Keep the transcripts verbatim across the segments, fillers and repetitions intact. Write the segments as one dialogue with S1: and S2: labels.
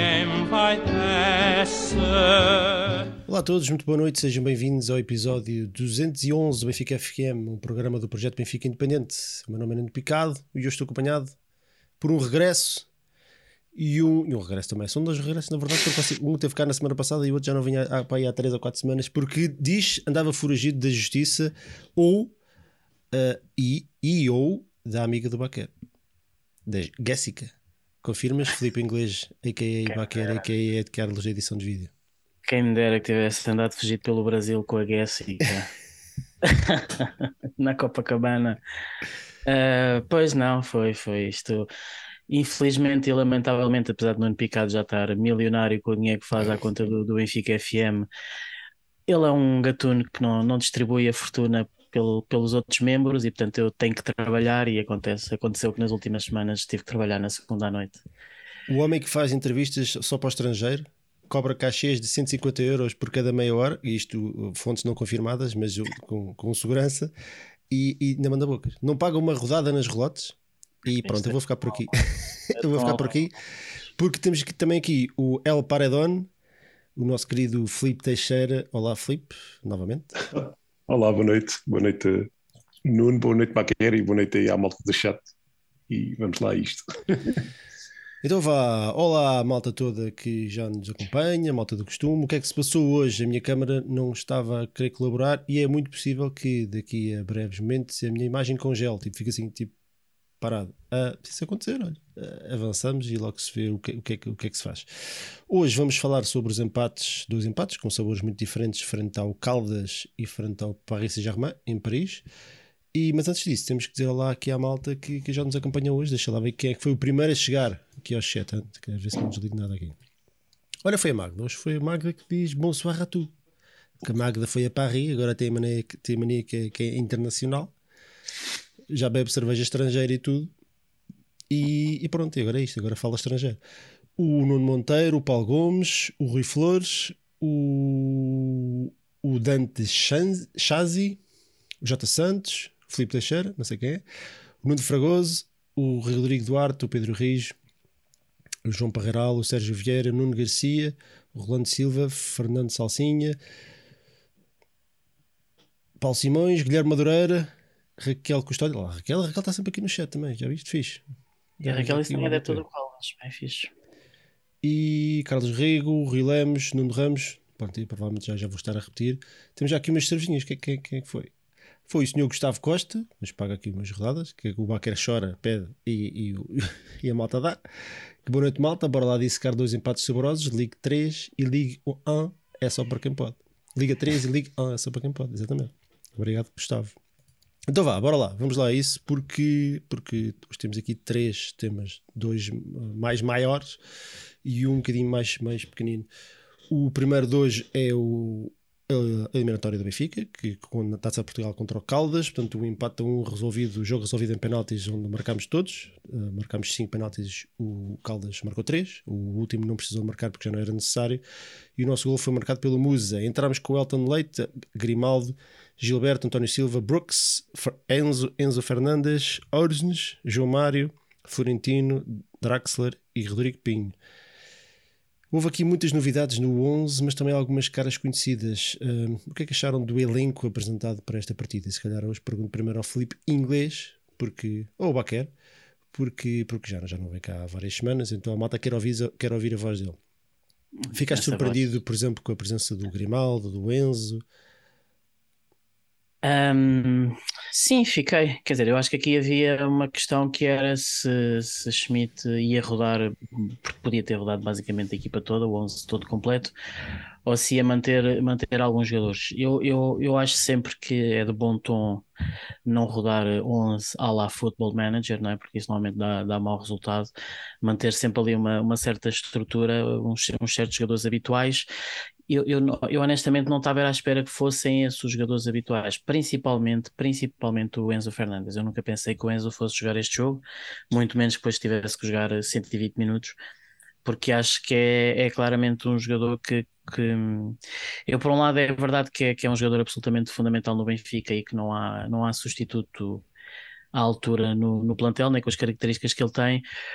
S1: M vai descer.
S2: Olá a todos, muito boa noite, sejam bem-vindos ao episódio duzentos e onze do Benfica F M, um programa do projeto Benfica Independente. O meu nome é Nuno Picado e hoje estou acompanhado por um regresso e um, e um regresso também. São dois regressos, na verdade, porque um teve cá na semana passada e o outro já não vinha há, há, há três ou quatro semanas, porque diz andava foragido da justiça ou uh, e, e ou da amiga do Baquer, da Jéssica. Confirmas, Filipe Inglês, a k a. Baquer, a k a. Ed Carlos, edição de vídeo.
S3: Quem me dera que tivesse andado fugido pelo Brasil com a Jéssica na Copacabana. Uh, pois não, foi, foi isto. Infelizmente e lamentavelmente, apesar de Nuno Picado já estar milionário com o dinheiro que faz à conta do, do Benfica F M, ele é um gatuno que não, não distribui a fortuna pelo, pelos outros membros e, portanto, eu tenho que trabalhar e acontece, aconteceu que nas últimas semanas tive que trabalhar na segunda à noite.
S2: O homem que faz entrevistas só para o estrangeiro cobra cachês de cento e cinquenta euros por cada meia hora, e isto fontes não confirmadas, mas eu, com, com segurança, e, e ainda manda bocas. Não paga uma rodada nas relotes e pronto, eu vou ficar por aqui. eu vou ficar por aqui, porque temos aqui, também aqui o El Paredón, o nosso querido Filipe Teixeira. Olá, Filipe, novamente.
S4: Olá, boa noite. Boa noite, Nuno, boa noite, Baquer, e boa noite aí à malta do chat. E vamos lá a isto.
S2: Então vá, olá malta toda que já nos acompanha, malta do costume. O que é que se passou hoje? A minha câmara não estava a querer colaborar e é muito possível que daqui a breves momentos a minha imagem congele, tipo, fica assim, tipo, parado. Ah, se isso acontecer, olha, ah, avançamos e logo se vê o que, o, que é, o que é que se faz. Hoje vamos falar sobre os empates, dois empates com sabores muito diferentes, frente ao Caldas e frente ao Paris Saint-Germain, em Paris. E, mas antes disso, temos que dizer olá aqui à malta que, que já nos acompanha hoje. Deixa lá ver quem é que foi o primeiro a chegar aqui ao chat. Quero ver se não desligo nada aqui. Olha, foi a Magda. Hoje foi a Magda que diz bonsoir a tu. Porque a Magda foi a Paris, agora tem a mania, tem a mania que, é, que é internacional. Já bebe cerveja estrangeira e tudo. E, e pronto, agora é isto. Agora fala estrangeiro. O Nuno Monteiro, o Paulo Gomes, o Rui Flores, o, o Dante Chazi, o J. Santos, o Filipe Teixeira, não sei quem é, o Nuno Fragoso, o Rodrigo Duarte, o Pedro Rijo, o João Parreiral, o Sérgio Vieira, o Nuno Garcia, o Rolando Silva, Fernando Salsinha, Paulo Simões, Guilherme Madureira, Raquel Custódio. Olá, Raquel, a Raquel está sempre aqui no chat também, já viste? Fixe.
S3: E a Raquel isso também é adepta do Caldas, bem fixe.
S2: E Carlos Rego, Rui Lemos, Nuno Ramos, pronto, e provavelmente já, já vou estar a repetir. Temos já aqui umas cervejinhas, quem, quem, quem é que foi? Foi o senhor Gustavo Costa, mas paga aqui umas rodadas, que o Baquer chora, pede e, e, e a malta dá. Que boa noite, malta, bora lá dissecar dois empates saborosos, Ligue três e Ligue um é só para quem pode. Liga três e Ligue um é só para quem pode, exatamente. Obrigado, Gustavo. Então vá, bora lá, vamos lá a isso, porque, porque hoje temos aqui três temas, dois mais maiores e um bocadinho mais, mais pequenino. O primeiro de hoje é o a eliminatória do Benfica, que com a Taça de Portugal contra o Caldas, portanto o empate a um resolvido, o jogo resolvido em penaltis, onde marcámos todos, uh, marcámos cinco penaltis, o Caldas marcou três, o último não precisou marcar porque já não era necessário, e o nosso gol foi marcado pelo Musa. Entramos com o Elton Leite, Grimaldo, Gilberto, António Silva, Brooks, Enzo, Enzo Fernandes, Orsnes, João Mário, Florentino, Draxler e Rodrigo Pinho. Houve aqui muitas novidades no onze, mas também algumas caras conhecidas. Uh, o que é que acharam do elenco apresentado para esta partida? Se calhar hoje pergunto primeiro ao Filipe Inglês, porque, ou ao Baquer, porque, porque já, já não vem cá há várias semanas, então a malta quer ouvir, quer ouvir a voz dele. Ficaste
S3: Essa
S2: surpreendido,
S3: voz.
S2: por exemplo, com a presença do Grimaldo, do Enzo?
S3: Um, sim, fiquei. Quer dizer, eu acho que aqui havia uma questão que era se, se Schmidt ia rodar, porque podia ter rodado basicamente a equipa toda, o onze todo completo, ou se ia manter, manter alguns jogadores. Eu, eu, eu acho sempre que é de bom tom não rodar onze à la Football Manager, não é? Porque isso normalmente dá, dá mau resultado. Manter sempre ali uma, uma certa estrutura, uns, uns certos jogadores habituais. Eu, eu, eu honestamente não estava à espera que fossem esses os jogadores habituais, principalmente, principalmente o Enzo Fernandes. Eu nunca pensei que o Enzo fosse jogar este jogo, muito menos que depois tivesse que jogar cento e vinte minutos, porque acho que é, é claramente um jogador que, que eu, por um lado, é verdade que é, que é um jogador absolutamente fundamental no Benfica e que não há, não há substituto à altura no, no plantel, nem com as características que ele tem.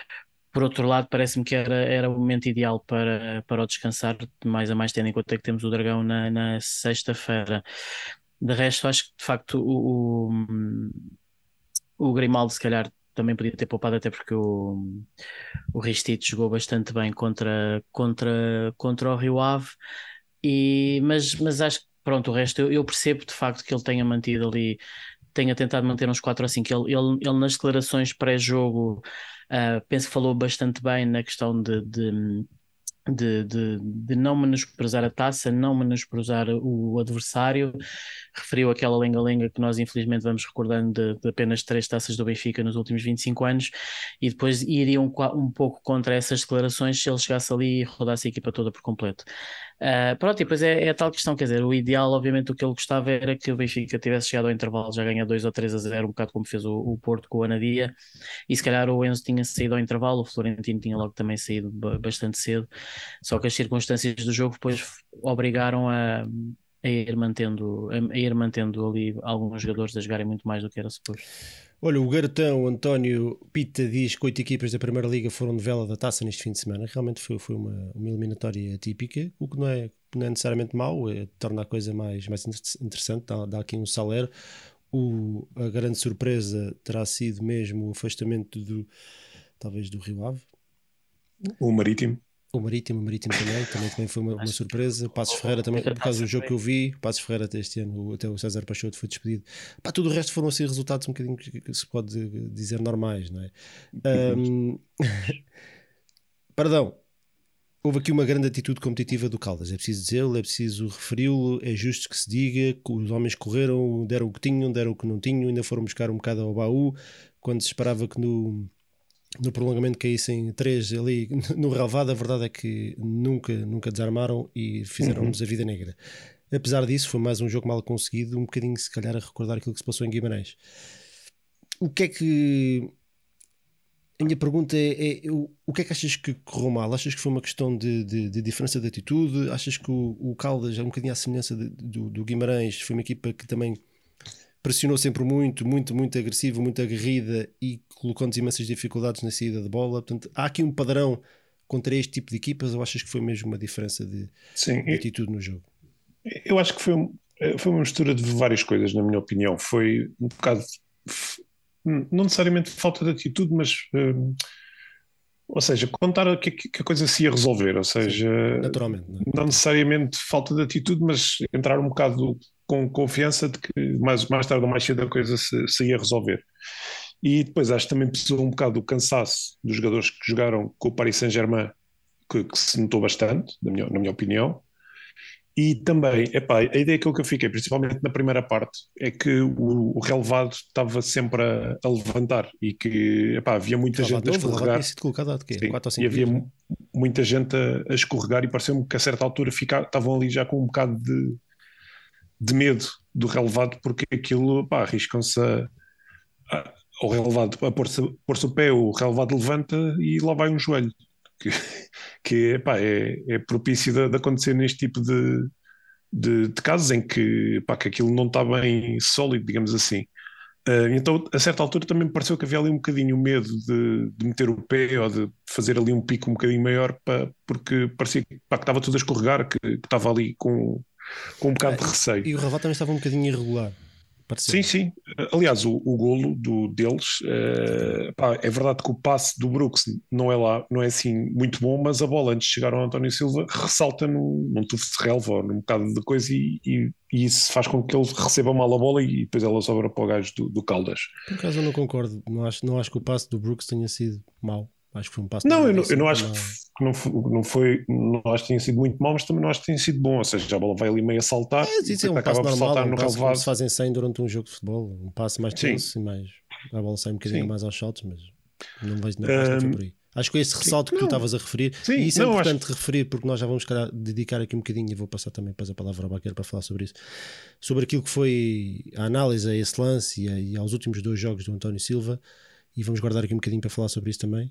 S3: por outro lado, parece-me que era, era o momento ideal para, para o descansar, mais a mais tendo em conta que temos o Dragão na, na sexta-feira. De resto, acho que de facto o, o, o Grimaldo se calhar também podia ter poupado, até porque o, o Ristich jogou bastante bem contra, contra, contra o Rio Ave, e, mas, mas acho que pronto, o resto eu, eu percebo de facto que ele tenha mantido ali, tenha tentado manter uns quatro ou cinco. Ele, ele, ele nas declarações pré-jogo, uh, penso que falou bastante bem na questão de, de De, de, de não menosprezar a taça, não menosprezar o adversário. Referiu aquela lenga-lenga que nós infelizmente vamos recordando de, de apenas três taças do Benfica nos últimos vinte e cinco anos, e depois iria um, um pouco contra essas declarações se ele chegasse ali e rodasse a equipa toda por completo. Uh, pronto, e depois é, é a tal questão, quer dizer, o ideal, obviamente, o que ele gostava era que o Benfica tivesse chegado ao intervalo já ganha dois ou três a zero, um bocado como fez o, o Porto com o Anadia, e se calhar o Enzo tinha saído ao intervalo, o Florentino tinha logo também saído bastante cedo, só que as circunstâncias do jogo depois obrigaram a, a, ir, mantendo, a, a ir mantendo ali alguns jogadores a jogarem muito mais do que era suposto.
S2: Olha, o Gartão António Pita diz que oito equipas da Primeira Liga foram de vela da taça neste fim de semana. Realmente foi, foi uma, uma eliminatória atípica, o que não é, não é necessariamente mau, é, torna a coisa mais, mais interessante, dá, dá aqui um salero. O, a grande surpresa terá sido mesmo o afastamento do, talvez do Rio Ave.
S4: O Marítimo.
S2: O Marítimo, o Marítimo também, também, também foi uma, uma surpresa. Passos Ferreira também, por causa do jogo que eu vi, Passos Ferreira até este ano, até o César Peixoto foi despedido. Pá, tudo o resto foram assim resultados um bocadinho que se pode dizer normais, não é? Um... Perdão, houve aqui uma grande atitude competitiva do Caldas, é preciso dizê-lo, é preciso referi-lo, é justo que se diga que os homens correram, deram o que tinham, deram o que não tinham, ainda foram buscar um bocado ao baú, quando se esperava que no... no prolongamento caíssem três ali no relvado. A verdade é que nunca, nunca desarmaram e fizeram-nos uhum. a vida negra. Apesar disso, foi mais um jogo mal conseguido, um bocadinho se calhar a recordar aquilo que se passou em Guimarães. O que é que... A minha pergunta é, é o, o que é que achas que correu mal? Achas que foi uma questão de, de, de diferença de atitude? Achas que o, o Caldas, um bocadinho à semelhança de, do, do Guimarães, foi uma equipa que também pressionou sempre muito, muito, muito agressiva, muito aguerrida e colocou-nos imensas dificuldades na saída de bola? Portanto, há aqui um padrão contra este tipo de equipas, ou achas que foi mesmo uma diferença de,
S4: Sim,
S2: de atitude no jogo?
S4: Eu acho que foi, foi uma mistura de várias coisas, na minha opinião. Foi um bocado, não necessariamente falta de atitude, mas um, ou seja, contar que, que a coisa se ia resolver, ou seja,
S2: Sim, naturalmente, não,
S4: não necessariamente falta de atitude, mas entrar um bocado com confiança de que mais, mais tarde ou mais cedo a coisa se, se ia resolver. E depois acho que também pesou um bocado o cansaço dos jogadores que jogaram com o Paris Saint-Germain, que, que se notou bastante, na minha, na minha opinião. E também, epá, a ideia que eu fiquei, principalmente na primeira parte, é que o, o relevado estava sempre a, a levantar e que epá, havia muita gente a escorregar.
S2: Sido colocado há de quê?
S4: Sim,
S2: quatro ou cinco
S4: e havia
S2: dias,
S4: muita gente a, a escorregar e pareceu-me que a certa altura fica, estavam ali já com um bocado de, de medo do relevado, porque aquilo, pá, arriscam-se a, a, ao relevado a pôr-se, pôr-se o pé, o relevado levanta e lá vai um joelho. Que, que epá, é, é propício de, de acontecer neste tipo de, de, de casos em que, epá, que aquilo não está bem sólido, digamos assim. Uh, então, a certa altura também me pareceu que havia ali um bocadinho o medo de, de meter o pé ou de fazer ali um pico um bocadinho maior, pá, porque parecia pá, que estava tudo a escorregar, que, que estava ali com, com um bocado é, de receio.
S2: E o relevado também estava um bocadinho irregular. Pareceu.
S4: Sim, sim. Aliás, o, o golo do, deles, uh, pá, é verdade que o passe do Brooks não é lá, não é assim muito bom, mas a bola antes de chegar ao António Silva ressalta num, num tufo de relva ou num bocado de coisa e, e, e isso faz com que ele receba mal a bola e depois ela sobra para o gajo do, do Caldas.
S2: Por acaso eu não concordo, não acho, não acho que o passe do Brooks tenha sido mau. Acho que foi um passo.
S4: Não, eu não, eu não acho que não foi, não foi, não acho que tenha sido muito mau, mas também não acho que tenha sido bom. Ou seja, a bola vai ali meio a saltar,
S2: é, isso é um
S4: acaba
S2: passo
S4: por
S2: normal,
S4: saltar
S2: um
S4: no
S2: passo
S4: relevado.
S2: como se fazem cem durante um jogo de futebol, um passo mais tenso e mais a bola sai um bocadinho sim. mais aos saltos, mas não vejo não, um, não por aí. Acho que esse ressalto sim, que tu estavas a referir, sim, e isso é não, importante acho... referir, porque nós já vamos calhar, dedicar aqui um bocadinho, e vou passar também depois a palavra ao Baqueiro para falar sobre isso, sobre aquilo que foi a análise a esse lance e, a, e aos últimos dois jogos do António Silva, e vamos guardar aqui um bocadinho para falar sobre isso também.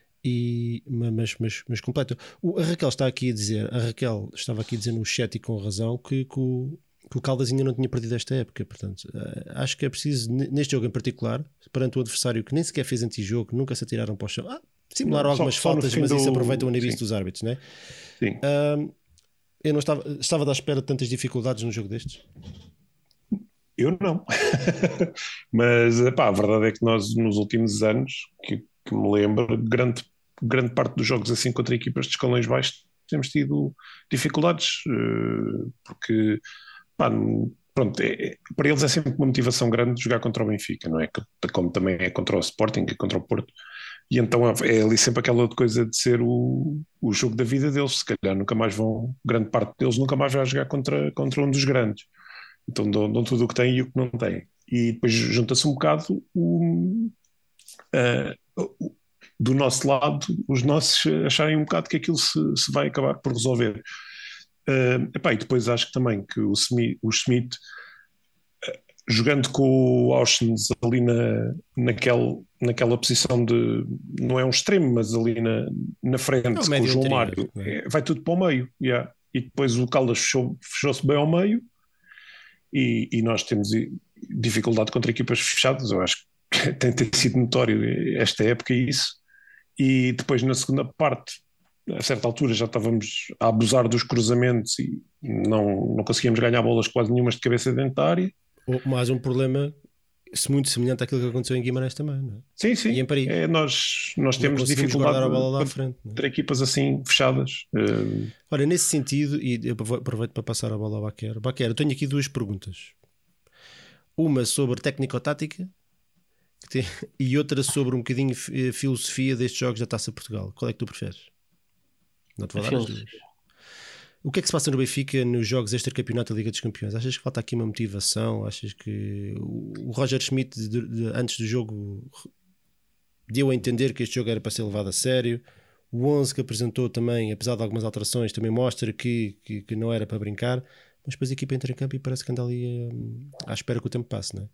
S2: E, mas, mas, mas completo. O, a Raquel está aqui a dizer, a Raquel estava aqui a dizer no chat e com razão que, que, o, que o Caldas ainda não tinha perdido esta época. Portanto, acho que é preciso, neste jogo em particular, perante o adversário que nem sequer fez antijogo, nunca se atiraram para o chão. Ah, Simularam
S4: Só-
S2: algumas
S4: só no
S2: faltas,
S4: fim
S2: mas
S4: do-
S2: isso aproveitam o nível
S4: sim.
S2: dos árbitros, não é?
S4: Sim.
S2: Ahm, eu não estava, estava à espera de tantas dificuldades num jogo destes.
S4: Eu não. Mas epá, a verdade é que nós, nos últimos anos, que, que me lembro, grande, grande parte dos jogos assim contra equipas de escalões baixos, temos tido dificuldades, eh, porque pá, pronto, é- é- para eles é sempre uma motivação grande jogar contra o Benfica, não é? Como também é contra o Sporting e contra o Porto. E então é é ali sempre aquela coisa de ser o, o jogo da vida deles. Se calhar nunca mais vão, grande parte deles nunca mais vai jogar contra, contra um dos grandes. Então dão, dão tudo o que têm e o que não têm. E depois junta-se um bocado o, ah, o- do nosso lado, os nossos acharem um bocado que aquilo se, se vai acabar por resolver. Ah, epá, e depois acho que também que o Smith, o Smith jogando com o Auschwitz ali na, naquela, naquela posição de, não é um extremo, mas ali na, na
S2: É
S4: frente
S2: o
S4: com o
S2: médio
S4: João
S2: interior,
S4: Mário,
S2: não é?
S4: é, vai tudo para o meio. Yeah. E depois o Caldas fechou, fechou-se bem ao meio e, e nós temos dificuldade contra equipas fechadas. Eu acho que tem, tem sido notório esta época isso. E depois na segunda parte, a certa altura já estávamos a abusar dos cruzamentos e não, não conseguíamos ganhar bolas quase nenhumas de cabeça dentro da área.
S2: Ou mais um problema muito semelhante àquilo que aconteceu em Guimarães também, não é?
S4: Sim, sim.
S2: E em Paris.
S4: É, nós nós
S2: Não
S4: temos
S2: conseguimos
S4: dificuldade
S2: guardar a bola lá à
S4: contra,
S2: frente, não é?
S4: contra equipas assim fechadas. Uh,
S2: Ora, nesse sentido, e eu aproveito para passar a bola ao Baquer. Baquer, eu tenho aqui duas perguntas. Uma sobre técnico-tática que tem- e outra sobre um bocadinho eh, filosofia destes jogos da Taça Portugal. Qual é que tu preferes? Não te vou
S3: A
S2: dar as
S3: filosofia.
S2: duas. O que é que se passa no Benfica nos jogos extra-campeonato da Liga dos Campeões? Achas que falta aqui uma motivação? Achas que o o Roger Schmidt, de- de- antes do jogo, deu a entender que este jogo era para ser levado a sério? O onze que apresentou também, apesar de algumas alterações, também mostra que, que, que não era para brincar. Mas depois a equipa entra em campo e parece que anda ali hum, à espera que o tempo passe, não é?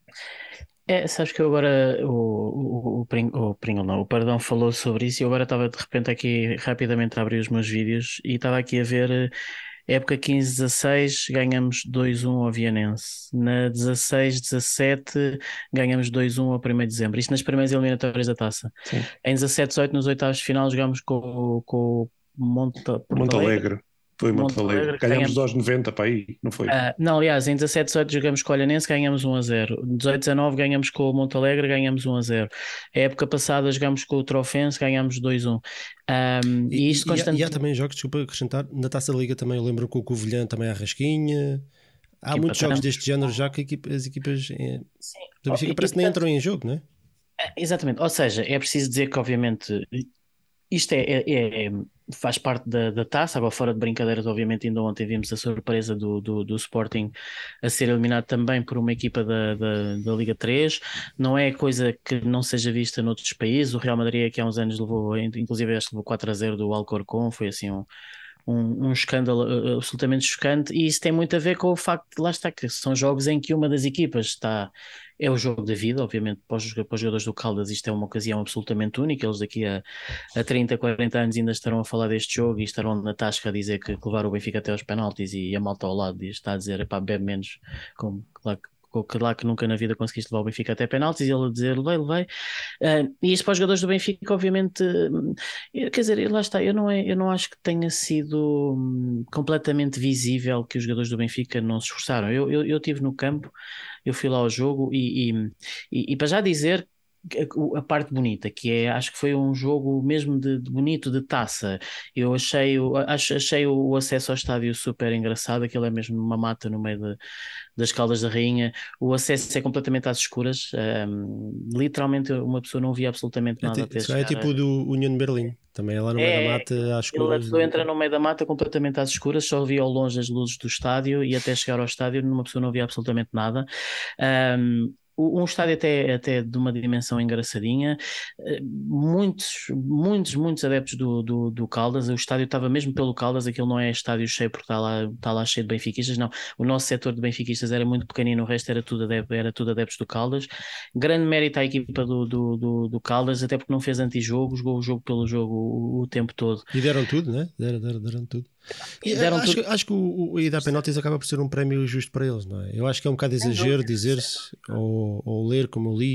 S3: É, sabes que eu agora o, o, o, Pring- o Pringle não, o Perdão falou sobre isso e eu agora estava de repente aqui rapidamente a abrir os meus vídeos e estava aqui a ver eh, época quinze dezasseis ganhamos dois um ao Vianense, na dezasseis dezassete ganhamos dois um ao primeiro de dezembro, isto nas primeiras eliminatórias da Taça.
S4: sim.
S3: Em dezassete dezoito nos oitavos de final jogámos com, o- com o Monta, Porto
S4: Monte
S3: Alegre.
S4: Alegre. Foi Monte
S3: Monte
S4: Alegre.
S3: Alegre,
S4: Ganhámos
S3: ganhamos.
S4: aos noventa para aí, não foi?
S3: Ah, não, aliás, em dezassete dezoito jogamos com o Olhanense, ganhamos um a zero. dezoito dezanove ganhamos com o Monte Alegre, ganhamos um a zero. A época passada jogamos com o Trofense, ganhamos dois a um. Um, e,
S2: E,
S3: isto
S2: e, e há,
S3: constante.
S2: e há também jogos, desculpa acrescentar, na Taça da Liga também eu lembro com o Covilhã também há rasquinha. Há
S3: Que
S2: muitos jogos
S3: empatamos.
S2: deste género já que a equipa- as equipas eh,
S3: Sim.
S2: do Benfica
S3: E-
S2: parece
S3: e,
S2: que nem
S3: portanto,
S2: entram em jogo, não é?
S3: é, exatamente, ou seja, é preciso dizer que obviamente isto é, é- é- faz parte da, da taça, agora fora de brincadeiras, obviamente ainda ontem vimos a surpresa do, do, do Sporting a ser eliminado também por uma equipa da, da, da Liga três, não é coisa que não seja vista noutros países, o Real Madrid aqui há uns anos levou, inclusive este levou quatro a zero do Alcorcón, foi assim um Um, um escândalo uh, absolutamente chocante, e isso tem muito a ver com o facto de lá está que são jogos em que uma das equipas está, é o jogo da vida, obviamente para os, para os jogadores do Caldas isto é uma ocasião absolutamente única, eles daqui a, a trinta, quarenta anos ainda estarão a falar deste jogo e estarão na tasca a dizer que, que levaram o Benfica até aos penaltis e a malta ao lado diz, está a dizer, pá, bebe menos, como claro que que lá que nunca na vida conseguiste levar o Benfica até penaltis e ele a dizer levei, levei. Uh, e isto para os jogadores do Benfica obviamente, uh, quer dizer, lá está, eu não, é, eu não acho que tenha sido um, completamente visível que os jogadores do Benfica não se esforçaram. Eu, eu, eu estive no campo, eu fui lá ao jogo e, e, e, e para já dizer a parte bonita, que é, acho que foi um jogo mesmo de, de bonito, de taça. Eu achei, acho, achei o acesso ao estádio super engraçado, aquilo é mesmo uma mata no meio de, das Caldas da Rainha, o acesso é completamente às escuras, um, literalmente uma pessoa não via absolutamente nada
S2: É,
S3: até
S2: ti- é
S3: chegar
S2: tipo o
S3: a...
S2: do União de Berlim, também é lá no meio da
S3: É,
S2: mata às
S3: ele, a
S2: escuras.
S3: pessoa entra no meio da mata completamente às escuras, só via ao longe as luzes do estádio e até chegar ao estádio uma pessoa não via absolutamente nada. Um, um estádio até, até de uma dimensão engraçadinha, muitos, muitos, muitos adeptos do, do, do Caldas, o estádio estava mesmo pelo Caldas, aquilo não é estádio cheio porque está lá, está lá cheio de benfiquistas, não, o nosso setor de benfiquistas era muito pequenino, o resto era tudo, adeptos, era tudo adeptos do Caldas, grande mérito à equipa do, do, do, do Caldas, até porque não fez antijogo, jogou o jogo pelo jogo o, o tempo todo.
S2: E deram tudo, né? Deram, deram, deram tudo. E,
S3: Deram
S2: acho,
S3: tudo.
S2: acho que o, o, e dar penaltis acaba por ser um prémio justo para eles, não é? Eu acho que é um bocado exagero dizer-se ou, ou ler como eu li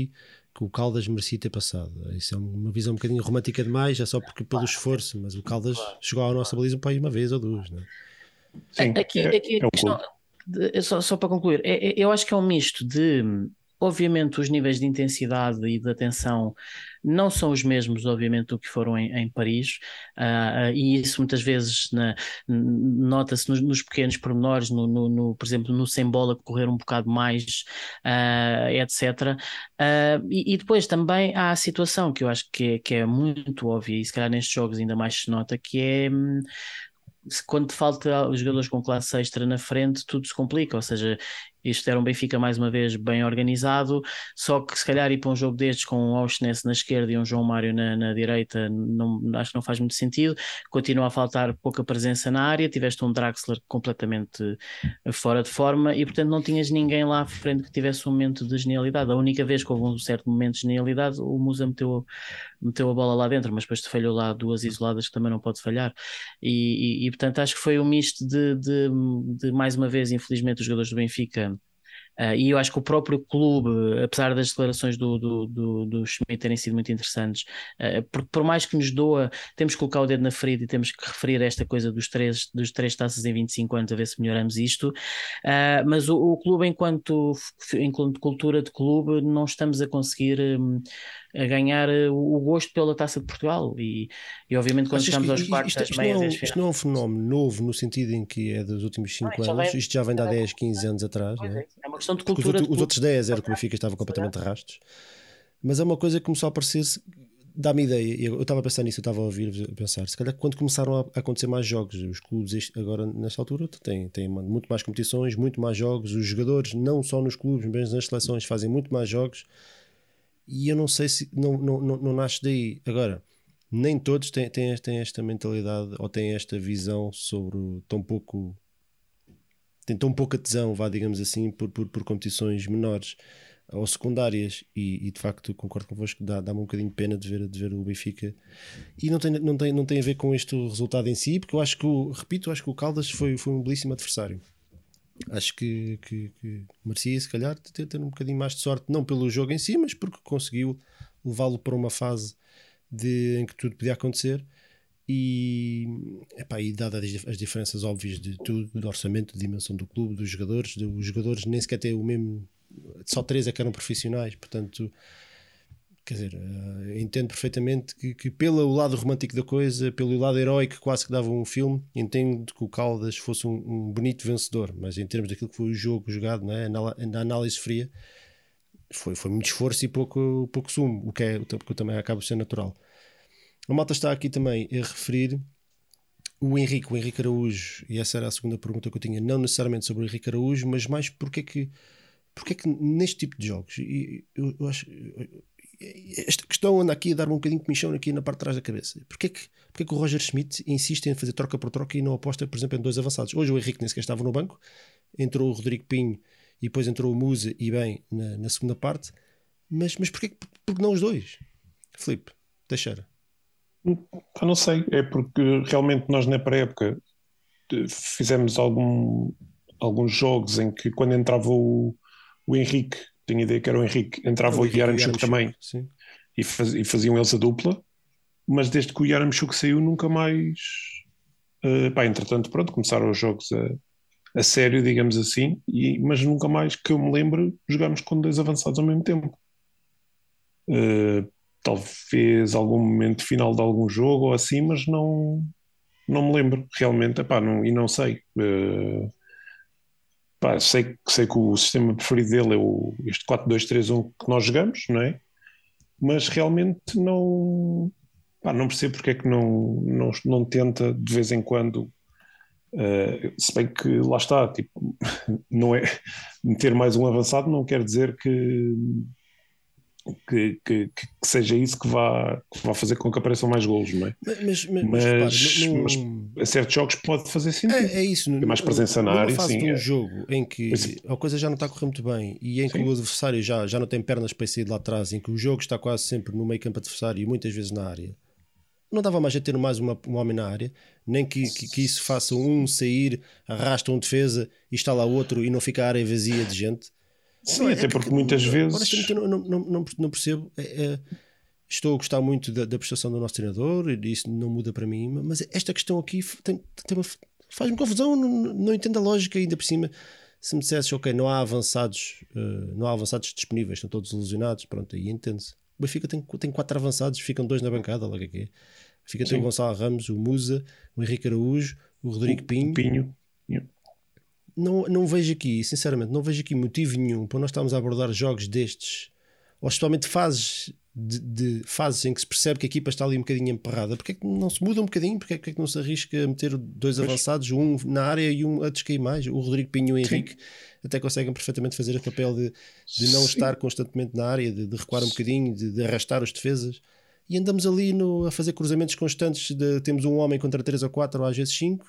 S2: que o Caldas merecia ter passado. Isso é uma visão um bocadinho romântica demais, é só porque pelo esforço, mas o Caldas chegou à nossa baliza para aí uma vez ou duas, não é?
S4: Sim,
S3: aqui,
S4: é,
S3: aqui
S4: é
S3: a
S4: um
S3: questão, de- só, só para concluir, é- é- eu acho que é um misto de, obviamente, os níveis de intensidade e de atenção não são os mesmos, obviamente, do que foram em, em Paris, ah, ah, e isso muitas vezes na- n- nota-se nos, nos pequenos pormenores, no, no- no- por exemplo, no sem bola correr um bocado mais, ah, etcétera. Ah, e, e depois também há a situação que eu acho que é, que é muito óbvia, e se calhar nestes jogos ainda mais se nota, que é hum, se- quando te falta os jogadores com classe extra na frente, tudo se complica. Ou seja, isto era um Benfica mais uma vez bem organizado, só que se calhar ir para um jogo destes com um Auchness na esquerda e um João Mário na, na direita, não, acho que não faz muito sentido. Continua a faltar pouca presença na área. Tiveste um Draxler completamente fora de forma e, portanto, não tinhas ninguém lá à frente que tivesse um momento de genialidade. A única vez que houve um certo momento de genialidade, o Musa meteu meteu a bola lá dentro, mas depois te falhou lá duas isoladas que também não pode falhar. E, e, e, portanto acho que foi um misto de, de, de, mais uma vez, infelizmente, os jogadores do Benfica. Uh, e eu acho que o próprio clube, apesar das declarações do, do, do, do Schmidt terem sido muito interessantes, uh, por, por mais que nos doa, temos que colocar o dedo na ferida e temos que referir esta coisa dos três, dos três taças em vinte e cinco anos a ver se melhoramos isto. Uh, mas o, o clube, enquanto, enquanto cultura de clube, não estamos a conseguir um, a ganhar o, o gosto pela Taça de Portugal. E, e obviamente, quando
S2: Achas
S3: chegamos
S2: que
S3: aos
S2: isto,
S3: quartos,
S2: isto,
S3: às
S2: isto,
S3: meias,
S2: não,
S3: às
S2: isto
S3: finais.
S2: não é um fenómeno novo no sentido em que é dos últimos cinco
S3: isto já
S2: anos,
S3: vem-
S2: isto já vem de há
S3: já vem-
S2: dez, quinze anos atrás, não é?
S3: É uma questão de
S2: Porque os,
S3: cultura
S2: outro-
S3: de
S2: os
S3: clube.
S2: outros dez era que o Benfica estava completamente rastos, mas é uma coisa que começou a aparecer-se, dá-me ideia. Eu eu estava a pensar nisso, eu estava a ouvir, a pensar, se calhar quando começaram a a acontecer mais jogos, os clubes este- agora nesta altura têm, têm muito mais competições, muito mais jogos, os jogadores, não só nos clubes, mas nas seleções, fazem muito mais jogos, e eu não sei se não, não, não, não nasce daí. Agora, nem todos têm, têm, têm esta mentalidade ou têm esta visão sobre o- tão pouco. Tem tão pouca tesão, vá, digamos assim, por, por, por competições menores ou secundárias, e, e de facto concordo convosco, dá, dá-me um bocadinho de pena de ver, de ver o Benfica, e não tem, não, tem, não tem a ver com este resultado em si, porque eu acho que, o, repito, acho que o Caldas foi, foi um belíssimo adversário. Acho que, que, que merecia, se calhar, ter, ter um bocadinho mais de sorte, não pelo jogo em si, mas porque conseguiu levá-lo para uma fase de, em que tudo podia acontecer. E, epá, e dadas as, as diferenças óbvias de tudo, do orçamento, de dimensão do clube, dos jogadores, de, os jogadores nem sequer têm o mesmo, só três é que eram profissionais, portanto, quer dizer, uh, entendo perfeitamente que, que pelo lado romântico da coisa, pelo lado heróico quase que dava um filme, entendo que o Caldas fosse um, um bonito vencedor, mas em termos daquilo que foi o jogo jogado, não é? na, na análise fria, foi, foi muito esforço e pouco, pouco sumo, o que, é, o que também acaba sendo natural. A malta está aqui também a referir o Henrique, o Henrique Araújo, e essa era a segunda pergunta que eu tinha, não necessariamente sobre o Henrique Araújo, mas mais porque é que, porque é que neste tipo de jogos, e eu, eu acho, esta questão anda aqui a dar-me um bocadinho de comichão aqui na parte de trás da cabeça. Porque é que, porque é que o Roger Schmidt insiste em fazer troca por troca e não aposta, por exemplo, em dois avançados? Hoje o Henrique nem sequer estava no banco, entrou o Rodrigo Pinho e depois entrou o Musa e bem na, na segunda parte, mas, mas porquê, porque não os dois? Filipe Teixeira.
S4: Eu não sei, é porque realmente nós na pré-época fizemos algum, alguns jogos em que quando entrava o, o Henrique, tenho a ideia que era o Henrique, entrava o, o Yaramchuk também,
S2: sim.
S4: e, faz, e faziam eles a dupla, mas desde que o Yaramchuk saiu nunca mais, uh, pá, entretanto pronto, começaram os jogos a, a sério, digamos assim, e, mas nunca mais que eu me lembro jogámos com dois avançados ao mesmo tempo. Uh, talvez algum momento final de algum jogo ou assim, mas não, não me lembro realmente, epá, não, e não sei. Uh, pá, sei, sei que o sistema preferido dele é o, este quatro dois três um que nós jogamos, não é? Mas realmente não, pá, não percebo porque é que não, não, não tenta de vez em quando. Uh, se bem que lá está, tipo, não é meter mais um avançado não quer dizer que Que, que, que seja isso que vá, que vá fazer com que apareçam mais golos, não é?
S2: Mas, mas, mas,
S4: mas,
S2: repare, no, no...
S4: mas a certos jogos pode fazer sentido.
S2: É, é isso,
S4: tem mais presença na área.
S2: Fase
S4: sim,
S2: de um
S4: é.
S2: jogo em que a coisa já não está a correr muito bem e em que sim. o adversário já, já não tem pernas para sair de lá atrás, em que o jogo está quase sempre no meio campo adversário e muitas vezes na área, não dava mais a ter mais uma, um homem na área, nem que, que, que isso faça um sair, arrasta um defesa e está lá outro e não fica a área vazia de gente.
S4: Sim,
S2: Não, é
S4: até
S2: que-
S4: porque muitas vezes.
S2: Honestamente, eu não, não, não, não percebo. É, é, estou a gostar muito da, da prestação do nosso treinador, e isso não muda para mim, mas esta questão aqui tem, tem uma- faz-me confusão, não, não entendo a lógica. Ainda por cima, se me dissesses, ok, não há avançados, uh, não há avançados disponíveis, estão todos ilusionados, pronto, aí entende-se. O Benfica tem, tem quatro avançados, ficam dois na bancada, logo aqui. Fica tem o Gonçalo Ramos, o Musa, o Henrique Araújo, o Rodrigo
S4: o,
S2: Pinho.
S4: o Pinho.
S2: Não, não vejo aqui, sinceramente, não vejo aqui motivo nenhum para nós estarmos a abordar jogos destes, ou especialmente fases de, de fases em que se percebe que a equipa está ali um bocadinho emperrada. Porque é que não se muda um bocadinho? Porque é que, não se arrisca a meter dois pois. avançados, um na área e um a descair mais? O Rodrigo Pinho e o Henrique Sim. até conseguem perfeitamente fazer o papel de, de não Sim. estar constantemente na área, de, de recuar um bocadinho, de, de arrastar os defesas. E andamos ali no, a fazer cruzamentos constantes. De, temos um homem contra três ou quatro, ou às vezes cinco.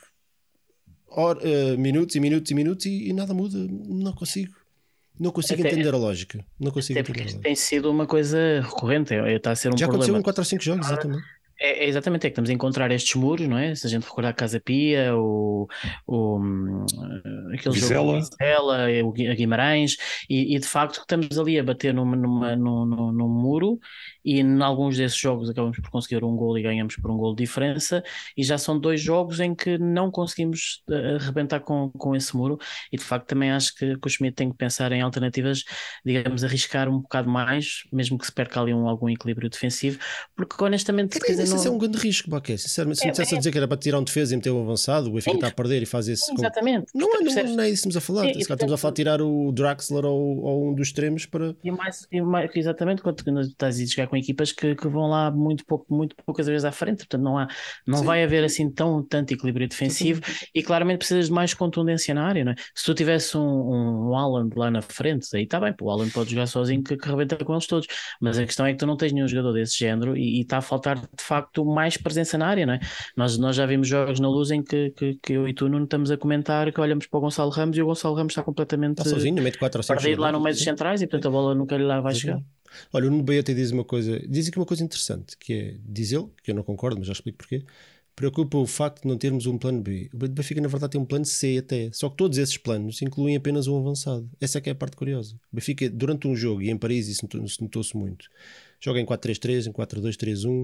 S2: Or, uh, minutos e minutos e minutos e, e nada muda. Não consigo não consigo até, entender a lógica não consigo
S3: até porque
S2: entender
S3: isto tem sido uma coisa recorrente, está a ser um
S2: já
S3: problema.
S2: Aconteceu em quatro ou cinco jogos, exatamente.
S3: É, é exatamente, é que estamos a encontrar estes muros, não é? Se a gente recordar a Casa Pia, o, o, aquele
S4: Vizela.
S3: jogo Vizela, o Guimarães, e, e de facto estamos ali a bater numa, numa, num, num, num muro, e em alguns desses jogos acabamos por conseguir um gol e ganhamos por um gol de diferença, e já são dois jogos em que não conseguimos arrebentar com, com esse muro, e de facto também acho que, que o Schmidt tem que pensar em alternativas, digamos, arriscar um bocado mais, mesmo que se perca ali um, algum equilíbrio defensivo, porque honestamente...
S2: Quer dizer, isso é um grande risco, Baquer. Sinceramente, se me dissesse é, a dizer que era para tirar um defesa e meter um avançado, o Benfica é, está a perder e faz esse.
S3: Exatamente.
S2: Com... Não, é, não, não é isso que estamos a falar. É, estamos a falar de tirar o Draxler ou, ou um dos extremos para.
S3: E mais, e mais exatamente, quando estás a jogar com equipas que, que vão lá muito, pouco, muito poucas vezes à frente, portanto, não, há, não vai haver assim tão, tanto equilíbrio defensivo Sim. e claramente precisas de mais contundência na área. Não é? Se tu tivesse um, um, um Haaland lá na frente, aí está bem, pô, o Haaland pode jogar sozinho que, que rebenta com eles todos, mas a questão é que tu não tens nenhum jogador desse género e, e está a faltar de facto mais presença na área, não é? Nós, nós já vimos jogos na Luz em que, que, que eu e tu não estamos a comentar, que olhamos para o Gonçalo Ramos e o Gonçalo Ramos está completamente
S2: está sozinho, no meio de quatro ou cinco
S3: perdido lá no meio dos centrais e portanto a bola nunca lhe lá vai chegar.
S2: Olha, o Nuno Baiota diz uma coisa, diz aqui uma coisa interessante, que é, diz ele, que eu não concordo, mas já explico porquê, preocupa o facto de não termos um plano B. O Benfica na verdade tem um plano C até, só que todos esses planos incluem apenas um avançado. Essa é que é a parte curiosa. O Benfica, durante um jogo, e em Paris isso notou-se muito, joga em quatro três três, em quatro dois três um,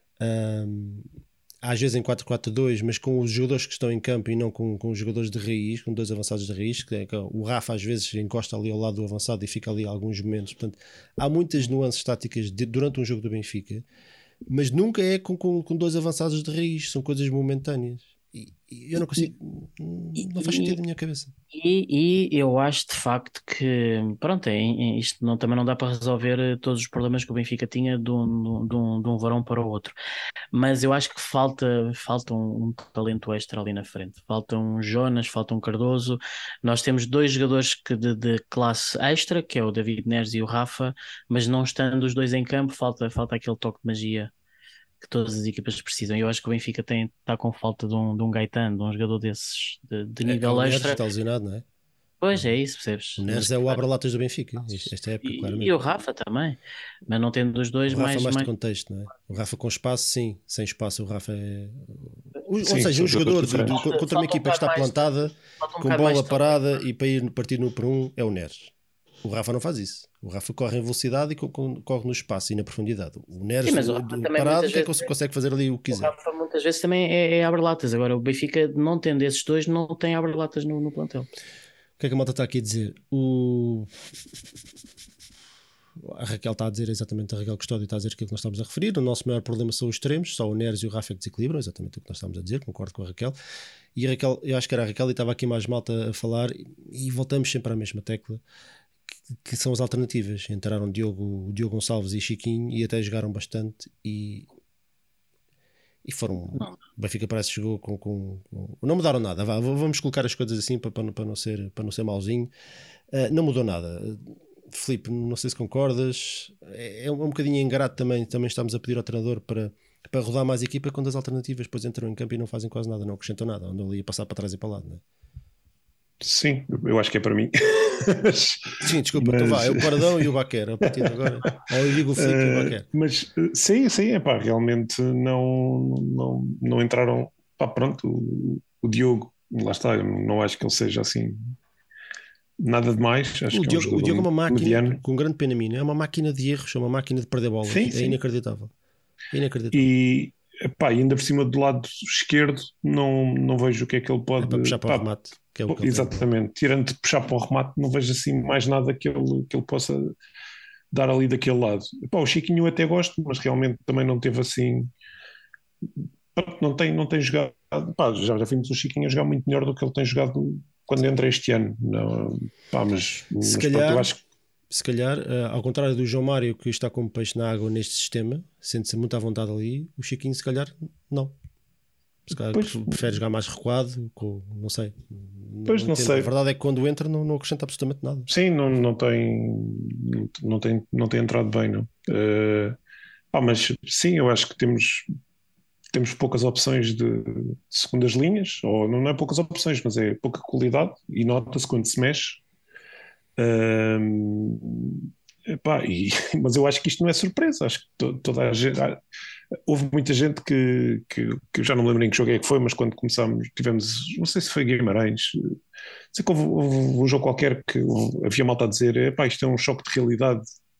S2: Um, às vezes em quatro quatro dois, mas com os jogadores que estão em campo e não com, com os jogadores de raiz, com dois avançados de raiz, que, é, que o Rafa às vezes encosta ali ao lado do avançado e fica ali alguns momentos. Portanto, há muitas nuances táticas de, durante um jogo do Benfica, mas nunca é com, com, com dois avançados de raiz, são coisas momentâneas. E, e eu não consigo, e, não faz sentido na minha cabeça.
S3: E, e eu acho de facto que, pronto, é, isto não, também não dá para resolver todos os problemas que o Benfica tinha de um, de um, de um verão para o outro, mas eu acho que falta, falta um, um talento extra ali na frente. Falta um Jonas, falta um Cardoso. Nós temos dois jogadores que de, de classe extra, que é o David Neres e o Rafa, mas não estando os dois em campo, falta, falta aquele toque de magia que todas as equipas precisam. Eu acho que o Benfica tem, está com falta de um, de um Gaetano, de um jogador desses de, de nível
S2: é, o
S3: extra.
S2: Neres está lesionado, não é?
S3: Pois é isso, percebes?
S2: O Neres é o abre-latas do Benfica, esta época,
S3: e,
S2: claramente.
S3: E o Rafa também, mas não tendo os dois
S2: o Rafa
S3: mais...
S2: mais,
S3: mais
S2: de contexto, não é? O Rafa com espaço, sim. Sem espaço, o Rafa é... O,
S4: sim,
S2: ou seja, um jogador de, de,
S3: falta,
S2: contra uma equipa que está plantada, um com bola parada e para ir partir no por um, é o Neres. O Rafa não faz isso. O Rafa corre em velocidade e corre no espaço e na profundidade. O Neres, sim, o, o parado, que é que consegue fazer ali o que quiser.
S3: O Rafa muitas vezes também é, é abre-latas. Agora o Benfica, não tendo esses dois, não tem abre-latas no, no plantel.
S2: O que é que a malta está aqui a dizer? O... A Raquel está a dizer exatamente, a Raquel Custódio está a dizer aquilo que nós estamos a referir. O nosso maior problema são os extremos, só o Neres e o Rafa que desequilibram, exatamente o que nós estamos a dizer, concordo com a Raquel. E a Raquel, eu acho que era a Raquel e estava aqui mais malta a falar, e voltamos sempre à mesma tecla, que, que são as alternativas. Entraram Diogo, Diogo Gonçalves e Chiquinho e até jogaram bastante e, e foram... Não. O Benfica parece que chegou com, com, com... Não mudaram nada, vá, vamos colocar as coisas assim para, para, para, não, ser, para não ser mauzinho. Uh, não mudou nada. Filipe, não sei se concordas, é, é um bocadinho ingrato também, também estamos a pedir ao treinador para, para rodar mais a equipa quando as alternativas depois entram em campo e não fazem quase nada, não acrescentam nada, andam ali a passar para trás e para o lado, não é?
S4: Sim, eu acho que é para mim.
S2: Sim, desculpa, mas... então vá, é o Paradão e o Baquer a partir de agora, ou eu digo o Filipe uh, e o Baquer.
S4: Mas sim, sim, é pá, realmente não, não, não entraram, pá, pronto, o, o Diogo, lá está, eu não acho que ele seja assim nada de mais. Acho
S2: O
S4: que é um
S2: Diogo, o Diogo é uma máquina,
S4: mediano.
S2: com grande pena minha, é uma máquina de erros, é uma máquina de perder bolas.
S4: Sim,
S2: É
S4: sim.
S2: inacreditável. É inacreditável.
S4: E epá, ainda por cima do lado esquerdo, não, não vejo o que é que ele
S2: É
S4: pode.
S2: para puxar para
S4: pá,
S2: o remate, que é o que ele tem.
S4: exatamente, tirando de puxar para o remate, não vejo assim mais nada que ele, que ele possa dar ali daquele lado. Epá, o Chiquinho eu até gosto, mas realmente também não teve assim. pá, Não tem, não tem jogado. Pá, já, já vimos o Chiquinho a jogar muito melhor do que ele tem jogado quando entra este ano. Não, pá, mas,
S2: Se
S4: mas pronto,
S2: calhar,
S4: eu acho que
S2: se calhar uh, ao contrário do João Mário, que está como peixe na água neste sistema, sente-se muito à vontade ali, o Chiquinho, se calhar, não. Se calhar
S4: Pois.
S2: prefere jogar mais recuado, com, não sei.
S4: Pois, não
S2: entendo.
S4: sei.
S2: A verdade é que quando entra, não, não acrescenta absolutamente nada.
S4: sim, não, não tem, não tem, não tem entrado bem, não. Eh, pá, mas sim, eu acho que temos, temos poucas opções de, de segundas linhas, ou não é poucas opções, mas é pouca qualidade e nota-se quando se mexe. Ehm, epá, e- mas eu acho que isto não é surpresa. Acho que to- toda a gente. há- Houve muita gente que, que, que eu já não me lembro em que jogo é que foi, mas quando começámos, tivemos, não sei se foi Guimarães, sei que houve, houve um jogo qualquer que houve- havia malta a dizer: epá, isto é um choque de realidade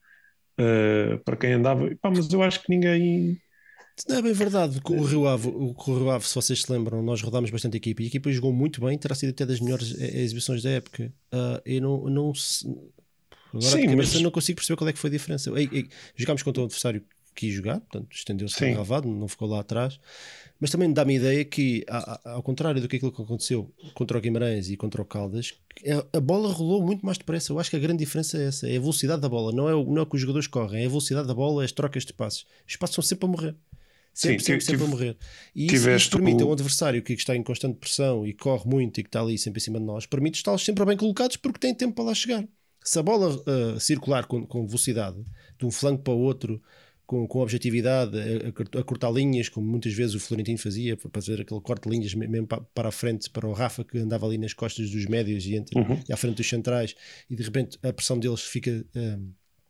S4: eh, para quem andava. Epá, mas eu acho que ninguém.
S2: Isso não é bem verdade. O Rio Ave, o o Rio Ave, se vocês se lembram, nós rodámos bastante a equipa e a equipa jogou muito bem, terá sido até das melhores eh, exibições da época. Ah, eu não, não se- agora de
S4: Sim,
S2: cabeça
S4: mas
S2: não consigo perceber qual é que foi a diferença. Ei, ei, jogámos contra um adversário que quis jogar, portanto estendeu-se no
S4: sim,
S2: relvado, não ficou lá atrás. Mas também dá-me a ideia que, a- a- ao contrário do que aquilo que aconteceu contra o Guimarães e contra o Caldas, a, a bola rolou muito mais depressa. Eu acho que a grande diferença é essa: é a velocidade da bola, não é, o, não é o que os jogadores correm, é a velocidade da bola, é as trocas de passos. Os passos são sempre a morrer.
S4: sim.
S2: Sempre,
S4: tive-
S2: sempre, sempre a
S4: tive-
S2: morrer. E isso, isso
S4: tiveste
S2: permite a um
S4: o.
S2: adversário que está em constante pressão e corre muito e que está ali sempre em cima de nós, permite está-los sempre bem colocados porque tem tempo para lá chegar. Se a bola uh, circular com, com velocidade de um flanco para o outro, com, com objetividade, a, a, a cortar linhas, como muitas vezes o Florentino fazia, para fazer aquele corte de linhas mesmo para, para a frente, para o Rafa que andava ali nas costas dos médios e, entre,
S4: Uhum.
S2: e à frente dos centrais, e de repente a pressão deles fica. Um,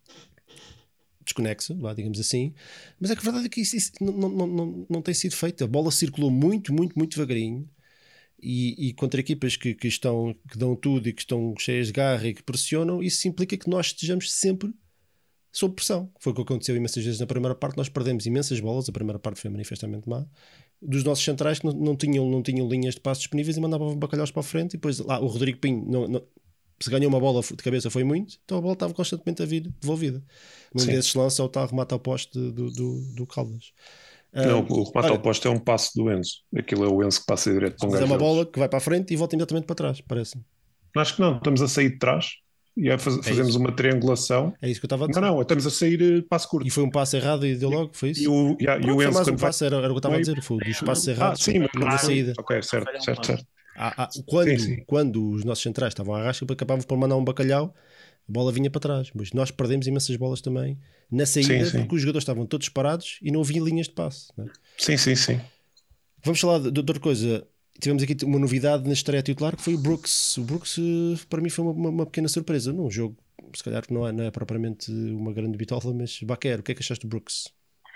S2: desconexa, lá, digamos assim, mas é que a verdade é que isso, isso não, não, não, não tem sido feito. A bola circulou muito, muito, muito devagarinho e, e contra equipas que, que estão, que dão tudo e que estão cheias de garra e que pressionam, isso implica que nós estejamos sempre sob pressão. Foi o que aconteceu imensas vezes na primeira parte. Nós perdemos imensas bolas, a primeira parte foi manifestamente má, dos nossos centrais que não, não, tinham, não tinham linhas de passos disponíveis e mandavam bacalhaus para a frente e depois lá o Rodrigo Pinho não, não, se ganhou uma bola de cabeça foi muito, então a bola estava constantemente a vir devolvida. Num
S4: Sim.
S2: desses lances é o tal remate ao poste do, do, do Caldas.
S4: Não,
S2: Ah,
S4: o remate
S2: olha,
S4: ao poste é um passo do Enzo. Aquilo é o Enzo que passa direto para um
S2: mas é
S4: gajo
S2: uma
S4: deles.
S2: bola que vai para a frente e volta imediatamente para trás, parece.
S4: Acho que não, estamos a sair de trás e é faz-
S2: É
S4: fazemos
S2: isso.
S4: uma triangulação.
S2: É isso que eu estava a
S4: Não,
S2: dizer.
S4: não, estamos a sair eh, passo curto.
S2: E foi um passo errado e deu logo, foi
S4: E
S2: isso?
S4: o, yeah, e
S2: Pronto,
S4: o
S2: foi
S4: Enzo
S2: mais um
S4: quando vai.
S2: passo, era, era o que eu estava a
S4: meio-
S2: dizer, foi dos passos
S4: Ah,
S2: errados,
S4: sim, mas
S2: na saída.
S4: ok, certo, certo, certo.
S2: Há- há- quando,
S4: Sim, sim.
S2: quando os nossos centrais estavam à rasca, acabavam por mandar um bacalhau, a bola vinha para trás. Mas nós perdemos imensas bolas também na saída,
S4: Sim, sim.
S2: porque os jogadores estavam todos parados e não havia linhas de passe. Não é?
S4: Sim, sim, sim.
S2: Vamos falar de, de outra coisa. Tivemos aqui uma novidade na estreia titular que foi o Brooks. O Brooks, eh, para mim, foi uma, uma- uma pequena surpresa. Num jogo, se calhar que não é, não é propriamente uma grande bitola, mas baquer. O que é que achaste do Brooks?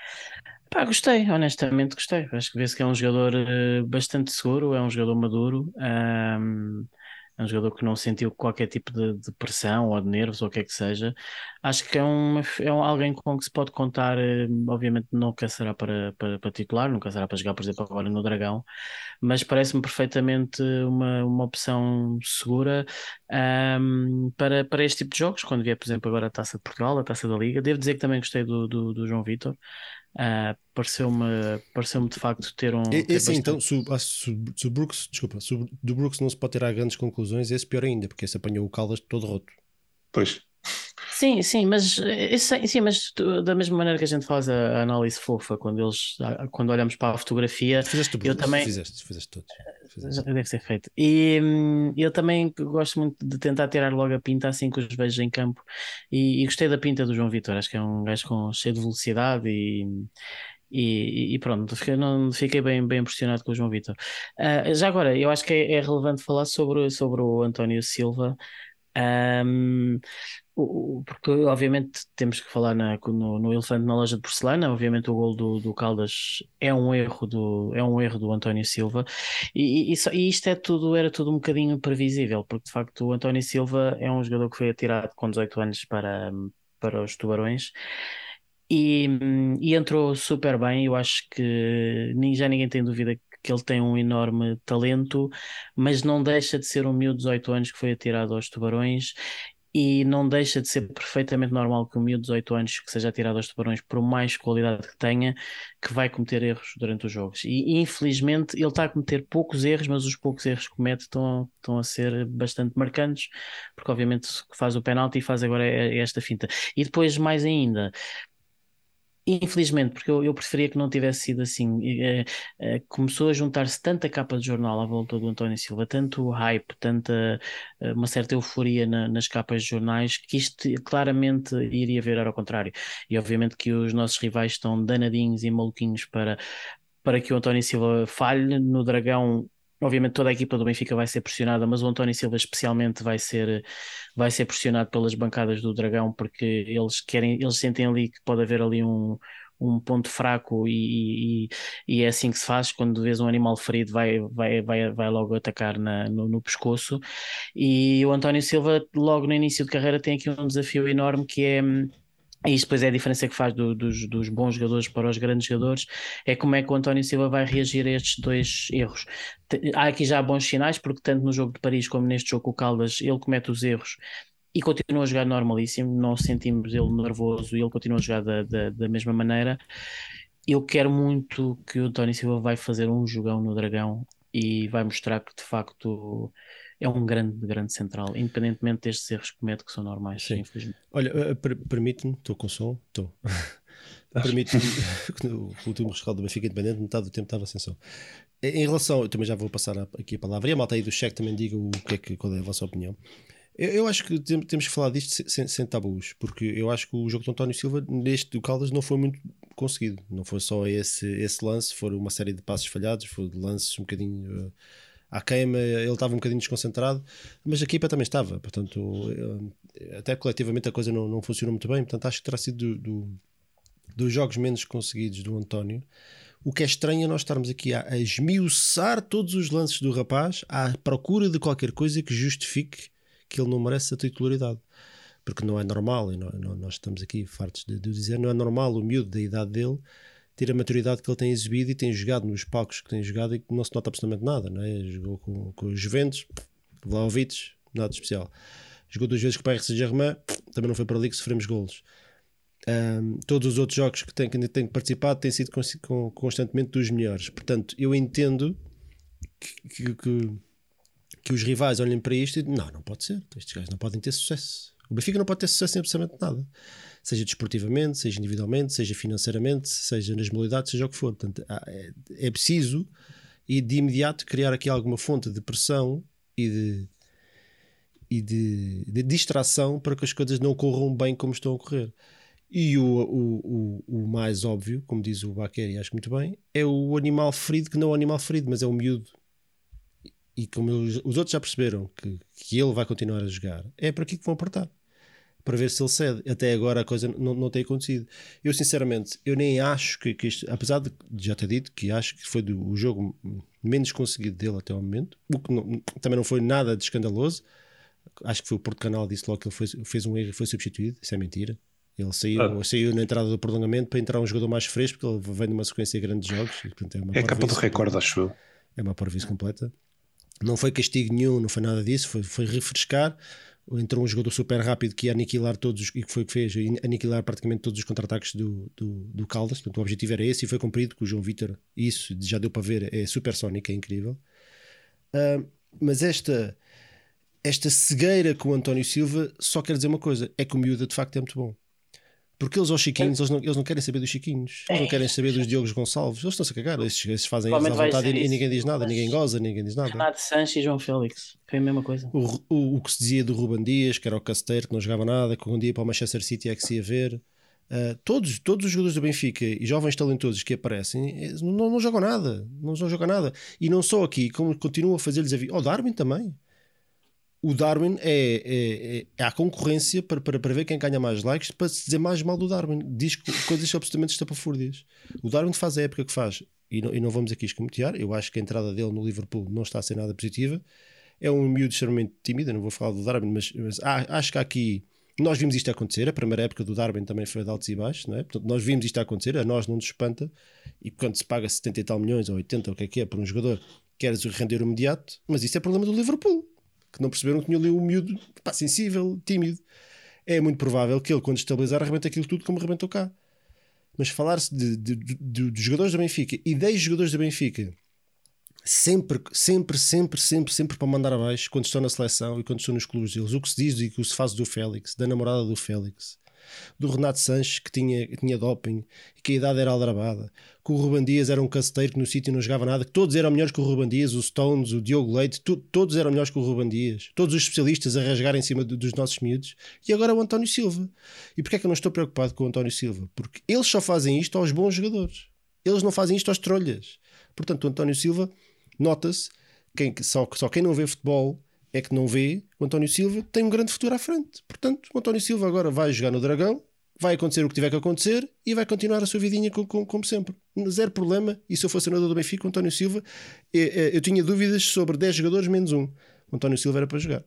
S3: Pá, gostei, honestamente gostei. Acho que vê-se que é um jogador eh, bastante seguro, é um jogador maduro, ahm, é um jogador que não sentiu qualquer tipo de, de pressão ou de nervos ou o que é que seja. Acho que é, uma, é um, alguém com que se pode contar, eh, obviamente nunca será para, para, para titular, nunca será para jogar, por exemplo, agora no Dragão, mas parece-me perfeitamente uma, uma opção segura ahm, para, para este tipo de jogos, quando vier, por exemplo, agora a Taça de Portugal, a Taça da Liga. Devo dizer que também gostei do, do, do João Vitor. Uh, pareceu-me pareceu-me de facto ter um
S2: É, é
S3: ter
S2: assim, então,
S3: bastante...
S2: se, o- ah, se, o- se o Brooks, desculpa, se o- do Brooks não se pode tirar grandes conclusões, esse pior ainda, porque esse apanhou o Caldas todo roto.
S4: Pois.
S3: Sim, sim, mas eh, sim, sim, mas tu- da mesma maneira que a gente faz a, a análise fofa quando eles ah, quando olhamos para a fotografia,
S2: Tu fizeste o
S3: eu
S2: Brooks,
S3: também
S2: fizeste, fizeste todos. Fizeste.
S3: já deve ser feito. E hum, eu também gosto muito de tentar tirar logo a pinta assim que os vejo em campo e, e gostei da pinta do João Vitor, acho que é um gajo com cheio de velocidade e E, e pronto, fiquei, não, fiquei bem, bem impressionado com o João Vitor. Ah, já agora, eu acho que é, é relevante falar sobre, sobre o António Silva. Um, porque obviamente temos que falar na, no, no elefante na loja de porcelana. Obviamente o gol do, do Caldas é um erro do, é um erro do António Silva, e, e, só, e isto é tudo, era tudo um bocadinho previsível, porque de facto o António Silva é um jogador que foi atirado com dezoito anos para, para os Tubarões. E, e entrou super bem. Eu acho que nem, já ninguém tem dúvida que ele tem um enorme talento, mas não deixa de ser um miúdo de dezoito anos que foi atirado aos Tubarões, e não deixa de ser perfeitamente normal que um miúdo de dezoito anos que seja atirado aos Tubarões, por mais qualidade que tenha, que vai cometer erros durante os jogos. E infelizmente ele está a cometer poucos erros, mas os poucos erros que comete estão, estão a ser bastante marcantes, porque obviamente faz o penalti e faz agora esta finta. E depois, mais ainda, infelizmente, porque eu, eu preferia que não tivesse sido assim, eh, eh, começou a juntar-se tanta capa de jornal à volta do António Silva, tanto hype, tanta eh, uma certa euforia na- nas capas de jornais, que isto claramente iria virar ao contrário. E obviamente que os nossos rivais estão danadinhos e maluquinhos para, para que o António Silva falhe no Dragão. Obviamente toda a equipa do Benfica vai ser pressionada, mas o António Silva especialmente vai ser, vai ser pressionado pelas bancadas do Dragão, porque eles querem, eles sentem ali que pode haver ali um, um ponto fraco, e, e, e é assim que se faz. Quando vês um animal ferido, vai, vai, vai, vai logo atacar na, no, no pescoço. E o António Silva, logo no início de carreira, tem aqui um desafio enorme, que é... E isto depois é a diferença que faz do- dos, dos bons jogadores para os grandes jogadores, é como é que o António Silva vai reagir a estes dois erros. Te- Há aqui já bons sinais, porque tanto no jogo de Paris como neste jogo com o Caldas, ele comete os erros e continua a jogar normalíssimo, não sentimos ele nervoso, e ele continua a jogar da, da, da mesma maneira. Eu quero muito que o António Silva vai fazer um jogão no Dragão e vai mostrar que de facto é um grande, grande central, independentemente destes erros que comete, que são normais,
S2: Sim.
S3: infelizmente.
S2: Olha, eh, per- permite-me, estou com som, estou. Permite-me, o último rescaldo do Benfica Independente, metade do tempo estava sem som. Em relação, eu também já vou passar a- aqui a palavra, e a malta aí do cheque também diga o que é que, qual é a vossa opinião. Eu, eu acho que tem- temos que falar disto sem- sem, sem tabus, porque eu acho que o jogo de António Silva, neste do Caldas, não foi muito conseguido. Não foi só esse, esse lance, foram uma série de passos falhados, foram lances um bocadinho uh, à queima, ele estava um bocadinho desconcentrado, mas a equipa também estava, portanto, uh, até coletivamente a coisa não, não funcionou muito bem. Portanto, acho que terá sido do, do, dos jogos menos conseguidos do António. O que é estranho é nós estarmos aqui a, a esmiuçar todos os lances do rapaz à procura de qualquer coisa que justifique que ele não merece a titularidade. Porque não é normal, e não, não, nós estamos aqui fartos de, de dizer, não é normal o miúdo da idade dele ter a maturidade que ele tem exibido e tem jogado nos palcos que tem jogado, e que não se nota absolutamente nada, não é? Jogou com, com os Juventus, Vlahovic, nada de especial. Jogou duas vezes com o Paris Saint-Germain, também não foi para ali que sofremos golos. Um, todos os outros jogos que tem, que tem participado têm sido com, com, constantemente dos melhores. Portanto, eu entendo que, que, que, que os rivais olhem para isto e não, não pode ser, estes gajos não podem ter sucesso. O Benfica não pode ter sucesso em absolutamente nada, seja desportivamente, seja individualmente, seja financeiramente, seja nas modalidades, seja o que for. Portanto, é, é preciso e de imediato criar aqui alguma fonte de pressão e de, e de, de distração para que as coisas não corram bem como estão a correr. E o, o, o, o mais óbvio, como diz o Baquer, e acho muito bem, é o animal ferido, que não é o animal ferido, mas é o miúdo. E como os, os outros já perceberam que, que ele vai continuar a jogar, é para aqui que vão apertar, para ver se ele cede. Até agora a coisa não, não tem acontecido. Eu sinceramente, eu nem acho que, que isto, apesar de já ter dito que acho que foi do, o jogo menos conseguido dele até ao momento, o que não, também não foi nada de escandaloso. Acho que foi o Porto Canal disse logo que ele foi, fez um erro e foi substituído. Isso é mentira. Ele saiu, ah. saiu na entrada do prolongamento para entrar um jogador mais fresco, porque ele vem de uma sequência grande de jogos. E, portanto, é uma
S4: é a capa do recorde, acho eu.
S2: É uma parvoíce completa. Não foi castigo nenhum, não foi nada disso. Foi, foi refrescar. Entrou um jogador super rápido que ia aniquilar todos, e que foi o que fez, aniquilar praticamente todos os contra-ataques do, do, do Caldas. Portanto, o objetivo era esse e foi cumprido com o João Vítor. Isso já deu para ver, é supersónico, é incrível. Uh, mas esta, esta cegueira com o António Silva só quer dizer uma coisa: é que o miúdo de facto é muito bom. Porque eles aos chiquinhos, eles não, eles não querem saber dos chiquinhos, eles não querem saber dos Diogos Gonçalves, eles estão-se a cagar, esses, esses fazem eles à vontade e, e ninguém diz nada, ninguém goza, ninguém diz nada.
S3: Renato Sanches e João Félix, foi a mesma coisa.
S2: O, o, o que se dizia do Ruben Dias, que era o casteiro, que não jogava nada, que um dia para o Manchester City é que se ia ver. Uh, todos, todos os jogadores do Benfica e jovens talentosos que aparecem não, não jogam nada, não, não jogam nada. E não só aqui, como continuam a fazer-lhes a vida. Oh, Darwin também. o Darwin é, é, é, é a concorrência para, para, para ver quem ganha mais likes, para se dizer mais mal do Darwin. Diz coisas absolutamente estapafúrdias. O Darwin faz a época que faz, e não, e não vamos aqui escamotear. Eu acho que a entrada dele no Liverpool não está a ser nada positiva. É um miúdo extremamente tímido. Eu não vou falar do Darwin, mas, mas ah, acho que há aqui. Nós vimos isto acontecer. A primeira época do Darwin também foi de altos e baixos, não é? Portanto, nós vimos isto acontecer. A nós não nos espanta. E quando se paga setenta e tal milhões ou oitenta, o que é que é, por um jogador, queres render o imediato, mas isso é problema do Liverpool, que não perceberam que tinha ali um miúdo pá, sensível, tímido. É muito provável que ele, quando estabilizar, arrebente aquilo tudo como arrebentou cá. Mas falar-se de, de, de, de, de jogadores do Benfica e dez jogadores do Benfica sempre, sempre, sempre, sempre, sempre para mandar abaixo quando estão na seleção e quando estão nos clubes deles. O que se diz e o que se faz do Félix, da namorada do Félix, do Renato Sanches que tinha, que tinha doping e que a idade era aldrabada, que o Ruben Dias era um caceteiro que no sítio não jogava nada, que todos eram melhores que o Ruben Dias, o Stones, o Diogo Leite, tu, todos eram melhores que o Ruben Dias, todos os especialistas a rasgar em cima do, dos nossos miúdos, e agora o António Silva. E porquê é que eu não estou preocupado com o António Silva? Porque eles só fazem isto aos bons jogadores, eles não fazem isto aos trolhas. Portanto, o António Silva, nota-se, quem, só, só quem não vê futebol é que não vê. O António Silva tem um grande futuro à frente. Portanto, o António Silva agora vai jogar no Dragão, vai acontecer o que tiver que acontecer e vai continuar a sua vidinha como, como, como sempre. Zero problema. E se eu fosse treinador do Benfica, o António Silva, eu, eu tinha dúvidas sobre dez jogadores menos um. O António Silva era para jogar.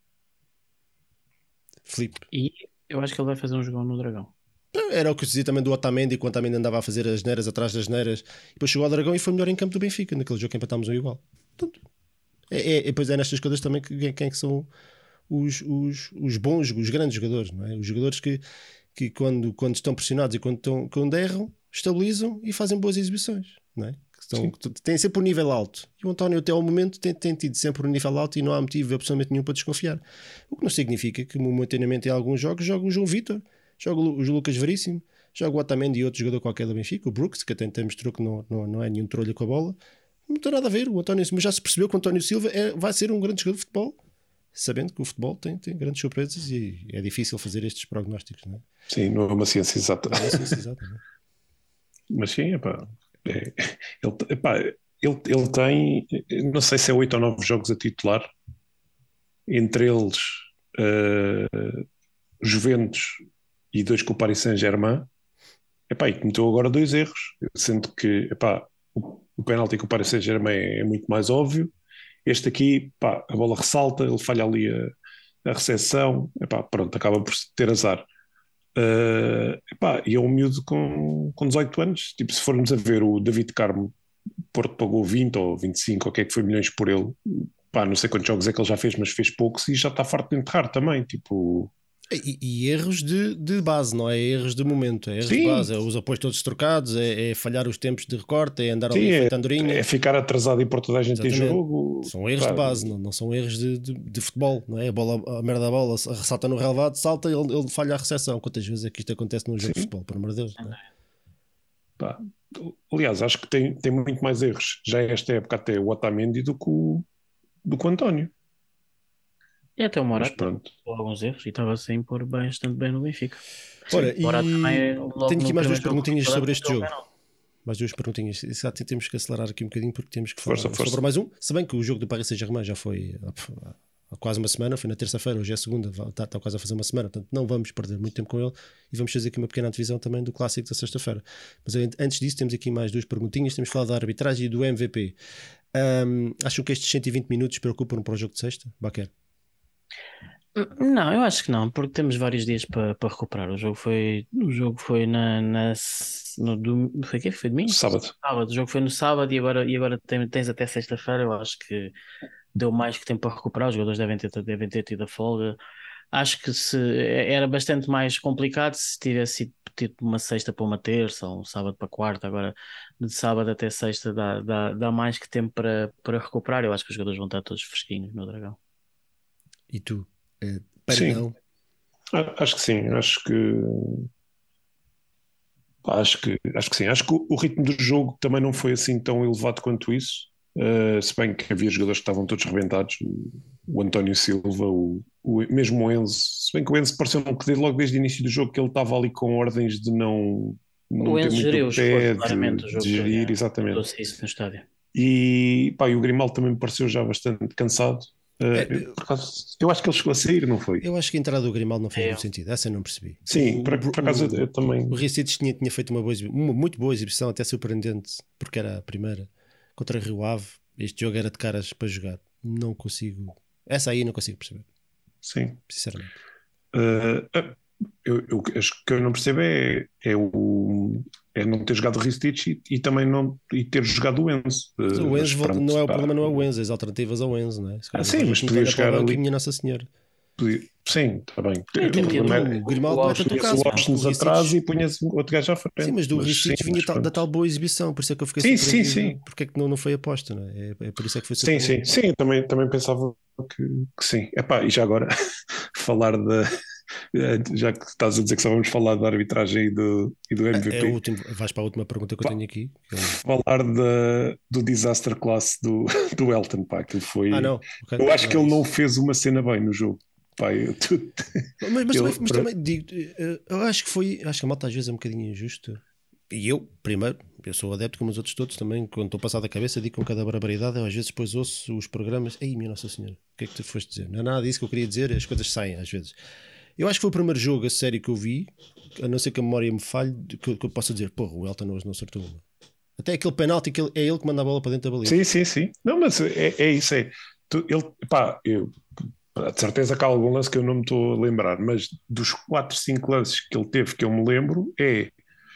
S2: Filipe.
S3: E eu acho que ele vai fazer um jogão no Dragão.
S2: Era o que se dizia também do Otamendi, quando o Otamendi andava a fazer as neiras atrás das neiras. Depois chegou ao Dragão e foi melhor em campo do Benfica, naquele jogo que empatámos um igual. Portanto, é, é, depois é nestas coisas também que, quem é que são os, os, os bons, os grandes jogadores, não é? Os jogadores que, que quando, quando estão pressionados e quando, estão, quando erram, estabilizam e fazem boas exibições, não é? Que estão, têm sempre um nível alto. E o António até ao momento tem, tem tido sempre um nível alto e não há motivo absolutamente nenhum para desconfiar. O que não significa que momentaneamente em alguns jogos joga o João Vitor, joga o Lucas Veríssimo, joga o Otamendi e outro jogador qualquer da Benfica, o Brooks, que até mostrou que não, não, não é nenhum trolha com a bola. Não tem nada a ver. O António, mas já se percebeu que o António Silva é, vai ser um grande jogador de futebol, sabendo que o futebol tem, tem grandes surpresas e é difícil fazer estes prognósticos, não é?
S4: Sim, não é uma ciência exata.
S2: Não é uma ciência exata, não é?
S4: Mas sim, epá, é, ele, epá, ele, ele tem, não sei se é oito ou nove jogos a titular, entre eles uh, Juventus e dois com o Paris Saint-Germain. Epá, e cometeu agora dois erros, sendo que epá, o, o penalti com o Paris Saint-Germain é, é muito mais óbvio. Este aqui, epá, a bola ressalta, ele falha ali a, a recepção, epá, pronto, acaba por ter azar. Uh, epá, e é um miúdo com, com dezoito anos. Tipo, se formos a ver o David Carmo, Porto pagou vinte ou vinte e cinco, ou o que é que foi, milhões por ele. Pá, não sei quantos jogos é que ele já fez, mas fez poucos e já está farto de enterrar também. Tipo.
S2: E, e erros de, de base, não é erros de momento, é erros
S4: Sim.
S2: de base, é os apoios todos trocados, é, é falhar os tempos de recorte, é andar
S4: Sim,
S2: ali
S4: é,
S2: feito andorinha.
S4: é ficar atrasado e por toda a gente em jogo.
S2: São erros
S4: Pá,
S2: de base, não, não são erros de, de, de futebol, não é? A, bola, a merda da bola ressalta no relevado, salta e ele, ele falha a recepção. Quantas vezes é que isto acontece num jogo
S4: Sim.
S2: de futebol, por amor de Deus, não é?
S4: Pá, aliás, acho que tem, tem muito mais erros já esta época até o Otamendi do que o, do que o António.
S3: E até o
S4: Mas
S3: Morata
S4: pronto.
S3: com alguns erros e estava a impor bastante bem no Benfica.
S2: Ora,
S3: O Morata também,
S2: e
S3: logo
S2: tenho aqui
S3: no
S2: mais duas
S3: primeiro jogo
S2: perguntinhas
S3: contra o
S2: sobre este
S3: Atlético,
S2: jogo.
S3: deu penalti.
S2: Mais duas perguntinhas. Exato, temos que acelerar aqui um bocadinho porque temos que falar
S4: Força, força.
S2: sobre mais um. Se bem que o jogo do Paris Saint-Germain já foi há, há quase uma semana, foi na terça-feira, hoje é segunda, está, está quase a fazer uma semana, portanto não vamos perder muito tempo com ele e vamos fazer aqui uma pequena divisão também do clássico da sexta-feira. Mas antes disso, temos aqui mais duas perguntinhas. Temos que falar da arbitragem e do M V P. Um, acham que estes cento e vinte minutos preocupam para o jogo de sexta? Baquer?
S3: Não, eu acho que não, porque temos vários dias para, para recuperar. O jogo foi, o jogo foi na, na no dom, foi que foi domingo?
S4: Sábado.
S3: Sábado. O jogo foi no sábado e agora, e agora tem- tens até sexta-feira. Eu acho que deu mais que tempo para recuperar. Os jogadores devem ter, devem ter tido a folga. Acho que se era bastante mais complicado se tivesse sido tido uma sexta para uma terça ou um sábado para quarta. Agora, de sábado até sexta, dá, dá, dá mais que tempo para, para recuperar. Eu acho que os jogadores vão estar todos fresquinhos no Dragão.
S2: E tu? Uh,
S4: Sim.
S2: Paredão?
S4: Ah, Acho que sim, acho que acho que acho que sim, acho que o, o ritmo do jogo também não foi assim tão elevado quanto isso. Uh, se bem que havia jogadores que estavam todos rebentados, o, o António Silva, o, o, mesmo o Enzo, se bem que o Enzo pareceu um que logo desde o início do jogo que ele estava ali com ordens de não, não
S3: O
S4: ter
S3: Enzo
S4: muito
S3: geriu o
S4: pé,
S3: esforço,
S4: de,
S3: claramente, o jogo
S4: de gerir,
S3: todo,
S4: exatamente.
S3: trouxe isso no estádio.
S4: E, pá, e o Grimaldo também me pareceu já bastante cansado. Uh, eu, por acaso, eu acho que ele chegou a sair, não foi?
S2: Eu acho que a entrada do Grimaldo não fez
S3: É.
S2: muito sentido. Essa eu não percebi.
S4: Sim,
S2: O-
S4: por, por acaso
S2: o-
S4: eu também.
S2: O Recites tinha, tinha feito uma, boa, exibi- uma muito boa exibição, até surpreendente, porque era a primeira contra Rio Ave. Este jogo era de caras para jogar. Não consigo. Essa aí não consigo perceber,
S4: Sim.
S2: sinceramente.
S4: Uh, uh, eu, eu, acho que eu não percebo é, é, o, é não ter jogado o Ristich e, e também não e ter jogado o Enzo.
S2: Mas
S4: Uh,
S2: o
S4: mas
S2: Enzo volta-
S4: pronto,
S2: não é o
S4: pá,
S2: problema, não é o Enzo, as alternativas ao Enzo, não é? Se
S4: Ah,
S2: calhar
S4: sim,
S2: o
S4: mas
S2: Rojas
S4: podia
S2: olha para o
S4: jogar
S2: banco e
S4: ali.
S2: minha Nossa Senhora.
S4: podia- Sim, está bem.
S3: tem
S4: O
S3: tido
S4: problema
S2: o
S4: é-
S2: Grimaldo não é tanto o
S4: punhas
S2: caso,
S4: o
S2: porque
S4: Austin
S2: o Ristich-
S4: atrás e punhas outro gajo à frente.
S2: Sim, mas do
S4: Mas
S2: Ristich
S4: sim,
S2: vinha
S4: mas
S2: tal- da
S4: pronto.
S2: tal boa exibição, por isso é que eu fiquei
S4: Sim, sim,
S2: surpreendido.
S4: sim.
S2: Porque é que não, não foi aposta, não é? É, é por isso é que foi
S4: Sim,
S2: surpreendido.
S4: sim, sim, eu também, também pensava que, que sim. Epá, e já agora, falar da. Já que estás a dizer que só vamos falar da arbitragem e do, e do
S2: É, é o
S4: M V P,
S2: último, vais para a última pergunta que eu
S4: Pá.
S2: tenho aqui. que é o-
S4: falar da, do disaster class do, do Elton, pá, aquilo foi.
S2: Ah, não. ok.
S4: Eu acho que
S2: Não,
S4: ele não
S2: isso.
S4: fez uma cena bem no jogo. Pá, eu, tu-
S2: Mas, mas,
S4: ele-
S2: também, mas também digo, eh, eu acho que foi, acho que a malta às vezes é um bocadinho injusta. E eu, primeiro, eu sou adepto como os outros todos também, quando estou passado a cabeça, digo com cada barbaridade, eu às vezes depois ouço os programas, ei, minha Nossa Senhora, o que é que tu foste dizer? Não é nada disso que eu queria dizer, as coisas saem às vezes. Eu acho que foi o primeiro jogo a sério que eu vi, a não ser que a memória me falhe, que eu, que eu possa dizer, porra, o Elton hoje não acertou uma. Até aquele penalti que ele, é ele que manda a bola para dentro da baliza.
S4: Sim, sim, sim. Não, mas é, é isso. É. Tu- ele, pá, eu, de certeza que há algum lance que eu não me estou a lembrar, mas dos quatro cinco lances que ele teve que eu me lembro, é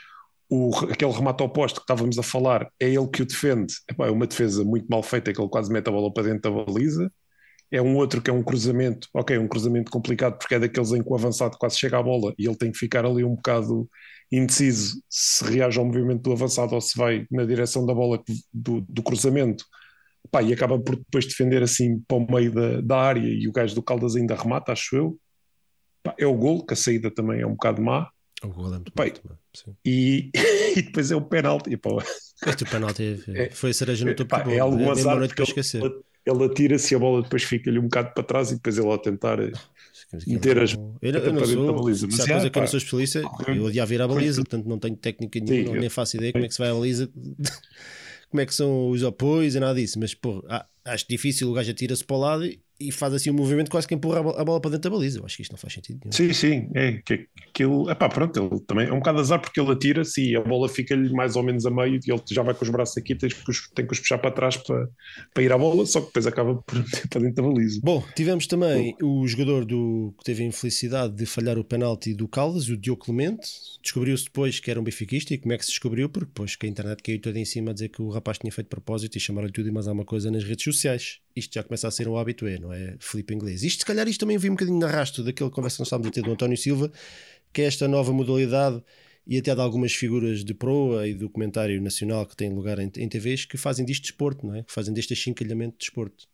S4: o, aquele remate ao poste que estávamos a falar, é ele que o defende. Epá, é uma defesa muito mal feita, que ele quase mete a bola para dentro da baliza. É um outro que é um cruzamento, ok, um cruzamento complicado, porque é daqueles em que o avançado quase chega à bola e ele tem que ficar ali um bocado indeciso se reage ao movimento do avançado ou se vai na direção da bola do, do cruzamento. Pá, e acaba por depois defender assim para o meio da, da área e o gajo do Caldas ainda remata, acho eu. Pá, é o gol, que a saída também é um bocado má.
S2: O gol é muito
S4: Pai,
S2: bom também, sim.
S4: E, e depois é o penalti. E, pá,
S2: Este penalti
S4: É-
S2: foi a cereja no topo
S4: pá,
S2: do
S4: é
S2: bolo.
S4: algum
S2: É, é
S4: azar
S2: uma noite para
S4: porque
S2: esquecer.
S4: ele, ele atira-se e a bola depois fica-lhe um bocado para trás e depois ele ao tentar meter as
S2: Eu, não- eu não
S4: para dentro
S2: sou,
S4: da baliza.
S2: se
S4: Mas
S2: há
S4: já,
S2: coisa que eu
S4: pá,
S2: não sou especialista,
S4: correu-
S2: eu odiava ir à baliza,
S4: correu-
S2: portanto não tenho técnica
S4: Sim,
S2: nenhuma,
S4: eu-
S2: nem faço ideia como é que se vai à baliza, como é que são os apoios e nada disso, mas pô, ah, acho difícil, o gajo atira-se para o lado e, e faz assim um movimento quase que empurra a bo- a bola para dentro da baliza. Eu acho que isto não faz sentido nenhum.
S4: Sim, sim, é que aquilo, epá, pronto, ele também é um bocado azar porque ele atira-se e a bola fica-lhe mais ou menos a meio e ele já vai com os braços aqui, tem que os, tem que os puxar para trás para, para ir à bola, só que depois acaba por meter para dentro da baliza.
S2: Bom, tivemos também o jogador do, que teve a infelicidade de falhar o penalti do Caldas, o Diogo Clemente. Descobriu-se depois que era um benfiquista. E como é que se descobriu? Porque depois que a internet caiu toda em cima a dizer que o rapaz tinha feito propósito e chamaram-lhe tudo e mais alguma coisa nas redes sociais. Isto já começa a ser um hábito, é, não é? Filipe Inglês. Isto, se calhar, isto também vi um bocadinho de arrasto daquela conversa que nós estávamos a ter do António Silva, que é esta nova modalidade e até de algumas figuras de proa e do comentário nacional que têm lugar em, em T Vs que fazem disto desporto, não é? Que fazem deste achincalhamento de desporto.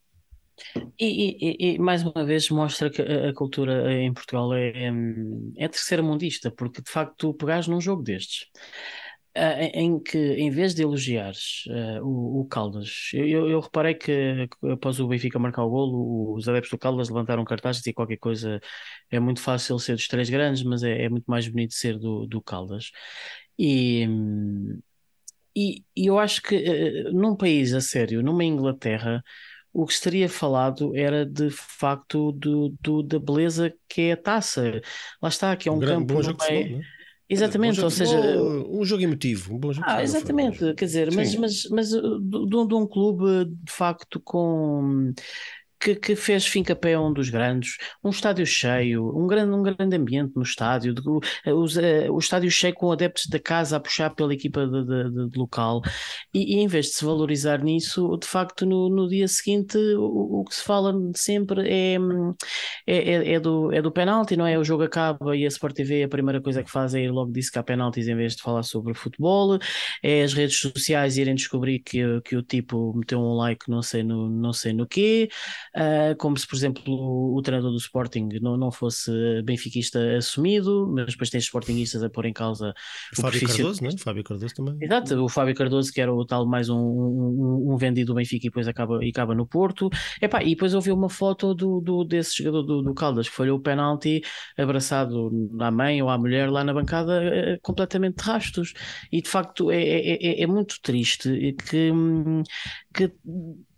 S3: E, e- e, mais uma vez mostra que a, a cultura em Portugal é, hum, é terceira mundista, porque de facto tu pegares num jogo destes, ah, em em que em vez de elogiares ah, o, o Caldas, eu, eu, eu reparei que que após o Benfica marcar o golo, os adeptos do Caldas levantaram cartazes e qualquer coisa, é muito fácil ser dos três grandes, mas é, é muito mais bonito ser do, do Caldas. E, hum, e, e eu acho que eh, num país a sério, numa Inglaterra, o que estaria falado era de facto do, do- da beleza que é a taça. Lá está, que é
S2: Um
S3: um
S2: grande,
S3: campo
S2: bom
S3: no
S2: jogo de
S3: meio.
S2: futebol, não é?
S3: Exatamente,
S2: Um
S3: ou
S2: jogo de
S3: seja,
S2: futebol, um jogo emotivo, um bom jogo de
S3: ah,
S2: futebol, não foi, mas-
S3: exatamente, quer dizer, mas,
S4: Sim.
S3: mas, mas uh, de, de um de um clube de facto com que, que fez fincapé a um dos grandes, um estádio cheio, um grande, um grande ambiente no estádio, de- o, os, eh, o estádio cheio com adeptos da casa a puxar pela equipa de, de- de- de local, e, e em vez de se valorizar nisso, de facto no, no dia seguinte o, o que se fala sempre é, hum, é, é, é do, é do penalti, não é? O jogo acaba e a Sport T V a primeira coisa que faz é ir logo dizer que há penaltis em vez de falar sobre futebol, é as redes sociais irem descobrir que, que o tipo meteu um like não sei no, não sei no quê. Uh, como se, por exemplo, o, o treinador do Sporting não, não fosse benfiquista assumido, mas depois tens sportinguistas a pôr em causa
S2: O
S3: o
S2: Fábio
S3: profissional-
S2: Cardoso, não é? O Fábio Cardoso também.
S3: Exato, o Fábio Cardoso, que era o tal mais um, um, um vendido do Benfica e depois acaba, e acaba no Porto. Epá, e depois houve uma foto do, do, desse jogador do, do Caldas que falhou o penalti abraçado à mãe ou à mulher lá na bancada, eh, completamente de rastos. E de facto é, é, é- é muito triste que, hum, que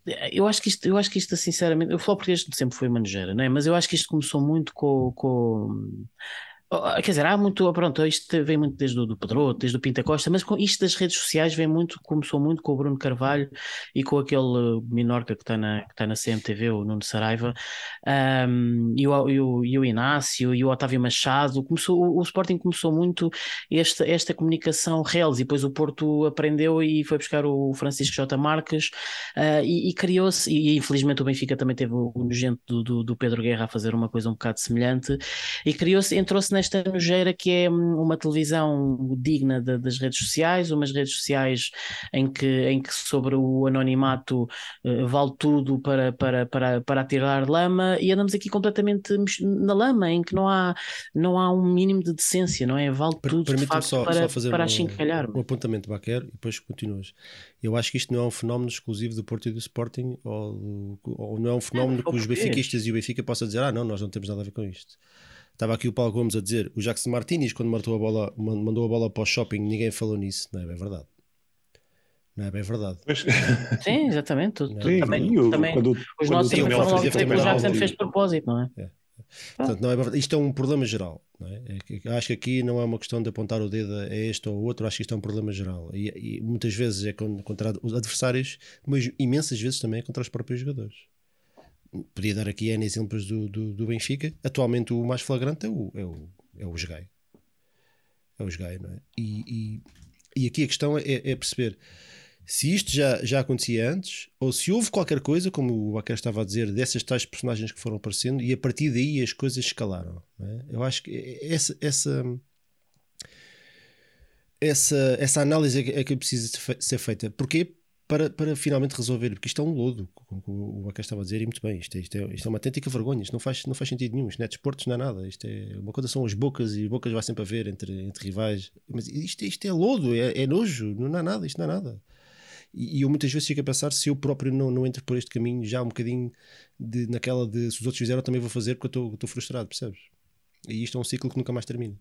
S3: Eu acho que isto, eu acho que isto sinceramente, o futebol português sempre foi uma nojeira, não é? Mas eu acho que isto começou muito com, com Oh, quer dizer, há muito, pronto, isto vem muito desde o do Pedroto, desde o Pinta Costa, mas com isto das redes sociais vem muito, começou muito com o Bruno Carvalho e com aquele Minorca que está na, que está na C M T V, o Nuno Saraiva, um, e, o, e, o, e o Inácio e o Otávio Machado. Começou, o, o Sporting começou muito esta, esta comunicação reles, e depois o Porto aprendeu e foi buscar o Francisco J. Marques, uh, e, e criou-se, e infelizmente o Benfica também teve o, o nojento do, do, do Pedro Guerra a fazer uma coisa um bocado semelhante, e criou-se, entrou-se nesta nojeira que é uma televisão digna de, das redes sociais, umas redes sociais em que, em que sobre o anonimato uh, vale tudo para, para, para, para atirar lama, e andamos aqui completamente na lama, em que não há, não há um mínimo de decência, não é? Vale tudo de facto
S2: só,
S3: para,
S2: só fazer
S3: para
S2: um,
S3: achincalhar.
S2: um apontamento, Baquer, e depois continuas. Eu acho que isto não é um fenómeno exclusivo do Porto e do Sporting, ou, ou não é um fenómeno é, que os benfiquistas e o Benfica possam dizer, ah não, nós não temos nada a ver com isto. Estava aqui o Paulo Gomes a dizer, o Jackson Martínez quando mandou a bola, mandou a bola para o shopping, ninguém falou nisso. Não é bem verdade. Não é bem verdade.
S3: Sim, exatamente. Tu, tu,
S4: Sim,
S3: também,
S4: eu,
S3: também,
S4: quando,
S3: os
S4: quando
S3: nossos sempre foram logo dizer que o Jackson fez de propósito, não é?
S2: é. Portanto, não é verdade. Isto é um problema geral. Não é? É, acho que aqui não é uma questão de apontar o dedo a este ou outro, acho que isto é um problema geral. E, e muitas vezes é contra os adversários, mas imensas vezes também é contra os próprios jogadores. Podia dar aqui N exemplos do, do, do Benfica. Atualmente o mais flagrante é o, é o, é o Jogai. É o Jogai, não é? E, e, e aqui a questão é, é perceber se isto já, já acontecia antes ou se houve qualquer coisa, como o Baquer estava a dizer, dessas tais personagens que foram aparecendo e a partir daí as coisas escalaram. Não é? Eu acho que essa, essa, essa, essa análise é que precisa ser feita. Porquê? Para, para finalmente resolver, porque isto é um lodo, como o Baquer estava a dizer, e muito bem, isto é, isto é, isto é uma autêntica vergonha, isto não faz, não faz sentido nenhum, isto não é desportos, não é nada, isto é uma coisa, são as bocas e bocas vai sempre haver entre, entre rivais, mas isto, isto é lodo, é, é nojo, não é nada, isto não é nada. E, e eu muitas vezes fico a pensar se eu próprio não, não entro por este caminho já um bocadinho de, naquela de se os outros fizeram eu também vou fazer porque eu estou frustrado, percebes? E isto é um ciclo que nunca mais termina.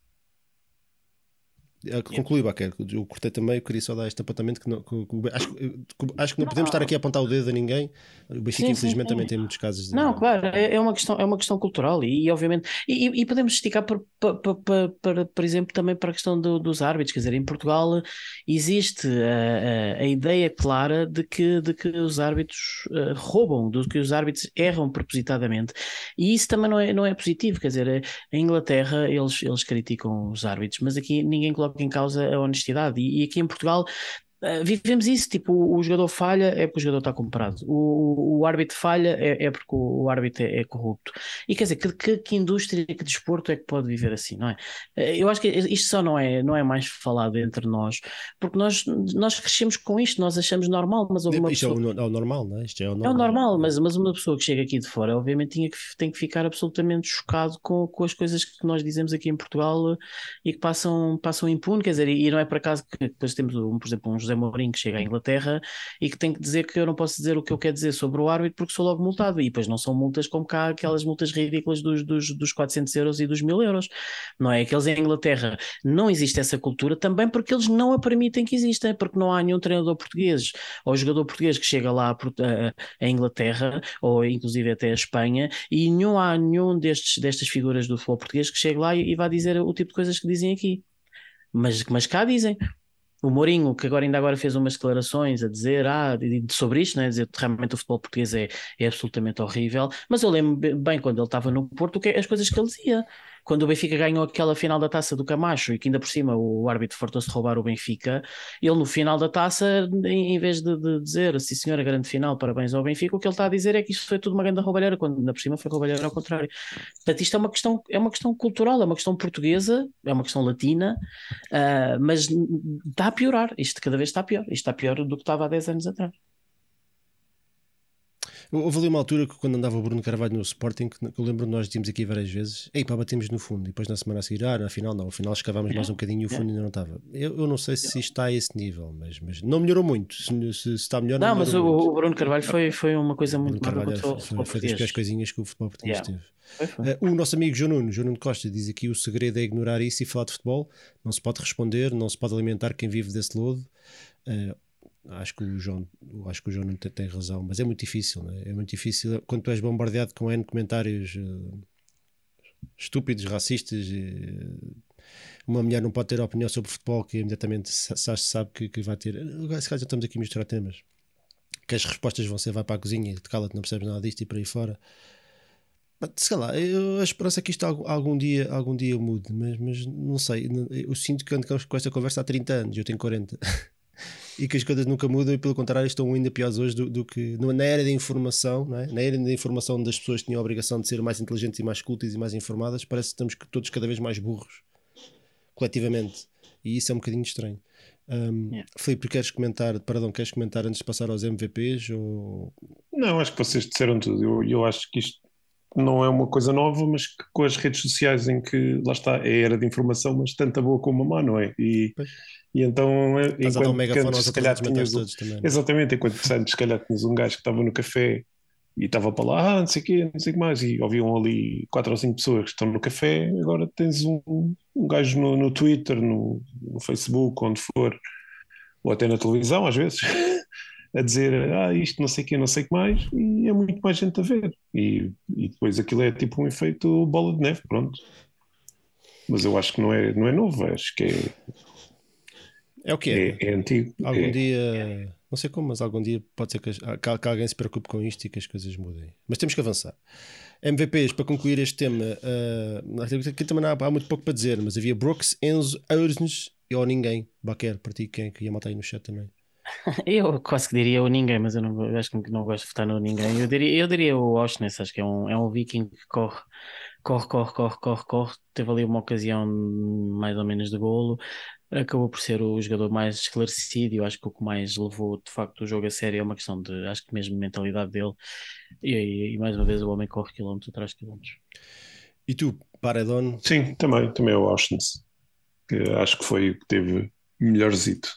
S2: Conclui, Baquer, eu cortei também, eu queria só dar este apontamento que, não, que, que acho, que, acho que não podemos estar aqui a apontar o dedo a ninguém. O Benfica sim, infelizmente sim, sim. também tem muitos casos de...
S3: Não, claro, é uma questão, é uma questão cultural e, e obviamente e, e podemos esticar para, para, para, para, por exemplo também para a questão do, dos árbitros, quer dizer, em Portugal existe a, a, a ideia clara de que, de que os árbitros uh, roubam, de que os árbitros erram propositadamente, e isso também não é, não é positivo, quer dizer, em Inglaterra eles, eles criticam os árbitros, mas aqui ninguém coloca em causa a honestidade, e, e aqui em Portugal uh, vivemos isso, tipo, o, o jogador falha é porque o jogador está comprado, o, o árbitro falha é, é porque o, o árbitro é, é corrupto, e quer dizer, que, que, que indústria, que desporto é que pode viver assim, não é? Eu acho que isto só não é, não é mais falado entre nós, porque nós, nós crescemos com isto, nós achamos normal, mas houve uma
S2: isto
S3: pessoa...
S2: é, o, é o normal, não é? Isto é o normal,
S3: é o normal, mas, mas uma pessoa que chega aqui de fora obviamente tinha que, tem que ficar absolutamente chocado com, com as coisas que nós dizemos aqui em Portugal e que passam, passam impune, quer dizer, e, e não é por acaso que depois temos, um, por exemplo, um José Mourinho que chega à Inglaterra e que tem que dizer que eu não posso dizer o que eu quero dizer sobre o árbitro porque sou logo multado, e depois não são multas como cá, aquelas multas ridículas dos, dos, dos quatrocentos euros e dos mil euros, não é? Aqueles em Inglaterra não existe essa cultura também porque eles não a permitem que exista, porque não há nenhum treinador português ou jogador português que chega lá a, a, a Inglaterra ou inclusive até a Espanha e não há nenhum destes, destas figuras do futebol português que chegue lá e, e vá dizer o tipo de coisas que dizem aqui, mas, mas cá dizem. O Mourinho, que agora ainda agora fez umas declarações a dizer ah, sobre isto, né? Dizer que realmente o futebol português é, é absolutamente horrível, mas eu lembro bem quando ele estava no Porto que, as coisas que ele dizia. Quando o Benfica ganhou aquela final da taça do Camacho e que ainda por cima o árbitro fartou-se de roubar o Benfica, ele no final da taça, em vez de, de dizer sim senhora, grande final, parabéns ao Benfica, o que ele está a dizer é que isto foi tudo uma grande roubalheira, quando ainda por cima foi roubalheira ao contrário. Portanto, isto é uma questão, é uma questão cultural, é uma questão portuguesa, é uma questão latina, uh, mas está a piorar, isto cada vez está pior, isto está pior do que estava há dez anos atrás.
S2: Houve ali uma altura que quando andava o Bruno Carvalho no Sporting, que eu lembro de nós dizíamos aqui várias vezes, ei pá, batemos no fundo, e depois na semana a seguir, ah, na final não, afinal escavámos mais um bocadinho e o fundo ainda não estava. Eu, eu não sei se isto está a esse nível, mas, mas não melhorou muito, se, se, se está melhor não,
S3: não mas o,
S2: muito.
S3: o Bruno Carvalho foi, foi uma coisa muito
S2: má do futebol foi, foi das piores coisinhas que o futebol português
S3: yeah.
S2: teve.
S3: Foi, foi.
S2: Uh, o nosso amigo João Nuno, João Nuno Costa diz aqui: o segredo é ignorar isso e falar de futebol, não se pode responder, não se pode alimentar quem vive desse lodo. Uh, acho que o João, acho que o João não tem, tem razão, mas é muito difícil, não é? É muito difícil quando tu és bombardeado com N comentários uh, estúpidos, racistas. Uh, uma mulher não pode ter opinião sobre futebol que imediatamente sabe, sabe que, que vai ter. Se calhar já estamos aqui a misturar temas. Que as respostas vão ser: vai para a cozinha, cala-te, não percebes nada disto e por aí fora. Mas, sei lá, eu, a esperança é que isto algum, algum, dia, algum dia mude, mas, mas não sei. Eu sinto que ando com esta conversa há trinta anos, eu tenho quarenta. E que as coisas nunca mudam e pelo contrário estão ainda piores hoje do, do que na era da informação, não é? Na era da informação das pessoas que tinham a obrigação de ser mais inteligentes e mais cultas e mais informadas, parece que estamos todos cada vez mais burros coletivamente, e isso é um bocadinho estranho. um, yeah. Filipe, queres comentar, perdão, queres comentar antes de passar aos M V Ps? Ou...
S4: Não, acho que vocês disseram tudo. Eu, eu acho que isto não é uma coisa nova, mas que com as redes sociais em que, lá está, é era de informação, mas tanto a boa como a má, não é? E, e então,
S2: Estás
S4: enquanto
S2: um
S4: que antes, se calhar tinhas um, também, exatamente, enquanto que antes, se calhar tinhas um gajo que estava no café e estava para lá, ah, não sei o quê, não sei o que mais, e ouviam ali quatro ou cinco pessoas que estão no café, agora tens um, um gajo no, no Twitter, no, no Facebook, onde for, ou até na televisão, às vezes, a dizer, ah, isto não sei o quê, não sei o que mais, e é muito mais gente a ver. E, e depois aquilo é tipo um efeito bola de neve, pronto. Mas eu acho que não é, não é novo, acho que é...
S2: É o que é.
S4: É, é antigo.
S2: Algum
S4: é.
S2: dia, não sei como, mas algum dia pode ser que, que, que alguém se preocupe com isto e que as coisas mudem. Mas temos que avançar. M V Ps, para concluir este tema, uh, aqui também não há, há muito pouco para dizer, mas havia Brooks, Enzo, Eursnes ou ninguém. Baquer, para ti, quem que ia matar aí no chat também?
S3: Eu quase que diria o ninguém, mas eu, não, eu acho que não gosto de votar no ninguém. Eu diria, eu diria o Oshness, acho que é um, é um viking que corre, corre, corre, corre, corre, corre. Teve ali uma ocasião mais ou menos de golo. Acabou por ser o jogador mais esclarecido. Eu acho que o que mais levou de facto o jogo a sério é uma questão de, acho que mesmo mentalidade dele. E, e, e mais uma vez o homem corre quilómetros atrás de quilómetros.
S2: E tu, Paredon?
S4: Sim, também, também é o Auschwitz, que acho que foi o que teve melhorzito.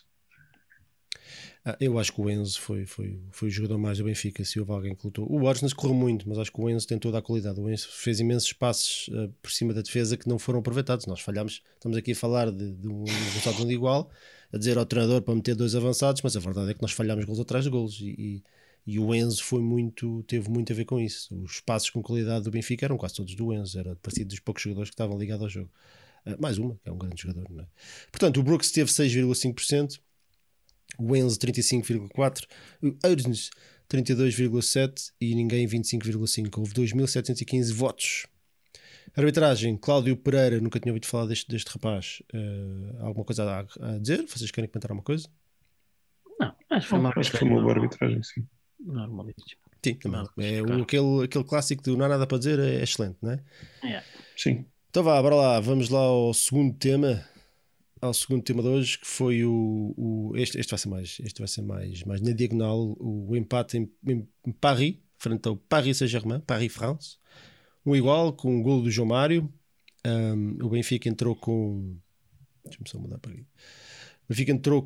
S2: Ah, eu acho que o Enzo foi, foi, foi o jogador mais do Benfica, se houve alguém que lutou. O Borges correu muito, mas acho que o Enzo tem toda a qualidade. O Enzo fez imensos passos uh, por cima da defesa que não foram aproveitados. Nós falhámos, estamos aqui a falar de, de um resultado de igual, a dizer ao treinador para meter dois avançados, mas a verdade é que nós falhámos golos atrás de golos e, e, e o Enzo foi muito, teve muito a ver com isso. Os passos com qualidade do Benfica eram quase todos do Enzo, era parecido dos poucos jogadores que estavam ligados ao jogo. Uh, mais uma, que é um grande jogador, não é? Portanto, o Brooks teve seis vírgula cinco por cento, o Enzo trinta e cinco vírgula quatro por cento, o Eursnes trinta e dois vírgula sete por cento e ninguém vinte e cinco vírgula cinco por cento. Houve dois mil setecentos e quinze votos. Arbitragem, Cláudio Pereira, nunca tinha ouvido falar deste, deste rapaz. Uh, alguma coisa a, a dizer? Vocês querem comentar alguma coisa?
S3: Não, acho que foi uma,
S4: acho que foi uma boa arbitragem, sim.
S3: Normalíssimo.
S2: Sim, também. É o, aquele, aquele clássico do não há nada para dizer, é excelente, não é?
S3: Yeah.
S4: Sim.
S2: Então vá, bora lá, vamos lá ao segundo tema. Ao segundo tema de hoje, que foi o, o este, este vai ser mais este vai ser mais, mais na diagonal, o empate em, em Paris, frente ao Paris Saint-Germain, Paris France, um igual com um golo do João Mário. Um, o Benfica entrou com, deixa-me só mudar para aqui. O Benfica entrou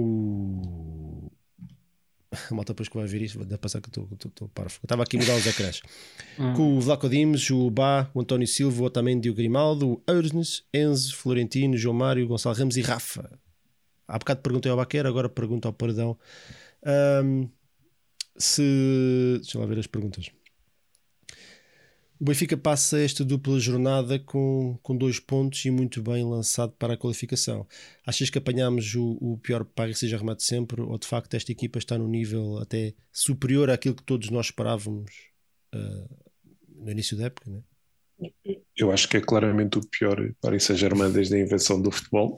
S2: com a malta depois que vai ver isto vai dar passar que eu estou parvo. Eu estava aqui a mudar os ecrãs. Hum. Com o Vlaco Dimes, o Bá, o António Silva, o Otamendi, o Grimaldo, o Eursnes, Enzo, Florentino, João Mário, Gonçalo Ramos e Rafa. Há bocado perguntei ao Baquer, agora pergunto ao Paredão. Um, se... Deixa lá ver as perguntas. O Benfica passa esta dupla jornada com, com dois pontos e muito bem lançado para a qualificação. Achas que apanhámos o, o pior Paris Saint-Germain de sempre, ou de facto esta equipa está num nível até superior àquilo que todos nós esperávamos uh, no início da época, né?
S4: Eu acho que é claramente o pior Paris Saint-Germain desde a invenção do futebol.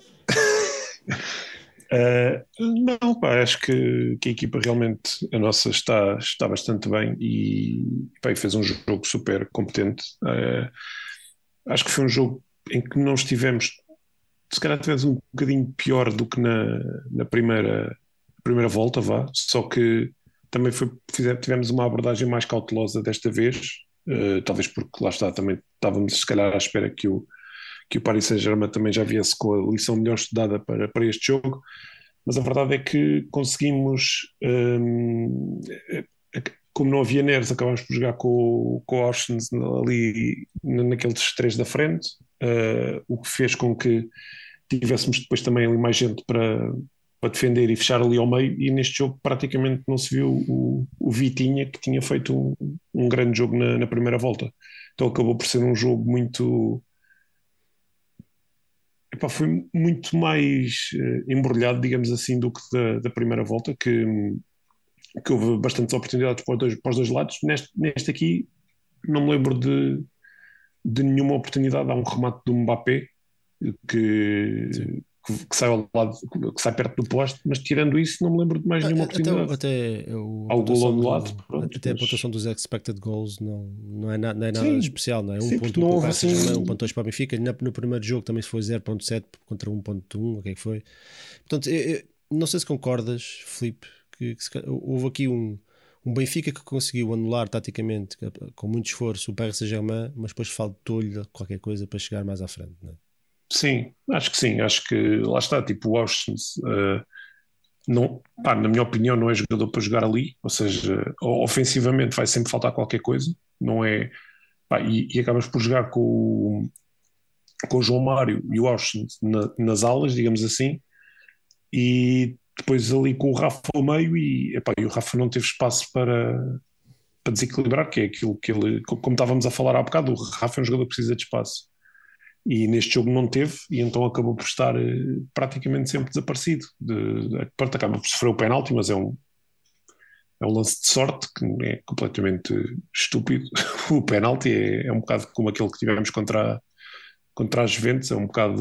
S4: Uh, não, pá, acho que, que a equipa realmente, a nossa, está, está bastante bem e pá, fez um jogo super competente. Uh, acho que foi um jogo em que não estivemos, se calhar tivemos um bocadinho pior do que na, na primeira, primeira volta, vá, só que também foi, fizemos, tivemos uma abordagem mais cautelosa desta vez, uh, talvez porque lá está, também estávamos se calhar à espera que o que o Paris Saint-Germain também já viesse com a lição melhor estudada para, para este jogo, mas a verdade é que conseguimos, hum, como não havia Neres, acabámos por jogar com, com o Auschwitz ali naqueles três da frente, uh, o que fez com que tivéssemos depois também ali mais gente para, para defender e fechar ali ao meio, e neste jogo praticamente não se viu o, o Vitinha, que tinha feito um, um grande jogo na, na primeira volta. Então acabou por ser um jogo muito... Epá, foi muito mais uh, embrulhado, digamos assim, do que da, da primeira volta, que, que houve bastantes oportunidades para os dois, para os dois lados. Neste, neste aqui não me lembro de, de nenhuma oportunidade. Há um remate do Mbappé que, que, que sai ao lado, que sai perto do poste, mas tirando isso não me lembro de mais nenhuma oportunidade.
S2: Até, até o,
S4: Há o gol anulado,
S2: do,
S4: pronto,
S2: até
S4: mas...
S2: a pontuação dos expected goals não, não é, na, não é nada
S4: Sim,
S2: especial, não é?
S4: sim,
S2: um ponto um
S4: não
S2: para o
S4: houve
S2: Paris Saint-Germain,
S4: assim...
S2: um ponto dois para o Benfica. No, no primeiro jogo também se foi zero ponto sete contra um ponto um, o que é que foi? Portanto, eu, eu, não sei se concordas, Filipe, que, que se, houve aqui um, um Benfica que conseguiu anular taticamente, com muito esforço, o Paris Saint-Germain, mas depois faltou-lhe qualquer coisa para chegar mais à frente, não é?
S4: Sim, acho que sim, acho que lá está, tipo o Austin, uh, não, pá, na minha opinião não é jogador para jogar ali, ou seja, ofensivamente vai sempre faltar qualquer coisa, não é, pá, e, e acabas por jogar com o, com o João Mário e o Austin na, nas alas, digamos assim, e depois ali com o Rafa ao meio e, epá, e o Rafa não teve espaço para, para desequilibrar, que é aquilo que ele, como estávamos a falar há bocado, o Rafa é um jogador que precisa de espaço. E neste jogo não teve, e então acabou por estar eh, praticamente sempre desaparecido. De, de, pronto, acaba por sofrer o penalti, mas é um, é um lance de sorte que é completamente estúpido. O penalti é, é um bocado como aquele que tivemos contra, contra as Juventus, é um bocado.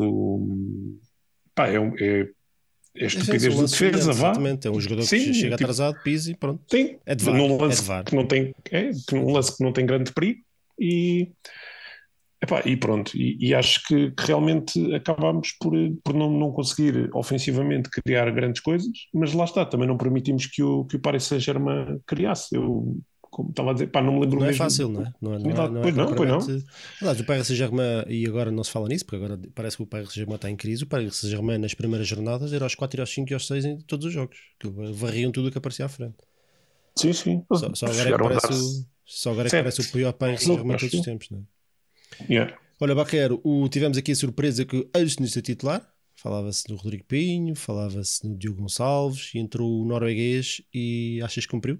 S4: Pá, é, um- é, é
S2: Defesa,
S4: estupidez
S2: um
S4: de
S2: lance
S4: defesa,
S2: semelhante,
S4: vá.
S2: exatamente. É um jogador que
S4: Sim,
S2: chega
S4: tipo,
S2: atrasado, pisa e pronto.
S4: tem,
S2: É de V A R.
S4: num
S2: É de
S4: lance
S2: V A R.
S4: que não tem, é, que num lance que não tem grande perigo, e epá, e pronto, e, e acho que, que realmente acabámos por, por não, não conseguir ofensivamente criar grandes coisas, mas lá está, também não permitimos que o, que o Paris Saint-Germain criasse. Eu, como estava a dizer, pá, não me lembro
S2: Não é
S4: mesmo.
S2: fácil, não é? Não é, não é, não é
S4: Pois não, pois não.
S2: propriamente. Aliás, o Paris Saint-Germain, e agora não se fala nisso, porque agora parece que o Paris Saint-Germain está em crise. O Paris Saint-Germain nas primeiras jornadas era aos quatro, aos cinco e aos seis em todos os jogos. Que varriam tudo o que aparecia à frente.
S4: Sim, sim.
S2: Só, só agora é que
S4: Chegaram a
S2: parece
S4: dar
S2: o, só agora é que
S4: sete.
S2: parece o pior Paris
S4: Sim,
S2: Saint-Germain de
S4: acho
S2: todos os
S4: que-
S2: tempos, não é?
S4: Yeah.
S2: Olha, Baquero, o, tivemos aqui a surpresa que antes de ser titular, falava-se do Rodrigo Pinho, falava-se no Diogo Gonçalves, e entrou o norueguês e achas que cumpriu?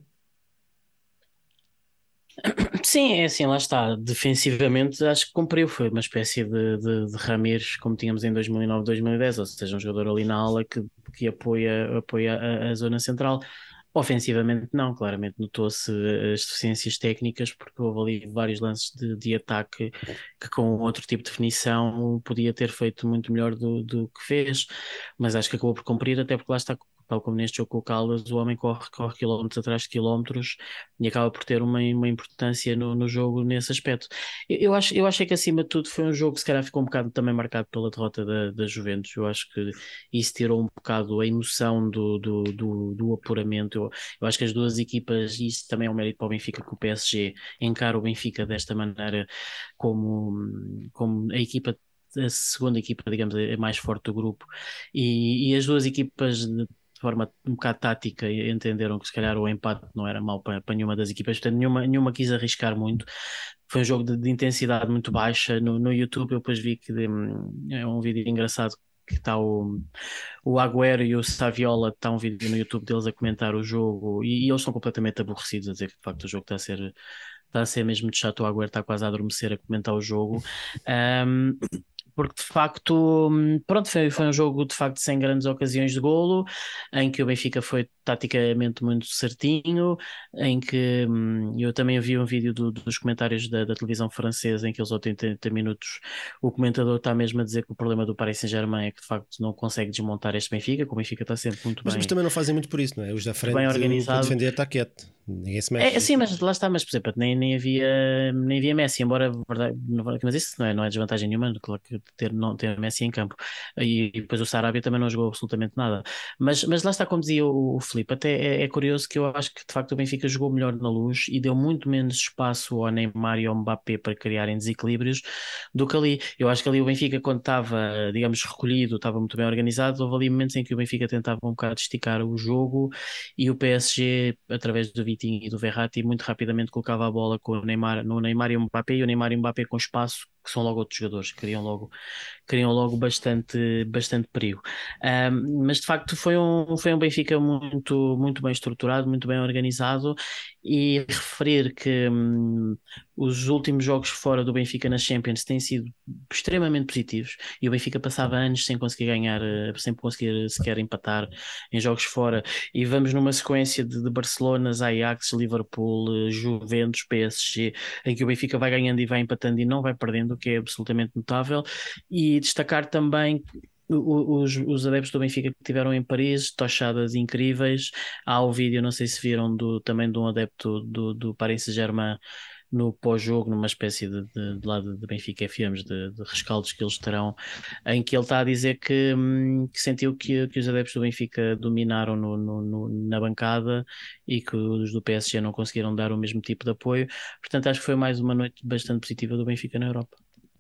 S3: Sim, é assim, lá está. Defensivamente, acho que cumpriu. Foi uma espécie de, de, de Ramires, como tínhamos em dois mil e nove, dois mil e dez, ou seja, um jogador ali na ala que, que apoia, apoia a, a zona central. Ofensivamente, não, claramente notou-se as deficiências técnicas, porque houve ali vários lances de, de ataque que, com outro tipo de definição, podia ter feito muito melhor do, do que fez, mas acho que acabou por cumprir, até porque lá está. Tal como neste jogo com o Caldas, o homem corre, corre quilómetros atrás de quilómetros e acaba por ter uma, uma importância no, no jogo nesse aspecto. Eu, eu, acho, eu achei que acima de tudo foi um jogo que se calhar ficou um bocado também marcado pela derrota da, da Juventus. Eu acho que isso tirou um bocado a emoção do, do, do, do apuramento. Eu, eu acho que as duas equipas, e isso também é um mérito para o Benfica, que o P S G encara o Benfica desta maneira como, como a equipa, a segunda equipa, digamos, é mais forte do grupo, e, e as duas equipas de de forma um bocado tática entenderam que se calhar o empate não era mau para, para nenhuma das equipas, portanto nenhuma, nenhuma quis arriscar muito. Foi um jogo de, de intensidade muito baixa. No, no YouTube eu depois vi que hum, é um vídeo engraçado que está o, o Agüero e o Saviola, está um vídeo no YouTube deles a comentar o jogo, e, e eles estão completamente aborrecidos a dizer que de facto o jogo está a ser está a ser mesmo de chato. O Agüero está quase a adormecer a comentar o jogo. Um, porque de facto, pronto, foi, foi um jogo de facto sem grandes ocasiões de golo, em que o Benfica foi taticamente muito certinho, em que hum, eu também vi um vídeo do- dos comentários da, da televisão francesa, em que eles ao oitenta minutos o comentador está mesmo a dizer que o problema do Paris Saint-Germain é que de facto não consegue desmontar este Benfica, que o Benfica está sempre muito
S2: Mas, mas
S3: bem,
S2: também não fazem muito por isso, não é? Os da
S3: muito bem
S2: frente para
S3: organizado.
S2: defender está quieto. Ninguém se
S3: É,
S2: mexe.
S3: sim, mas lá está, mas por exemplo, nem, nem havia, nem havia Messi, embora, verdade, mas isso não é, não é desvantagem nenhuma, claro que ter, não ter Messi em campo. E, e depois o Sarabia também não jogou absolutamente nada. Mas, mas lá está, como dizia o, o Filipe, até é, é curioso que eu acho que de facto o Benfica jogou melhor na Luz e deu muito menos espaço ao Neymar e ao Mbappé para criarem desequilíbrios do que ali. Eu acho que ali o Benfica, quando estava, digamos, recolhido, estava muito bem organizado, houve ali momentos em que o Benfica tentava um bocado esticar o jogo, e o P S G, através do Vitinho e do Verratti, muito rapidamente colocava a bola com o Neymar, no Neymar e o Mbappé, e o Neymar e o Mbappé com espaço que são logo outros jogadores, que criam logo, criam logo bastante, bastante perigo. Um, mas de facto foi um, foi um Benfica muito, muito bem estruturado, muito bem organizado, e referir que hum, os últimos jogos fora do Benfica nas Champions têm sido extremamente positivos, e o Benfica passava anos sem conseguir ganhar, sem conseguir sequer empatar em jogos fora, e vamos numa sequência de, de Barcelona, Ajax, Liverpool, Juventus, P S G, em que o Benfica vai ganhando e vai empatando e não vai perdendo, o que é absolutamente notável. E destacar também os, os adeptos do Benfica que tiveram em Paris, tochadas incríveis. Há o vídeo, não sei se viram, do, também de um adepto do, do Paris Saint-Germain no pós-jogo, numa espécie de, de, de lado de Benfica F Ms, de, de rescaldos que eles terão, em que ele está a dizer que, hum, que sentiu que, que os adeptos do Benfica dominaram no, no, no, na bancada, e que os do P S G não conseguiram dar o mesmo tipo de apoio. Portanto, acho que foi mais uma noite bastante positiva do Benfica na Europa.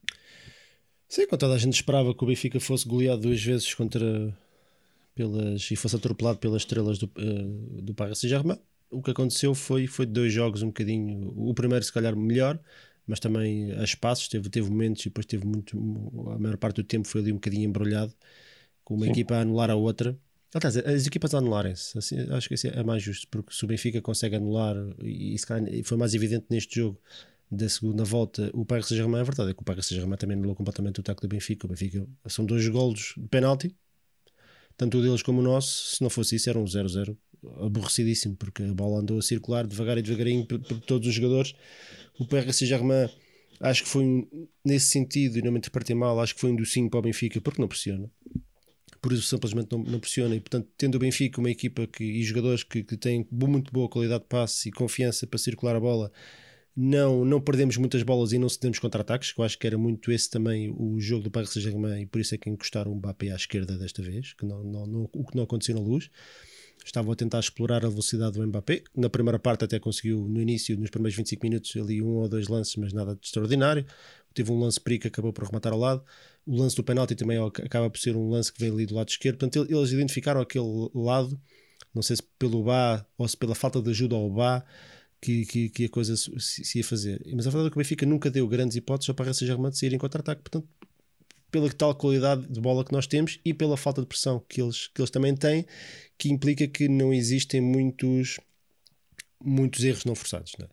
S2: Sim, quando toda a gente esperava que o Benfica fosse goleado duas vezes contra pelas, e fosse atropelado pelas estrelas do, uh, do Paris Saint-Germain, o que aconteceu foi, foi dois jogos um bocadinho, o primeiro se calhar melhor, mas também a espaços, teve, teve momentos e depois teve muito, a maior parte do tempo foi ali um bocadinho embrulhado, com uma Sim. equipa a anular a outra. Aliás, as equipas a anularem-se, assim, acho que isso é mais justo, porque se o Benfica consegue anular, e, e se calhar foi mais evidente neste jogo da segunda volta, o Paris Saint-Germain, é verdade, é que o Paris Saint-Germain também anulou completamente o ataque do Benfica. O Benfica são dois golos de penalti, tanto o deles como o nosso. Se não fosse isso, era um zero zero aborrecidíssimo, porque a bola andou a circular devagar e devagarinho por, por todos os jogadores. O Paris Saint-Germain, acho que foi um, nesse sentido, e não me interpretei mal, acho que foi um docinho para o Benfica, porque não pressiona, por isso simplesmente não, não pressiona. E portanto, tendo o Benfica uma equipa que, e jogadores que, que têm muito boa qualidade de passe e confiança para circular a bola, Não, não perdemos muitas bolas e não cedemos contra-ataques, que eu acho que era muito esse também o jogo do Paris Saint-Germain, e por isso é que encostaram o Mbappé à esquerda desta vez, que não, não, não, o que não aconteceu na Luz. Estavam a tentar explorar a velocidade do Mbappé. Na primeira parte até conseguiu, no início, nos primeiros vinte e cinco minutos, ali um ou dois lances, mas nada de extraordinário. Teve um lance perigo que acabou por rematar ao lado. O lance do penalti também acaba por ser um lance que vem ali do lado esquerdo. Portanto, eles identificaram aquele lado, não sei se pelo Bá ou se pela falta de ajuda ao Bá, Que, que, que a coisa se, se ia fazer. Mas a verdade é que o Benfica nunca deu grandes hipóteses ao Paris Saint-Germain de sair em contra-ataque. Portanto, pela tal qualidade de bola que nós temos e pela falta de pressão que eles, que eles também têm, que implica que não existem muitos muitos erros não forçados, não é?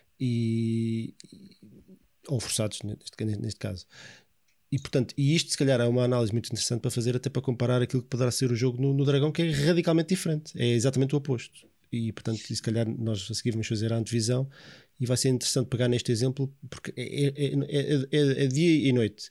S2: E, ou forçados neste, neste caso. E portanto, e isto se calhar é uma análise muito interessante para fazer, até para comparar aquilo que poderá ser o jogo no, no Dragão, que é radicalmente diferente, é exatamente o oposto. E portanto, se calhar nós a seguir vamos fazer a antevisão, e vai ser interessante pegar neste exemplo, porque é, é, é, é, é dia e noite.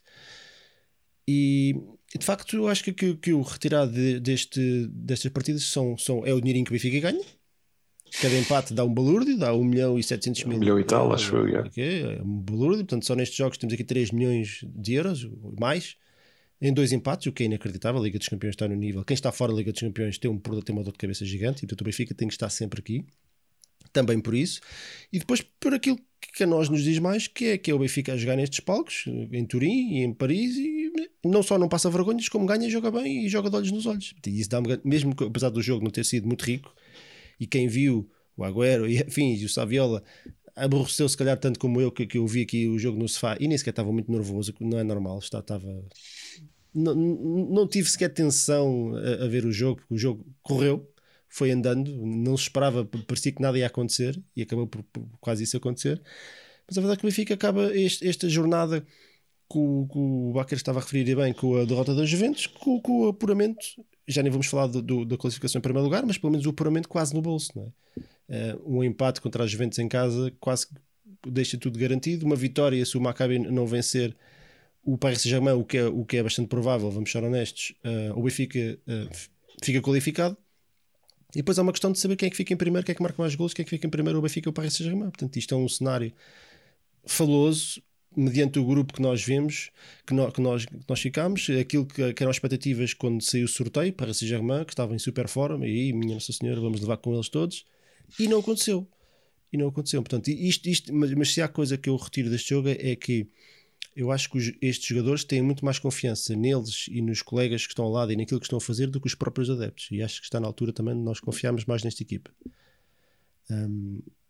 S2: E de facto eu acho que, que, que o retirado de, deste, destas partidas são, são, é o dinheirinho que o Benfica ganha. Cada empate dá um balúrdio, dá um milhão e setecentos mil.
S4: Um milhão e tal, acho eu.
S2: É um balúrdio. Portanto, só nestes jogos temos aqui três milhões de euros, mais, em dois empates, o que é inacreditável. A Liga dos Campeões está no nível. Quem está fora da Liga dos Campeões tem, um, tem uma dor de cabeça gigante, e portanto o Benfica tem que estar sempre aqui, também por isso. E depois por aquilo que a nós nos diz mais, que é, que é o Benfica a jogar nestes palcos, em Turim e em Paris, e não só não passa vergonhas, como ganha, joga bem e joga de olhos nos olhos. E isso dá mesmo que, apesar do jogo não ter sido muito rico, e quem viu o Agüero e enfim, e o Saviola aborreceu se calhar tanto como eu, que, que eu vi aqui o jogo no sofá e nem sequer estava muito nervoso, não é normal, está, estava... Não, não tive sequer tensão a, a ver o jogo, porque o jogo correu, foi andando, não se esperava, parecia que nada ia acontecer, e acabou por, por quase isso acontecer. Mas a verdade é que o Benfica acaba este, esta jornada, com, com o Baquer estava a referir bem, com a derrota da Juventus, com, com o apuramento, já nem vamos falar do, do, da classificação em primeiro lugar, mas pelo menos o apuramento quase no bolso, não é? Uh, um empate contra a Juventus em casa quase deixa tudo garantido. Uma vitória, se o Maccabi não vencer o Paris Saint-Germain, o que é, o que é bastante provável, vamos ser honestos, uh, o Benfica uh, fica qualificado. E depois há uma questão de saber quem é que fica em primeiro, quem é que marca mais gols, quem é que fica em primeiro, o Benfica ou o Paris Saint-Germain. Portanto, isto é um cenário faloso, mediante o grupo que nós vemos, que, no, que, nós, que nós ficámos, aquilo que, que eram expectativas quando saiu o sorteio, Paris Saint-Germain, que estava em super forma, e aí, minha Nossa Senhora, vamos levar com eles todos. E não aconteceu. E não aconteceu. Portanto, isto, isto, mas, mas se há coisa que eu retiro deste jogo é que eu acho que os, estes jogadores têm muito mais confiança neles e nos colegas que estão ao lado e naquilo que estão a fazer do que os próprios adeptos. E acho que está na altura também de nós confiarmos mais nesta equipa. Um,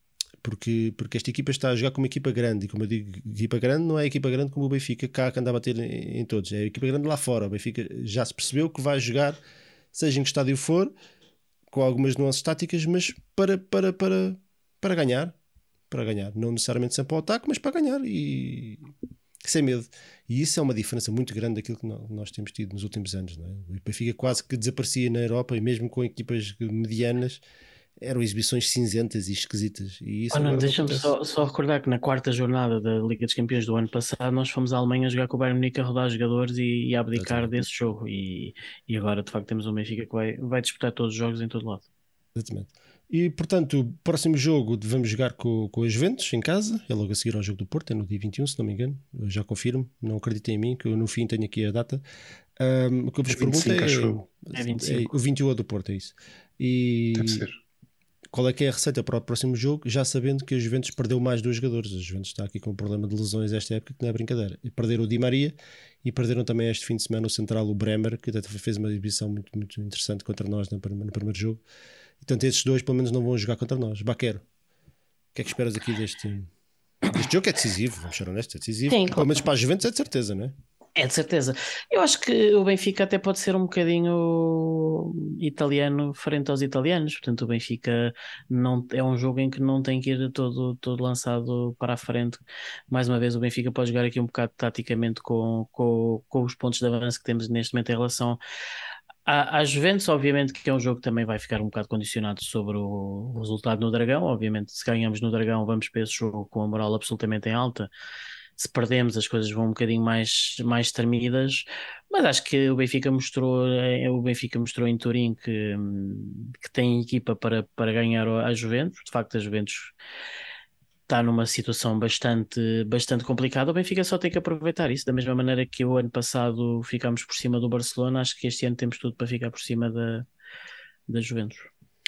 S2: porque, porque esta equipa está a jogar como uma equipa grande, e como eu digo, equipa grande não é a equipa grande como o Benfica cá que andava a ter em, em todos, é a equipa grande lá fora. O Benfica já se percebeu que vai jogar, seja em que estádio for, com algumas nuances táticas, mas para, para, para, para ganhar, para ganhar, não necessariamente sempre ao ataque, mas para ganhar e sem medo. E isso é uma diferença muito grande daquilo que nós temos tido nos últimos anos, não é? O Benfica quase que desaparecia na Europa, e mesmo com equipas medianas eram exibições cinzentas e esquisitas. E isso
S3: oh, não,
S2: agora
S3: deixa-me
S2: não
S3: só, só recordar que na quarta jornada da Liga dos Campeões do ano passado nós fomos à Alemanha jogar com o Bayern Munique, a rodar jogadores e, e a abdicar
S2: Exatamente.
S3: desse jogo, e, e agora de facto temos um Benfica que vai, vai disputar todos os jogos em todo lado.
S2: Exatamente. E portanto, o próximo jogo vamos jogar com, com as Juventus em casa, é logo a seguir ao jogo do Porto, é no dia vinte e um, se não me engano. Eu já confirmo, não acreditem em mim, que eu no fim tenho aqui a data. Um, o que eu vos
S4: É vinte e cinco,
S2: pergunto é,
S4: acho eu.
S3: É vinte e cinco.
S2: é o vinte e um é do Porto, é isso. E
S4: Deve ser.
S2: qual é que é a receita para o próximo jogo, já sabendo que a Juventus perdeu mais dois jogadores? A Juventus está aqui com um problema de lesões esta época que não é brincadeira. E perderam o Di Maria e perderam também este fim de semana o central, o Bremer, que até fez uma exibição muito, muito interessante contra nós no primeiro, no primeiro jogo. E, portanto, esses dois pelo menos não vão jogar contra nós. Baquero, o que é que esperas aqui deste, deste jogo? Que é decisivo, vamos ser honestos, é decisivo.
S3: Sim,
S2: Pelo
S3: claro.
S2: menos para a Juventus é de certeza, não é?
S3: É de certeza. Eu acho que o Benfica até pode ser um bocadinho italiano frente aos italianos. Portanto, o Benfica não, é um jogo em que não tem que ir todo, todo lançado para a frente. Mais uma vez, o Benfica pode jogar aqui um bocado taticamente com, com, com os pontos de avanço que temos neste momento em relação à, à Juventus. Obviamente que é um jogo que também vai ficar um bocado condicionado sobre o, o resultado no Dragão. Obviamente, se ganhamos no Dragão, vamos para esse jogo com a moral absolutamente em alta. Se perdemos, as coisas vão um bocadinho mais, mais tremidas, mas acho que o Benfica mostrou, o Benfica mostrou em Turim que, que tem equipa para, para ganhar a Juventus. De facto, a Juventus está numa situação bastante, bastante complicada. O Benfica só tem que aproveitar isso, da mesma maneira que o ano passado ficámos por cima do Barcelona. Acho que este ano temos tudo para ficar por cima da, da Juventus.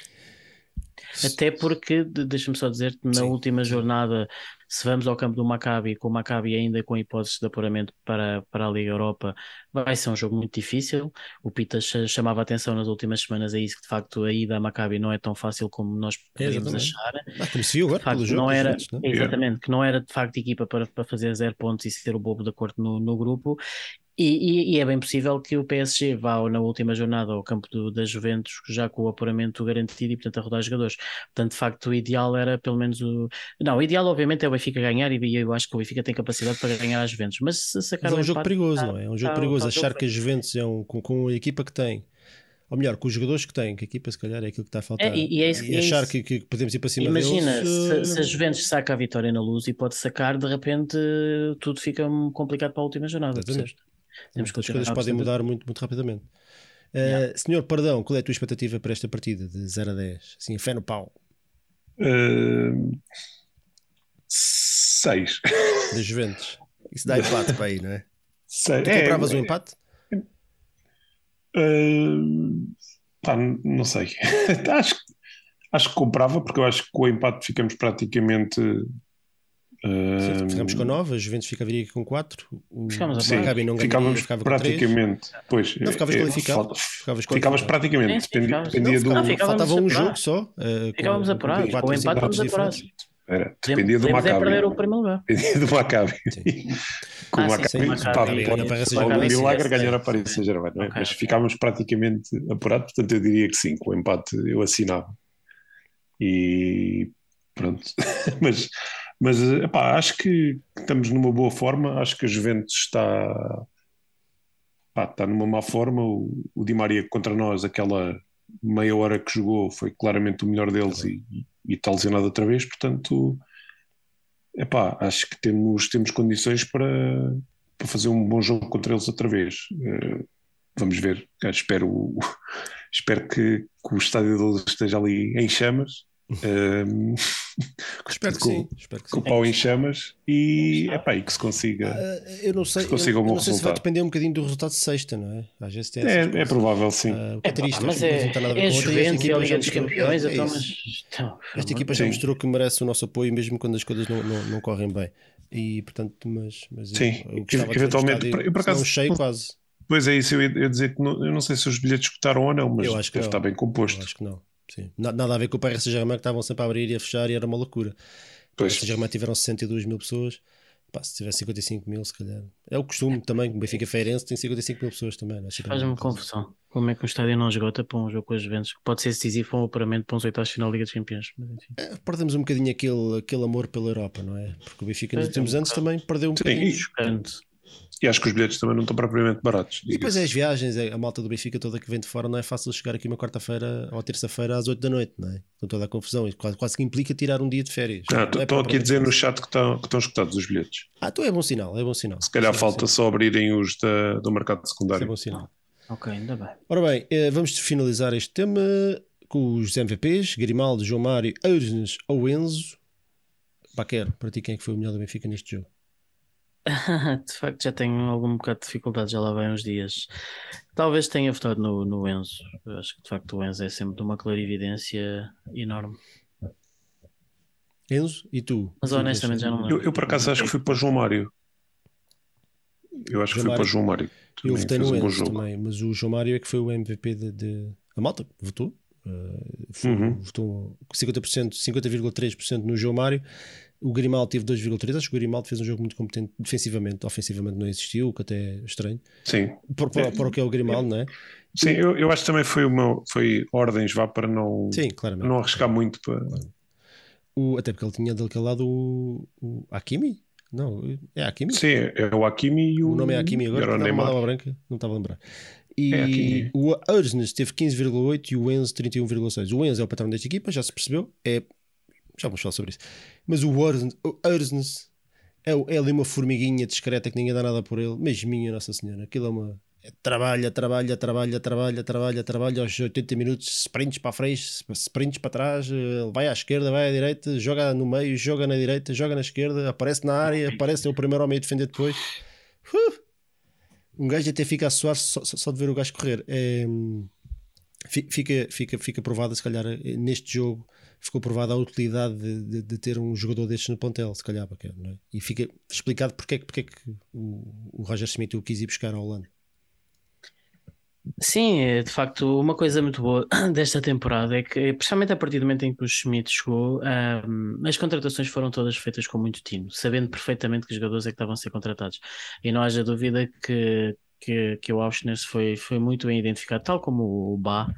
S3: Até porque, deixa-me só dizer que na
S2: Sim,
S3: última
S2: sim.
S3: jornada, se vamos ao campo do Maccabi, com o Maccabi ainda com hipóteses de apuramento para, para a Liga Europa, vai ser um jogo muito difícil. O Pita chamava a atenção nas últimas semanas a isso, que de facto a ida a Maccabi não é tão fácil como nós podíamos
S2: Exatamente.
S3: achar.
S2: Ah, como se viu agora
S3: De facto,
S2: pelo jogo
S3: não
S2: dos
S3: era,
S2: Juventus, não é?
S3: exatamente, que não era de facto equipa para, para fazer zero pontos e ser o bobo da corte no, no grupo. E, e, e é bem possível que o P S G vá na última jornada ao campo do, da Juventus já com o apuramento garantido e portanto a rodar jogadores. Portanto, de facto, o ideal era pelo menos o... Não, o ideal obviamente é o Benfica ganhar, e eu acho que o Benfica tem capacidade para ganhar a Juventus, mas se sacar
S2: Mas é
S3: o
S2: um jogo
S3: empate,
S2: perigoso,
S3: tá,
S2: não é? É um jogo
S3: tá,
S2: perigoso.
S3: tá,
S2: Achar
S3: tá,
S2: que a Juventus é um, com, com a equipa que tem, ou melhor, com os jogadores que tem, que a equipa se calhar é aquilo que está a faltar.
S3: É, e, e é isso,
S2: e
S3: é
S2: achar
S3: isso.
S2: que, que podemos ir para cima
S3: Imagina,
S2: deles.
S3: se,
S2: uh,
S3: se a Juventus saca a vitória na Luz e pode sacar, de repente tudo fica complicado para a última jornada,
S2: Exatamente.
S3: percebes? Temos que
S2: As coisas
S3: continuar
S2: podem
S3: bastante-
S2: mudar muito, muito rapidamente. Uh,
S3: Yeah.
S2: Senhor Pardão, qual é a tua expectativa para esta partida de zero a dez? Assim, fé no pau
S4: Uh, seis.
S2: das Juventus. Isso dá empate para aí, não é?
S4: Seis.
S2: Tu
S4: É,
S2: compravas o
S4: é,
S2: empate?
S4: uh, pá, não sei. acho, acho que comprava, porque eu acho que com o empate ficamos praticamente.
S2: Sim,
S4: uh,
S2: ficamos com nove, a Juventus fica a vir aqui com quatro, o
S3: Ficámos a
S4: sim,
S2: Maccabi não ganharia,
S4: ficávamos
S2: ficava com três.
S4: praticamente. Pois,
S2: Não, ficavas
S4: é,
S2: qualificado.
S4: falta-
S2: Ficavas
S4: ficavas
S2: qualificado.
S4: praticamente.
S3: Sim, sim,
S4: dependia
S3: ficavas.
S4: dependia
S3: Não,
S4: do.
S3: não, ficava-
S2: Faltava um
S3: Ficávamos
S2: jogo
S3: apurados.
S2: só. uh,
S3: Ficávamos
S2: com
S3: apurados.
S2: quatro
S3: Com o
S2: ou cinco
S3: empate
S2: pontos
S3: estamos apurados.
S2: diferentes.
S4: Era,
S3: Podemos,
S4: dependia do
S3: podemos é
S4: Maccabi.
S3: perder o primeiro lugar.
S4: Dependia do Maccabi. Com
S3: Ah,
S4: o
S3: sim,
S4: Maccabi,
S3: sim,
S4: pá,
S3: Maccabi,
S4: pode-
S2: ganha para essa
S4: pode um
S2: jornada,
S4: milagre
S3: sim,
S4: ganhar a
S3: sim,
S4: Paris
S3: sim.
S4: Saint-Germain, não é?
S3: Ok,
S4: Mas
S3: ok.
S4: ficámos praticamente apurados, portanto eu diria que sim, com o empate eu assinava. E pronto. mas mas epá, acho que estamos numa boa forma, acho que a Juventus está, pá, está numa má forma. O, o Di Maria contra nós, aquela meia hora que jogou, foi claramente o melhor deles e, e está lesionado outra vez, portanto, epá, acho que temos, temos condições para, para fazer um bom jogo contra eles outra vez. Eh, vamos ver. Eu espero, espero que, que o estádio deles esteja ali em chamas. Um,
S2: Espero que
S4: com,
S2: sim. Espero que
S4: com
S2: sim.
S4: o pau em chamas e, epá, e que se consiga.
S2: Ah, eu não sei,
S4: Se
S2: eu,
S4: consiga um
S2: eu
S4: bom
S2: não sei se vai
S4: resultado.
S2: depender um bocadinho do resultado de sexta, não é? Às vezes tem essas
S4: É, é
S2: coisas.
S4: provável, sim.
S2: Ah, o que é
S3: É pá,
S2: triste,
S3: mas
S2: esta coisa
S3: é,
S2: não tem nada a ver
S3: é
S2: com outra, e esta
S3: Juventus e a
S2: equipa já
S3: Liga dos
S2: mostrou-
S3: Campeões,
S2: é
S3: então,
S2: isso.
S3: mas... Então,
S2: Esta equipa já
S4: Sim.
S2: mostrou que merece o nosso apoio mesmo quando as coisas não, não, não correm bem. E portanto, mas, mas
S4: Sim,
S2: eu, eu gostava
S4: eventualmente,
S2: de ver o estádio,
S4: eu por acaso-
S2: se não cheio quase.
S4: Pois é isso, eu ia, eu ia dizer que não, eu não sei se os bilhetes esgotaram ou não, mas
S2: Eu acho que
S4: deve
S2: não.
S4: estar bem
S2: Eu
S4: composto.
S2: acho que não. sim. Nada a ver com o Paris Saint-Germain, que estavam sempre a abrir e a fechar e era uma loucura. O Paris Saint-Germain tiveram sessenta e duas mil pessoas. Pá, se tiver cinquenta e cinco mil, se calhar. É o costume também. O Benfica Feirense tem cinquenta e cinco mil pessoas também.
S3: Faz-me confusão. Como é que um estádio não esgota para um jogo com as Juventus? Pode ser decisivo para um apuramento para uns oitavos de final da Liga dos Campeões. Mas, enfim.
S2: É, perdemos um bocadinho aquele, aquele amor pela Europa, não é? Porque o Benfica nos últimos é um anos também perdeu um
S4: Sim,
S2: bocadinho.
S3: Chocante.
S4: E acho que os bilhetes também não estão propriamente baratos.
S2: E depois é as viagens, a malta do Benfica toda que vem de fora, não é fácil chegar aqui uma quarta-feira ou terça-feira às oito da noite, não é? Com toda a confusão, isso quase, quase que implica tirar um dia de férias.
S4: Estão ah, é aqui a dizer no chat que estão, que estão escutados os bilhetes.
S2: Ah, então é bom sinal, é bom sinal.
S4: Se calhar
S2: Sim,
S4: falta
S2: sim.
S4: só abrirem os da, do mercado secundário.
S2: Isso é bom sinal.
S3: Ok, ainda bem.
S2: Ora bem, vamos finalizar este tema com os M V Ps, Grimaldo, João Mário, Eusnes ou Enzo. Paquero, para ti quem é que foi o melhor do Benfica neste jogo?
S3: De facto já tenho algum bocado de dificuldade, já lá vai uns dias. Talvez tenha votado no, no Enzo. Eu acho que de facto o Enzo é sempre de uma clarividência enorme.
S2: Enzo, e tu?
S3: Mas honestamente já não lembro.
S4: Eu, eu por acaso acho que fui para o João Mário. Eu acho que fui para o João Mário.
S2: Eu votei no
S4: um
S2: Enzo também, mas o João Mário é que foi o M V P de, de... A malta votou. Uh, foi,
S4: uhum.
S2: Votou cinquenta por cento, cinquenta vírgula três por cento no João Mário. O Grimaldo teve dois vírgula três por cento. Acho que o Grimaldo fez um jogo muito competente defensivamente. Ofensivamente não existiu, o que até é estranho.
S4: Sim.
S2: Para, para, para o que é o Grimaldo, não é?
S4: Sim, eu, eu acho que também foi, uma, foi ordens vá para não,
S2: Sim, claramente.
S4: não arriscar muito. Para...
S2: Claro. O, até porque ele tinha daquele lado o, o Hakimi. Não, é Hakimi?
S4: Sim, é o Hakimi e o...
S2: O nome é Hakimi agora, que estava uma branca, não estava a lembrar. E
S4: é
S2: o Eusnes teve quinze vírgula oito e o Enzo trinta e um vírgula seis. O Enzo é o patrão desta equipa, já se percebeu. É... Já vamos falar sobre isso. Mas o Eusnes é, é ali uma formiguinha discreta que ninguém dá nada por ele. Mas minha Nossa Senhora, aquilo é uma... É, trabalha, trabalha, trabalha, trabalha, trabalha, trabalha aos oitenta minutos, sprints para a frente, sprints para trás, vai à esquerda, vai à direita, joga no meio, joga na direita, joga na esquerda, aparece na área, aparece é o primeiro homem a defender depois. Uh! Um gajo até fica a suar só, só de ver o gajo correr. É, fica, fica, fica provada, se calhar, neste jogo, ficou provada a utilidade de, de, de ter um jogador destes no plantel, se calhar, não é? E fica explicado porque é que, porque é que o, o Roger Schmidt o quis ir buscar ao Holanda.
S3: Sim, é, de facto, uma coisa muito boa desta temporada é que, principalmente a partir do momento em que o Schmidt chegou, um, as contratações foram todas feitas com muito tino, sabendo perfeitamente que os jogadores é que estavam a ser contratados. E não haja dúvida que, que, que o Auschwitz foi, foi muito bem identificado, tal como o Bá.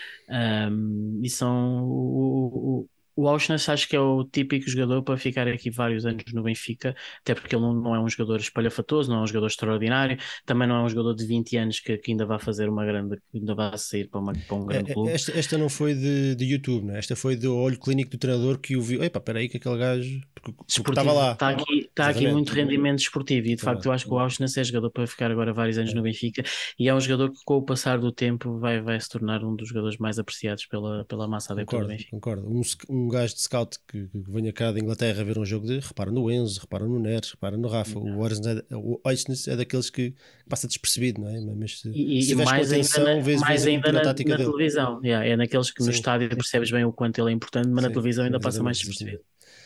S3: Um, e são o, o, o Auschwitz acho que é o típico jogador para ficar aqui vários anos no Benfica, até porque ele não, não é um jogador espalhafatoso, não é um jogador extraordinário, também não é um jogador de vinte anos que, que ainda vai fazer uma grande, ainda vai sair para, uma, para um grande clube.
S2: Esta, esta não foi de, de YouTube, né? Esta foi do olho clínico do treinador que o viu. Epá, espera aí que aquele gajo porque, porque estava lá.
S3: Está aqui, está aqui muito rendimento desportivo e de facto eu acho que o Auschwitz é jogador para ficar agora vários anos no Benfica e é um jogador que com o passar do tempo vai, vai se tornar um dos jogadores mais apreciados pela, pela massa adepta do Benfica.
S2: Concordo, um, um gajo de scout que, que venha cá da Inglaterra ver um jogo de repara no Enzo, repara no Neres, repara no Rafa. O Auschwitz é daqueles que passa despercebido, não é? Mas se,
S3: e,
S2: se
S3: e mais
S2: atenção,
S3: ainda, na,
S2: vês,
S3: mais
S2: vês
S3: ainda na, na
S2: dele.
S3: televisão. Yeah, é naqueles que Sim. no estádio percebes bem o quanto ele é importante, mas Sim, na televisão ainda passa mais despercebido.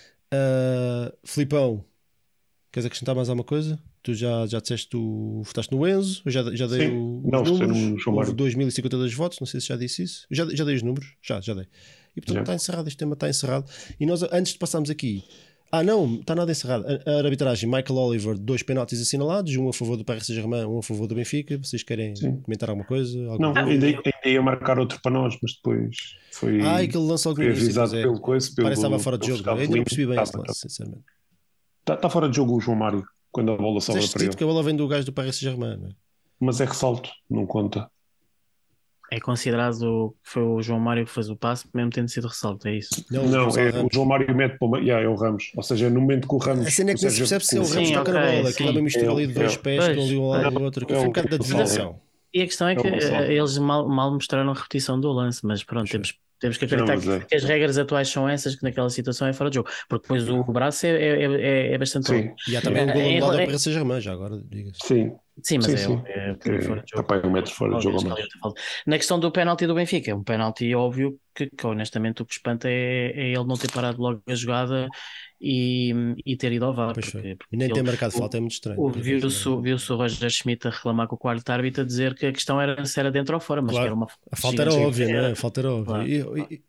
S2: Uh, Filipão, queres acrescentar mais alguma coisa? Tu já, já disseste, tu votaste no Enzo, eu já, já dei
S4: Sim,
S2: o,
S4: não,
S2: os números,
S4: no
S2: houve dois mil e cinquenta e dois votos, não sei se já disse isso, eu já, já dei os números, já, já dei. E portanto já. Está encerrado, este tema está encerrado. E nós, antes de passarmos aqui, ah não, está nada encerrado. A, a arbitragem, Michael Oliver, dois penaltis assinalados, um a favor do Paris Saint-Germain, um a favor do Benfica. Vocês querem Sim. comentar alguma coisa?
S4: Não, ainda, ainda ia marcar outro para nós, mas depois foi.
S2: Ah, e que ele lança algum
S4: avisado é, pelo coisa. Pelo,
S2: parece que estava fora de jogo. Eu ainda não percebi bem tá, esse lance, tá. sinceramente.
S4: Está tá fora de jogo o João Mário, quando a bola sobra para ele.
S2: Que a bola vem do gajo do Paris Saint-Germain, não é?
S4: Mas é ressalto, não conta.
S3: É considerado que foi o João Mário que fez o passe, mesmo tendo sido ressalto, é isso?
S4: Não, não é, o João Mário mete para o yeah, é o Ramos. Ou seja, no momento que o Ramos.
S2: A cena é que não se percebe se é o Ramos toca na bola, aquilo é uma mistura ali de dois pés, que ali um lado e o outro, que foi um bocado da desviação.
S3: E a questão é que é eles mal, mal mostraram a repetição do lance, mas pronto, temos, temos que acreditar não, que, é. que as regras atuais são essas, que naquela situação é fora de jogo, porque depois o braço é, é, é, é bastante
S2: longo. E há também um gol anulado para Paris Saint-Germain, já agora, diga-se.
S4: Sim.
S3: Sim, mas
S4: sim,
S3: é,
S4: sim.
S3: é, é, é fora de jogo.
S4: Está um metro fora de jogo.
S3: Na questão do penalti do Benfica, é um penalti óbvio que, que honestamente o que espanta é, é ele não ter parado logo a jogada e, e ter ido ao V A R.
S2: Porque, porque e nem ter marcado falta, é muito estranho.
S3: Viu-se viu o Roger Schmidt a reclamar com o quarto árbitro a dizer que a questão era se era dentro ou fora, mas
S2: claro,
S3: que era uma
S2: a falta era óbvia, não é? A falta era óbvia.
S3: Claro,
S2: e,
S3: claro.
S2: E,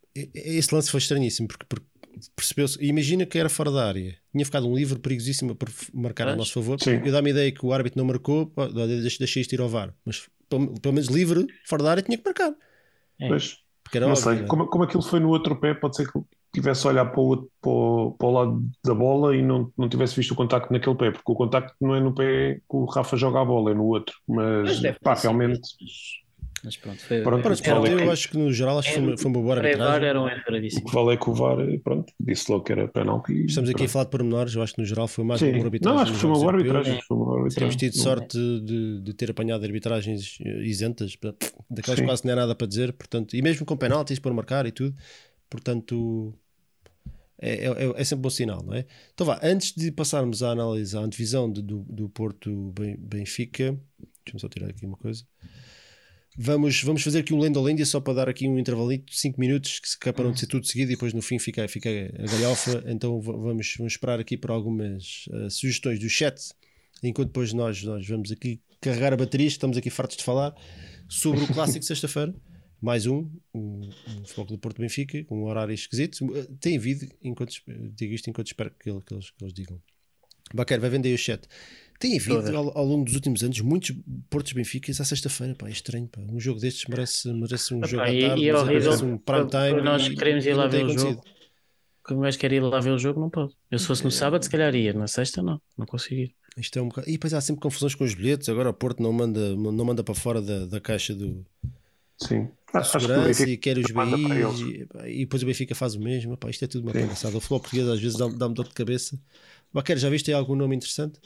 S2: esse lance foi estranhíssimo, porque, porque percebeu-se, imagina que era fora da área, tinha ficado um livre perigosíssimo para marcar a nosso favor.
S4: Sim.
S2: Eu dá-me a ideia que o árbitro não marcou, pá, deixei isto ir ao V A R, mas pelo, pelo menos livre, fora da área, tinha que marcar.
S3: É.
S4: Pois,
S2: Porque era
S4: não
S2: óbvio,
S4: sei,
S2: né?
S4: como, como aquilo foi no outro pé, pode ser que eu tivesse a olhar para o, outro- para o, para o lado da bola e não, não tivesse visto o contacto naquele pé, porque o contacto não é no pé que o Rafa joga a bola, é no outro. Mas,
S3: Mas deve
S4: pá,
S3: ter sido
S4: realmente,
S3: isso, mas, mas pronto, foi,
S4: Pronto,
S2: Para o
S4: o que vale
S2: desporto,
S4: é
S2: eu
S4: que-
S2: acho que no geral acho que foi uma, foi uma boa
S3: para VAR
S2: arbitragem.
S3: era um erro
S4: o
S3: gravíssimo.
S4: que vale é que o V A R, pronto, disse logo que era penalti. e
S2: Estamos aqui a
S4: pronto.
S2: falar de pormenores, eu acho que no geral foi mais
S4: Sim.
S2: uma boa arbitragem.
S4: Não, acho que
S2: nos
S4: foi uma
S2: jogos
S4: boa
S2: europeus.
S4: arbitragem. Foi uma boa
S2: Temos
S4: arbitragem.
S2: tido
S4: Não-
S2: sorte de, de ter apanhado arbitragens eh, isentas, portanto, daquelas
S4: Sim.
S2: quase não há nada para dizer, portanto, e mesmo com penaltis por marcar e tudo, portanto é, é, é sempre bom sinal, não é? Então vá, antes de passarmos à análise, à antevisão de- do, do Porto Ben- Benfica, deixa-me só tirar aqui uma coisa. Vamos, vamos fazer aqui um Lenda-Lândia só para dar aqui um intervalinho de cinco minutos, que se quer para não ser tudo seguido e depois no fim fica, fica a galhofa. Então v- vamos, vamos esperar aqui por algumas uh, sugestões do chat, enquanto depois nós, nós vamos aqui carregar a bateria, estamos aqui fartos de falar sobre o clássico de sexta-feira. Mais um, um, um Futebol Clube do Porto Benfica, com um horário esquisito. Uh, Tem havido, enquanto, digo isto enquanto espero que, ele- que eles, que eles digam. Baquer, vai vender aí o chat. Tem havido ao, ao longo dos últimos anos muitos Portos Benficas à sexta-feira, pá, é estranho, pá. Um jogo destes merece, merece um
S3: Epá,
S2: jogo à
S3: e-
S2: tarde,
S3: e é
S2: mas
S3: horrível
S2: merece um prime
S3: para-
S2: time
S3: para nós
S2: e-
S3: queremos ir
S2: e
S3: lá
S2: não tem
S3: ver o
S2: acontecido.
S3: jogo. Como vais querer ir lá ver o jogo, não pode. Eu se fosse no sábado, se calhar ia. Na sexta, não. Não consigo ir.
S2: Isto é um bocado... E depois há sempre confusões com os bilhetes. Agora o Porto não manda, não manda para fora da, da caixa do,
S4: Sim.
S2: da
S4: Acho que o
S2: segurança
S4: Benfica
S2: e quer os
S4: manda para
S2: B Is
S4: eles.
S2: e, pá, e depois o Benfica faz o mesmo. Pá, isto é tudo uma
S4: Sim.
S2: palhaçada. O futebol português às vezes dá- dá-me dor de cabeça. Baquer, já viste aí algum nome interessante?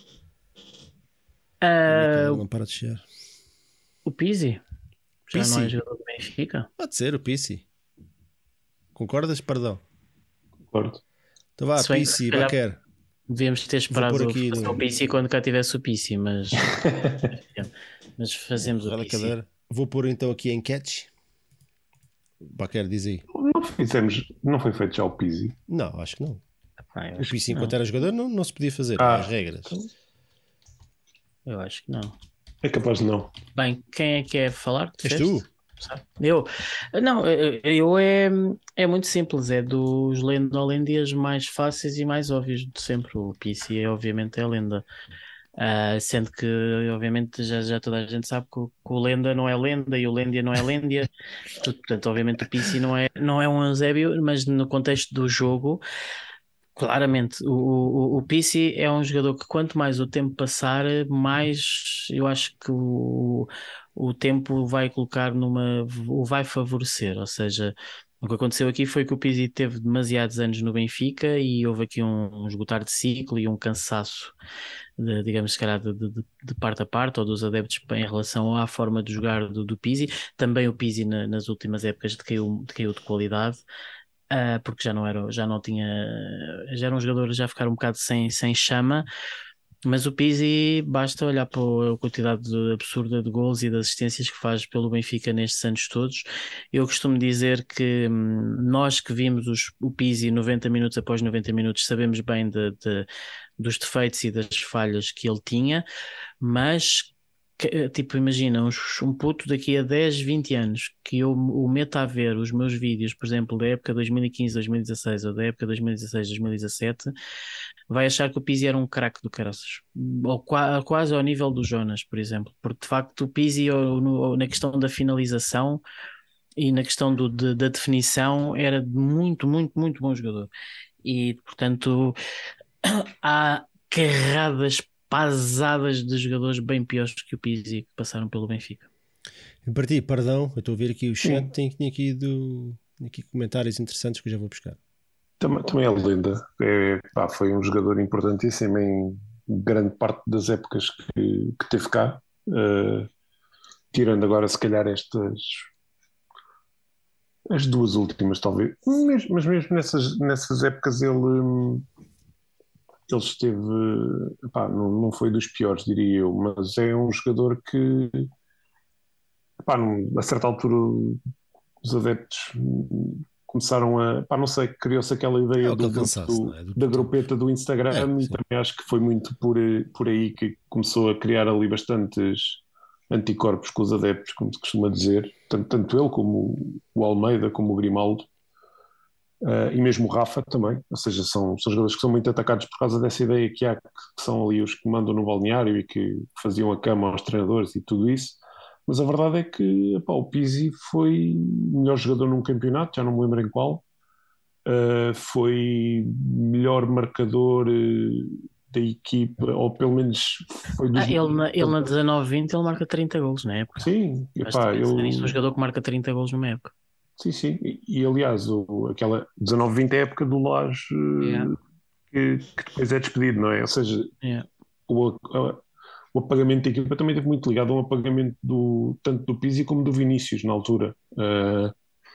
S3: Ah,
S2: Não, não para de chegar.
S3: o Pizzi já
S2: Pizzi?
S3: não é jogador do Benfica.
S2: Pode ser o Pissi. Concordas? Perdão.
S4: Concordo.
S2: Então vá,
S3: Se bem que,
S2: Pissi,
S3: se calhar,
S2: Baquer.
S3: Devíamos ter esperado
S2: pôr aqui
S3: fazer
S2: no-
S3: o Pizzi quando cá tivesse o Pizzi, mas, mas fazemos o
S2: Porrada
S3: Pizzi.
S2: cadeira. Vou pôr então aqui em catch. Baquer, diz aí.
S4: Não fizemos, não foi feito já o Pizzi.
S2: Não, acho que não.
S3: Ah, eu
S2: O
S3: acho
S2: Pissi,
S3: que não.
S2: enquanto era jogador, não, não se podia fazer.
S4: Ah.
S2: As regras.
S3: Eu acho que não.
S4: É capaz de não.
S3: Bem, quem é que quer falar?
S2: És
S3: Disseste?
S2: tu?
S3: Sabe? Eu? Não, eu eu é, é muito simples, é dos lenda-lêndias mais fáceis e mais óbvios de sempre. O P C é obviamente é a lenda. Ah, sendo que obviamente já, já toda a gente sabe que o, que o lenda não é lenda e o lêndia não é lêndia. Portanto, obviamente o P C não é, não é um Eusébio, mas no contexto do jogo, claramente o, o, o P C é um jogador que quanto mais o tempo passar, mais eu acho que o, o tempo vai colocar numa, o vai favorecer, ou seja, o que aconteceu aqui foi que o Pizzi teve demasiados anos no Benfica e houve aqui um, um esgotar de ciclo e um cansaço, de, digamos, se calhar de, de, de parte a parte, ou dos adeptos em relação à forma de jogar do, do Pizzi. Também o Pizzi na, nas últimas épocas decaiu, decaiu de qualidade. Uh, porque já não era, já não tinha, já era um jogador já ficar um bocado sem, sem chama, mas o Pizzi basta olhar para a quantidade de- absurda de gols e de assistências que faz pelo Benfica nestes anos todos. Eu costumo dizer que hum, nós que vimos os, o Pizzi noventa minutos após noventa minutos sabemos bem de, de- dos defeitos e das falhas que ele tinha, mas que- tipo, imagina, uns- um puto daqui a dez, vinte anos que eu o meta a ver os meus vídeos, por exemplo, da época dois mil e quinze, dois mil e dezasseis ou da época dois mil e dezasseis, dois mil e dezassete, vai achar que o Pizzi era um craque do caraças, ou qua- quase ao nível do Jonas, por exemplo, porque de facto o Pizzi ou no- ou na questão da finalização e na questão do, de- da definição era muito, muito, muito bom jogador. E portanto há carradas pasadas de jogadores bem piores que o Pizzi que passaram pelo Benfica.
S2: Em partir, perdão, eu estou a ver aqui o chat,
S4: Sim.
S2: tem, tem aqui, do, tem aqui comentários interessantes que eu já vou buscar.
S4: Também, também é lenda. É, pá, foi um jogador importantíssimo em grande parte das épocas que, que teve cá. Uh, tirando agora, se calhar, estas. As duas últimas, talvez. Mas, mas mesmo nessas, nessas épocas ele. hum, Ele esteve. Pá, não, não foi dos piores, diria eu, mas é um jogador que. Pá, num- a certa altura, os adeptos hum, começaram a. Pá, não sei, criou-se aquela ideia
S2: É
S4: do
S2: aquele
S4: grupo
S2: cansaço,
S4: do-
S2: não é? Do-
S4: da grupeta do Instagram
S2: É,
S4: e
S2: sim.
S4: também acho que foi muito por, por aí que começou a criar ali bastantes anticorpos com os adeptos, como se costuma dizer, tanto, tanto ele como o Almeida, como o Grimaldo. Uh, e mesmo o Rafa também, ou seja, são, são jogadores que são muito atacados por causa dessa ideia que há, que são ali os que mandam no balneário e que faziam a cama aos treinadores e tudo isso, mas a verdade é que epá, o Pizzi foi melhor jogador num campeonato, já não me lembro em qual, uh, foi melhor marcador uh, da equipa, ou pelo menos foi dos
S3: Ah, ele, na, ele na dezanove vinte ele marca trinta golos na época.
S4: Sim, epá,
S3: ele...
S4: ele...
S3: um jogador que marca trinta golos numa época.
S4: Sim, sim, e, e aliás, o, aquela dezanove vinte é a época do Lage
S3: Yeah.
S4: que, que depois é despedido, não é? Ou seja,
S3: Yeah.
S4: o, a, o apagamento da equipa também esteve muito ligado a um apagamento do, tanto do Pizzi como do Vinícius na altura. Uh,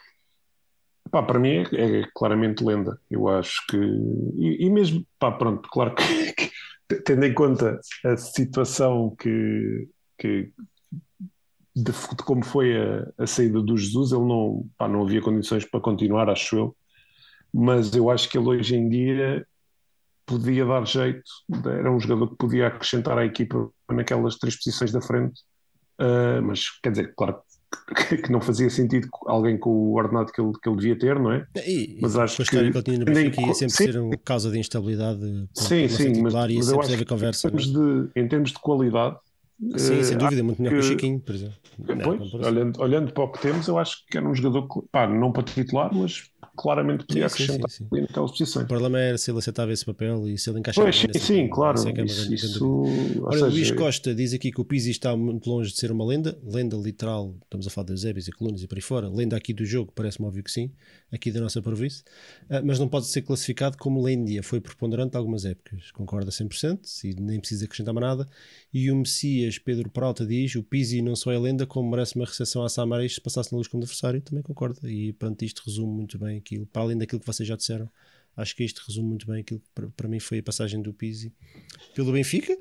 S4: pá, para mim é, é claramente lenda, eu acho que. E, e mesmo, pá, pronto, claro que, que tendo em conta a situação que. que De, de como foi a, a saída do Jesus, ele não, pá, não havia condições para continuar, acho eu, mas eu acho que ele hoje em dia podia dar jeito, era um jogador que podia acrescentar à equipa naquelas três posições da frente, uh, mas quer dizer, claro que, que não fazia sentido alguém com o ordenado que ele, que ele devia ter, não é?
S2: E,
S4: mas
S2: e
S4: acho
S2: com a história que,
S4: que
S2: ele tinha no Benfica ia sempre sim. ser uma causa de instabilidade por,
S4: sim,
S2: por
S4: sim, mas,
S2: titular, ia
S4: mas eu
S2: sempre
S4: acho
S2: haver
S4: que
S2: conversa.
S4: em termos,
S2: né?
S4: de, em termos de qualidade.
S2: Sim, sem
S4: uh,
S2: dúvida, muito melhor que o Chiquinho, por exemplo.
S4: Pois, olhando, olhando para o que temos, eu acho que era um jogador, pá, não para titular, mas claramente podia sim, acrescentar sim, sim, sim. ali naquelas posições.
S2: O problema era se ele aceitava esse papel e se ele encaixava
S4: pois, sim, sim, equipe. Claro. Isso é que é uma isso, grande, isso, grande...
S2: Olha,
S4: seja...
S2: Luís Costa diz aqui que o Pizzi está muito longe de ser uma lenda, lenda literal, estamos a falar de Eusébio e Colunas e por aí fora, lenda aqui do jogo, parece-me óbvio que sim, aqui da nossa província, mas não pode ser classificado como lêndia, foi preponderante algumas épocas, concorda cem por cento, e nem precisa acrescentar mais nada. E o Messias Pedro Peralta diz, o Pizzi não só é lenda, como merece uma recepção à Samaris se passasse na luz como adversário, também concorda, e pronto, isto resume muito bem aquilo, para além daquilo que vocês já disseram. Acho que isto resume muito bem aquilo que para, para mim foi a passagem do Pizzi pelo Benfica.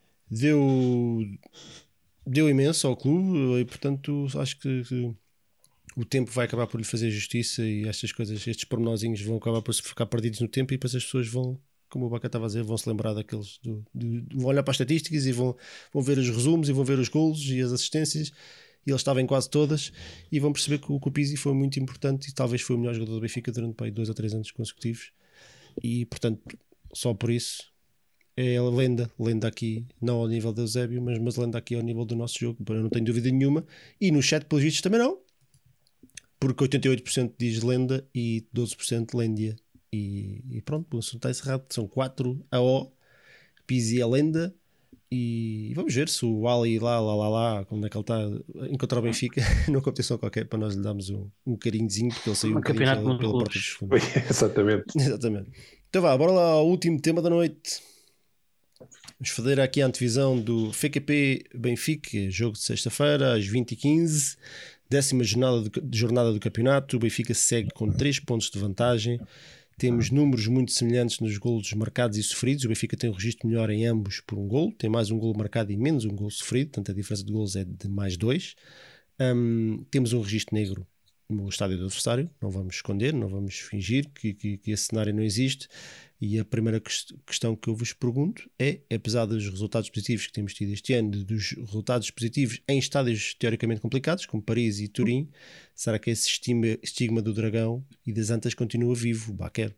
S2: Deu, deu imenso ao clube e, portanto, acho que, que o tempo vai acabar por lhe fazer justiça e estas coisas, estes pormenorzinhos vão acabar por ficar perdidos no tempo e depois as pessoas vão, como o Baca estava a dizer, vão se lembrar daqueles. Do, do, vão olhar para as estatísticas e vão, vão ver os resumos e vão ver os golos e as assistências. E eles estavam em quase todas e vão perceber que o, que o Pizzi foi muito importante e talvez foi o melhor jogador do Benfica durante pai, dois ou três anos consecutivos. E portanto, só por isso é a lenda, lenda aqui, não ao nível do Eusébio, mas, mas lenda aqui ao nível do nosso jogo, eu não tenho dúvida nenhuma. E no chat, pelos vistos, também não, porque oitenta e oito por cento diz lenda e doze por cento lêndia. E, e pronto, o assunto está encerrado. São quatro a O, Pizzi a lenda. E vamos ver se o Ali lá, lá, lá, lá, como é que ele está a encontrar o Benfica numa competição qualquer para nós lhe darmos um, um carinhozinho, porque ele saiu um, um
S3: campeonato
S2: pela, pela porta dos fundos.
S4: Exatamente.
S2: Exatamente. Então vá, bora lá ao último tema da noite. Vamos fazer aqui a antevisão do F Q P Benfica, jogo de sexta-feira às vinte e quinze, décima jornada do, jornada do campeonato. O Benfica segue com três pontos de vantagem. Temos números muito semelhantes nos golos marcados e sofridos. O Benfica tem um registro melhor em ambos por um golo. Tem mais um golo marcado e menos um golo sofrido. Portanto, a diferença de golos é de mais dois. Um, temos um registro negro no estádio do adversário. Não vamos esconder, não vamos fingir que, que, que esse cenário não existe. E a primeira questão que eu vos pergunto é, apesar dos resultados positivos que temos tido este ano, dos resultados positivos em estádios teoricamente complicados, como Paris e Turim, será que esse estigma, estigma do Dragão e das Antas continua vivo? Baquer?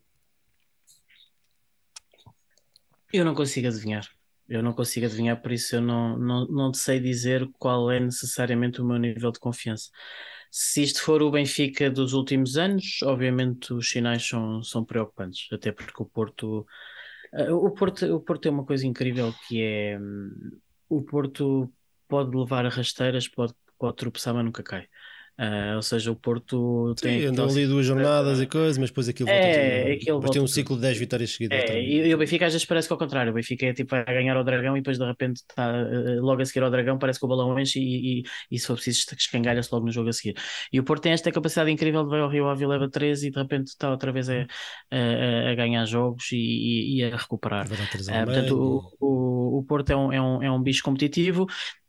S3: Eu não consigo adivinhar. Eu não consigo adivinhar, por isso eu não, não, não sei dizer qual é necessariamente o meu nível de confiança. Se isto for o Benfica dos últimos anos, obviamente os sinais são, são preocupantes, até porque o Porto, o Porto, o Porto tem uma coisa incrível que é o Porto pode levar a rasteiras, pode, pode tropeçar, mas nunca cai. Uh, ou seja, o Porto
S2: Sim,
S3: tem
S2: andam ali duas jornadas uh, e coisas, mas depois aquilo volta
S3: é,
S2: tudo.
S3: Aquilo
S2: depois tem um ciclo de dez vitórias seguidas.
S3: É, e, e o Benfica às vezes parece que ao contrário, o Benfica é tipo a ganhar ao Dragão e depois de repente está uh, logo a seguir ao Dragão, parece que o balão enche e, e, e se for preciso escangalha-se logo no jogo a seguir. E o Porto tem esta capacidade incrível de ver ao Rio Ave leva três e de repente está outra vez a, a, a ganhar jogos e, e, e a recuperar. Uh, portanto, o, o, o Porto é um, é, um, é um bicho competitivo.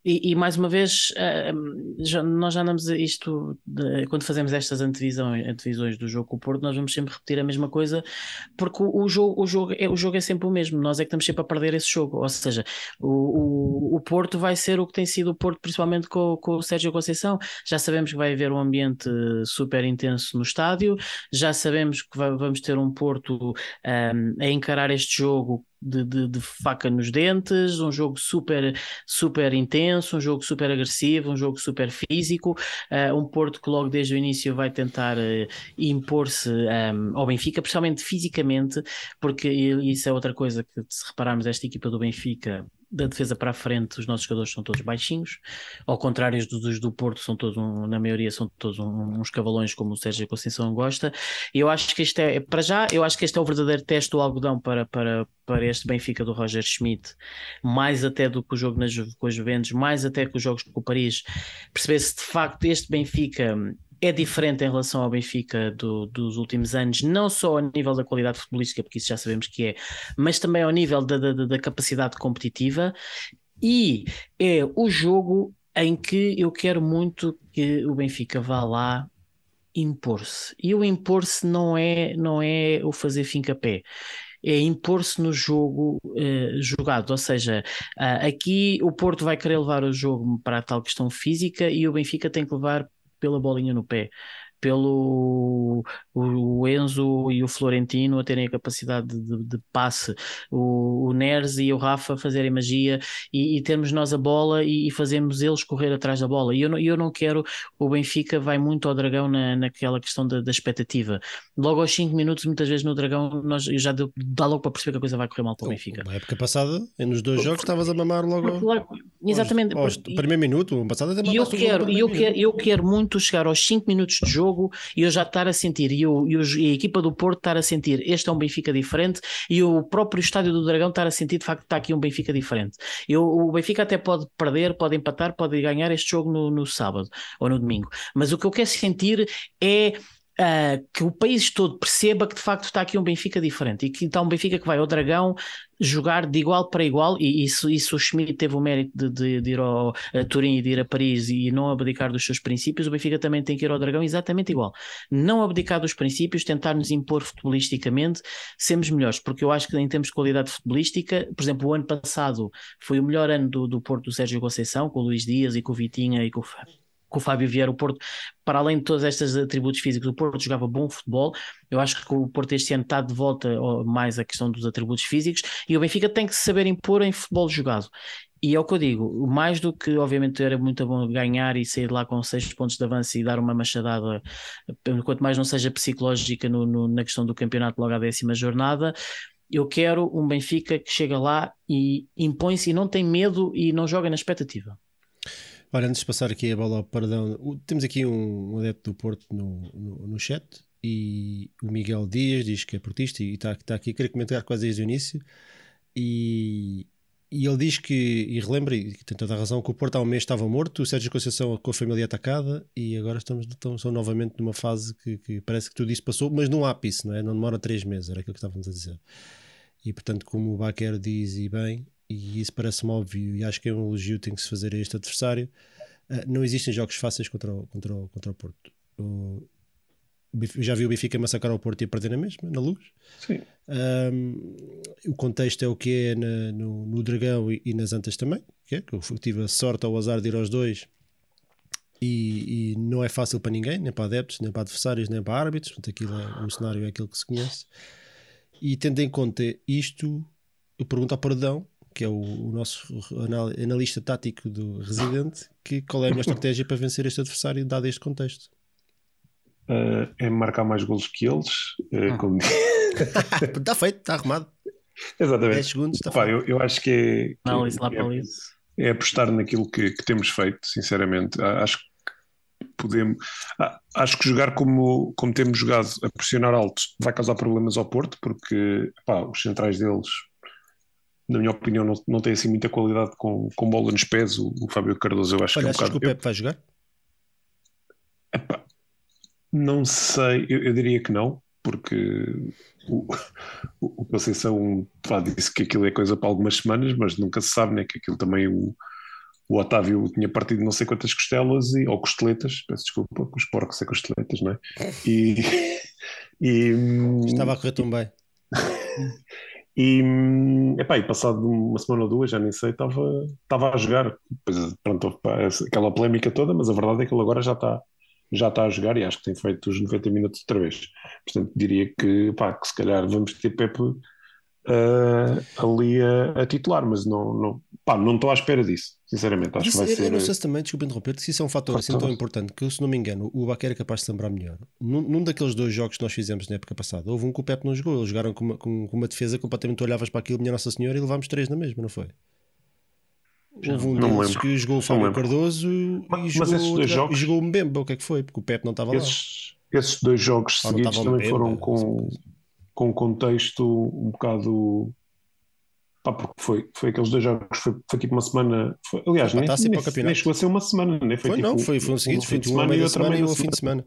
S3: E, e mais uma vez, uh, já, nós já andamos a isto, de, quando fazemos estas antevisões, antevisões do jogo com o Porto, nós vamos sempre repetir a mesma coisa, porque o, o, jogo, o, jogo, é, o jogo é sempre o mesmo, nós é que estamos sempre a perder esse jogo, ou seja, o, o, o Porto vai ser o que tem sido o Porto, principalmente com, com o Sérgio Conceição. Já sabemos que vai haver um ambiente super intenso no estádio, já sabemos que vai, vamos ter um Porto um, a encarar este jogo De, de, de faca nos dentes, um jogo super, super intenso, um jogo super agressivo, um jogo super físico, uh, um Porto que logo desde o início vai tentar uh, impor-se um, ao Benfica, principalmente fisicamente, porque isso é outra coisa que, se repararmos, esta equipa do Benfica, da defesa para a frente, os nossos jogadores são todos baixinhos, ao contrário dos do Porto, são todos um, na maioria são todos um, uns cavalões, como o Sérgio Conceição gosta. E eu acho que este é, para já, eu acho que este é o verdadeiro teste do algodão para, para, para este Benfica do Roger Schmidt, mais até do que o jogo nas, com as Juventus, mais até que os jogos com o Paris, perceber se de facto este Benfica é diferente em relação ao Benfica do, dos últimos anos, não só a nível da qualidade futebolística, porque isso já sabemos que é, mas também ao nível da, da, da capacidade competitiva, e é o jogo em que eu quero muito que o Benfica vá lá impor-se. E o impor-se não é, não é o fazer fim-capé, é impor-se no jogo eh, jogado, ou seja, uh, aqui o Porto vai querer levar o jogo para a tal questão física e o Benfica tem que levar pela bolinha no pé, pelo o Enzo e o Florentino a terem a capacidade de, de passe, o, o Neres e o Rafa fazerem magia e, e termos nós a bola e, e fazermos eles correr atrás da bola. E eu não, eu não quero, o Benfica vai muito ao Dragão na, naquela questão da, da expectativa. Logo aos cinco minutos, muitas vezes no Dragão, nós, já deu, dá logo para perceber que a coisa vai correr mal para o Benfica.
S2: Na época passada, nos dois jogos, estavas a mamar logo
S3: ao, exatamente,
S2: aos, aos
S3: porque,
S2: primeiro minuto, o ano passado até
S3: e eu quero, eu, quero, eu quero muito chegar aos cinco minutos de jogo e eu já estar a sentir, e, eu, e, os, e a equipa do Porto estar a sentir, este é um Benfica diferente, e o próprio estádio do Dragão estar a sentir, de facto, está aqui um Benfica diferente. Eu, o Benfica até pode perder, pode empatar, pode ganhar este jogo no, no sábado ou no domingo, mas o que eu quero sentir é Uh, que o país todo perceba que de facto está aqui um Benfica diferente e que está um Benfica que vai ao Dragão jogar de igual para igual, e isso, isso o Schmidt teve o mérito de, de, de ir ao a Turim e de ir a Paris e não abdicar dos seus princípios. O Benfica também tem que ir ao Dragão exatamente igual, não abdicar dos princípios, tentar nos impor futebolisticamente, sermos melhores, porque eu acho que em termos de qualidade futebolística, por exemplo, o ano passado foi o melhor ano do, do Porto do Sérgio Conceição, com o Luís Dias e com o Vitinha e com o com o Fábio Vieira. O Porto, para além de todos estes atributos físicos, o Porto jogava bom futebol. Eu acho que o Porto este ano está de volta mais a questão dos atributos físicos, e o Benfica tem que se saber impor em futebol jogado. E é o que eu digo, mais do que obviamente era muito bom ganhar e sair de lá com seis pontos de avanço e dar uma machadada, quanto mais não seja psicológica no, no, na questão do campeonato logo à décima jornada, eu quero um Benfica que chega lá e impõe-se e não tem medo e não joga na expectativa.
S2: Olha, antes de passar aqui a bola ao Paradão, temos aqui um, um adepto do Porto no, no, no chat, e o Miguel Dias diz que é portista e está, está aqui a querer comentar quase desde o início, e, e ele diz que, e relembra, e tem toda a razão, que o Porto há um mês estava morto, o Sérgio Conceição com a família atacada, e agora estamos, estamos novamente numa fase que, que parece que tudo isso passou, mas num ápice, não é? Não demora três meses, era aquilo que estávamos a dizer. E portanto, como o Baquer diz, e bem, e isso parece-me óbvio, e acho que é um elogio que tem que se fazer a este adversário, uh, não existem jogos fáceis contra o, contra o, contra o Porto. O, já vi o Benfica massacrar o Porto e a perder na mesma, na Luz.
S4: Sim.
S2: Um, o contexto é o que é na, no, no Dragão e, e nas Antas também, que é, que eu tive a sorte ou o azar de ir aos dois, e, e não é fácil para ninguém, nem para adeptos, nem para adversários, nem para árbitros. Portanto, aquilo é, um cenário é aquilo que se conhece. E tendo em conta isto, eu pergunto ao Paradão, que é o, o nosso analista tático do Residente, que qual é a minha estratégia para vencer este adversário dado este contexto?
S4: Uh, é marcar mais golos que eles. Uh,
S2: ah.
S4: como...
S2: Está feito, está arrumado.
S4: Exatamente.
S2: dez segundos, está
S4: Pá,
S2: feito.
S4: Eu, eu acho que é, que
S3: Não,
S4: é,
S3: isso lá
S4: é,
S3: para isso.
S4: é apostar naquilo que, que temos feito, sinceramente. Acho que podemos. Acho que jogar como, como temos jogado, a pressionar alto, vai causar problemas ao Porto, porque pá, os centrais deles, na minha opinião, não, não têm assim muita qualidade com, com bola nos pés. O, o Fábio Cardoso, eu acho
S2: Olha,
S4: que é um
S2: achas
S4: bocado.
S2: que o Pepe vai jogar?
S4: Epá, não sei, eu, eu diria que não, porque o, o, o Conceição pá, disse que aquilo é coisa para algumas semanas, mas nunca se sabe, né? Que aquilo também o, o Otávio tinha partido não sei quantas costelas, e, ou costeletas, peço desculpa, que os porcos é costeletas, não é? E, e,
S2: Estava a correr tão bem.
S4: e, epá, e passado uma semana ou duas, já nem sei, estava, estava a jogar. Depois, pronto, houve, pá, aquela polémica toda, mas a verdade é que ele agora já está, já está a jogar e acho que tem feito os noventa minutos outra vez. Portanto, diria que, pá, que se calhar vamos ter Pepe uh, ali a, a titular, mas não, não, pá, não estou à espera disso, sinceramente. Acho
S2: Isso,
S4: que vai
S2: eu,
S4: ser.
S2: eu não sei se também, desculpa interromper, se isso é um fator assim tão importante que, se não me engano, o Baquer é capaz de se lembrar melhor. Num, num daqueles dois jogos que nós fizemos na época passada, houve um que o Pepe não jogou. Eles jogaram com uma, com, com uma defesa completamente, olhavas para aquilo, minha Nossa Senhora, e levámos três na mesma, não foi? Houve um
S4: não
S2: deles que jogou o Fábio Cardoso
S4: mas,
S2: e
S4: mas
S2: jogou,
S4: dois jogos,
S2: e jogou o Mbemba. O que é que foi? Porque o Pepe não estava
S4: esses, lá. Esses dois jogos
S2: ah,
S4: seguidos também Mbemba, foram com, com um contexto um bocado. Pá, porque foi, foi aqueles dois jogos, foi, foi tipo uma semana. Foi, aliás,
S2: foi
S4: nem, nem, nem chegou a ser uma semana, nem foi,
S2: foi
S4: tipo,
S2: não, foi, foi um seguidos, foi uma meia semana e um fim de semana.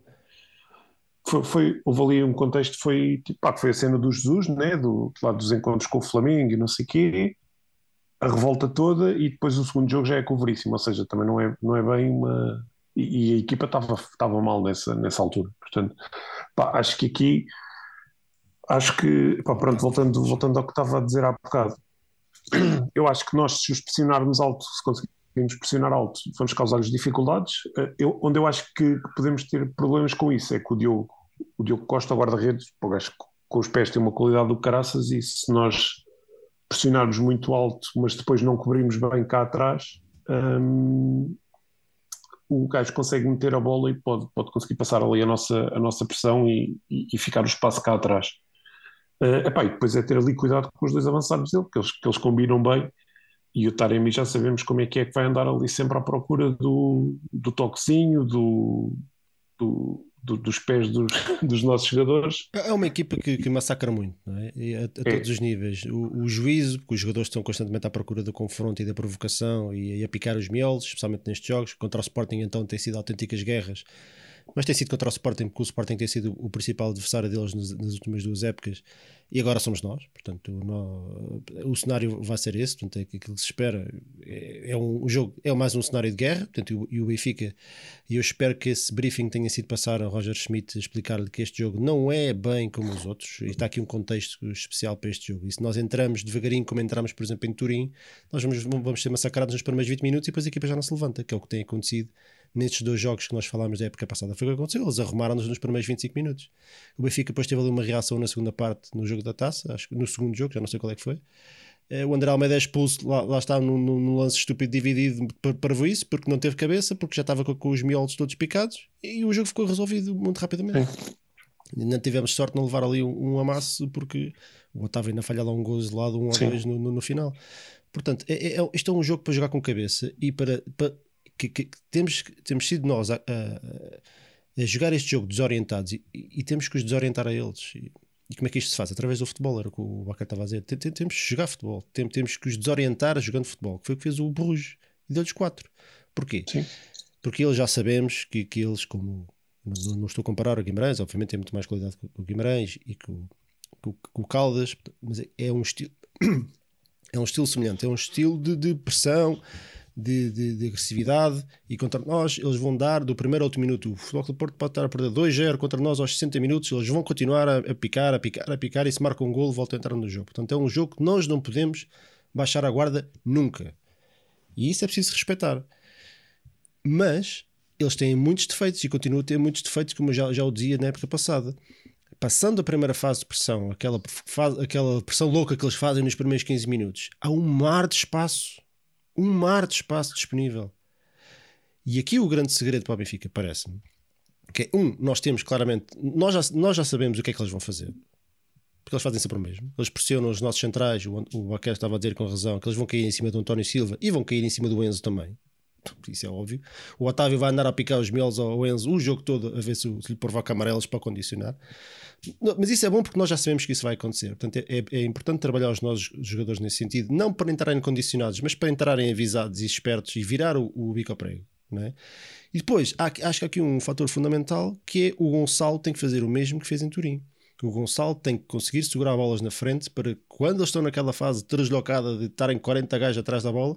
S4: Foi, foi, houve ali um contexto, foi, tipo, pá, foi a cena do Jesus, né, do, lá dos encontros com o Flamengo e não sei o quê, a revolta toda, e depois o segundo jogo já é com o Veríssimo, ou seja, também não é, não é bem uma. E, e a equipa estava estava mal nessa, nessa altura, portanto, pá, acho que aqui. Acho que, pá, pronto, voltando, voltando ao que estava a dizer há bocado, eu acho que nós, se os pressionarmos alto, se conseguirmos pressionar alto, vamos causar-lhes dificuldades. Eu, onde eu acho que podemos ter problemas com isso é que o Diogo, o Diogo Costa, o guarda-redes, acho que com os pés tem uma qualidade do caraças, e se nós pressionarmos muito alto, mas depois não cobrimos bem cá atrás, hum, o gajo consegue meter a bola e pode, pode conseguir passar ali a nossa, a nossa pressão e, e, e ficar o espaço cá atrás. Uh, epá, e depois é ter ali cuidado com os dois avançados dele, que eles, que eles combinam bem, e o Taremi já sabemos como é que é que vai andar ali sempre à procura do, do toquezinho, do, do, do, dos pés dos, dos nossos jogadores.
S2: É uma equipa que, que massacra muito, não é? E a, a é. todos os níveis. O, o juízo, porque os jogadores estão constantemente à procura do confronto e da provocação e, e a picar os miolos, especialmente nestes jogos. Contra o Sporting, então, tem sido autênticas guerras. Mas tem sido contra o Sporting, porque o Sporting tem sido o principal adversário deles nas, nas últimas duas épocas, e agora somos nós. Portanto, no, o cenário vai ser esse. Portanto, é aquilo que se espera é, é um, um jogo, é mais um cenário de guerra. Portanto, e o Benfica, e eu espero que esse briefing tenha sido passar a Roger Schmidt, explicar-lhe que este jogo não é bem como os outros, e está aqui um contexto especial para este jogo. E se nós entramos devagarinho, como entramos, por exemplo, em Turim, nós vamos, vamos ser massacrados nos primeiros vinte minutos e depois a equipa já não se levanta, que é o que tem acontecido nestes dois jogos que nós falámos da época passada. Foi o que aconteceu, eles arrumaram-nos nos primeiros vinte e cinco minutos. O Benfica depois teve ali uma reação na segunda parte, no jogo da taça, acho que no segundo jogo, já não sei qual é que foi. O André Almeida é expulso, lá, lá está, num, num lance estúpido dividido para isso, porque não teve cabeça, porque já estava com, com os miolos todos picados, e o jogo ficou resolvido muito rapidamente. Não tivemos sorte de não levar ali um, um amasso, porque o Otávio ainda falha lá um gol isolado, um ou dois no, no, no final. Portanto, é, é, isto é um jogo para jogar com cabeça e para... para Que, que, que temos, temos sido nós a, a, a jogar este jogo desorientados e, e, e temos que os desorientar a eles. E, e como é que isto se faz? Através do futebol, era o que o Bacar estava a dizer. Tem, tem, temos que jogar futebol, tem, temos que os desorientar jogando futebol, que foi o que fez o Bruges e deu-lhes quatro. Porquê? Sim. Porque eles já sabemos que, que eles, como não, não estou a comparar o Guimarães, obviamente tem muito mais qualidade que o Guimarães e que o, que o, que o Caldas, mas é, é um estilo é um estilo semelhante, é um estilo de, de pressão. De, de, de agressividade, e contra nós eles vão dar do primeiro ao último minuto. O Futebol Clube do Porto pode estar a perder dois a zero contra nós aos sessenta minutos, eles vão continuar a, a picar, a picar, a picar, e se marca um golo voltam a entrar no jogo. Portanto, é um jogo que nós não podemos baixar a guarda nunca, e isso é preciso respeitar. Mas eles têm muitos defeitos e continuam a ter muitos defeitos, como eu já, já o dizia na época passada. Passando a primeira fase de pressão, aquela, fase, aquela pressão louca que eles fazem nos primeiros quinze minutos, há um mar de espaço um mar de espaço disponível. E aqui o grande segredo para o Benfica, parece-me, que é, um, nós temos claramente, nós já, nós já sabemos o que é que eles vão fazer, porque eles fazem sempre o mesmo. Eles pressionam os nossos centrais, o, o Baquer estava a dizer com razão, que eles vão cair em cima do António Silva e vão cair em cima do Enzo também. Isso é óbvio. O Otávio vai andar a picar os miolos ao Enzo o jogo todo, a ver se, se lhe provoca amarelos para condicionar. Mas isso é bom porque nós já sabemos que isso vai acontecer. Portanto, é, é importante trabalhar os nossos jogadores nesse sentido, não para entrarem condicionados, mas para entrarem avisados e espertos e virar o, o bico ao prego, não é? E depois, há, acho que há aqui um fator fundamental, que é o Gonçalo tem que fazer o mesmo que fez em Turim. O Gonçalo tem que conseguir segurar bolas na frente para, quando eles estão naquela fase translocada de estarem quarenta gajos atrás da bola,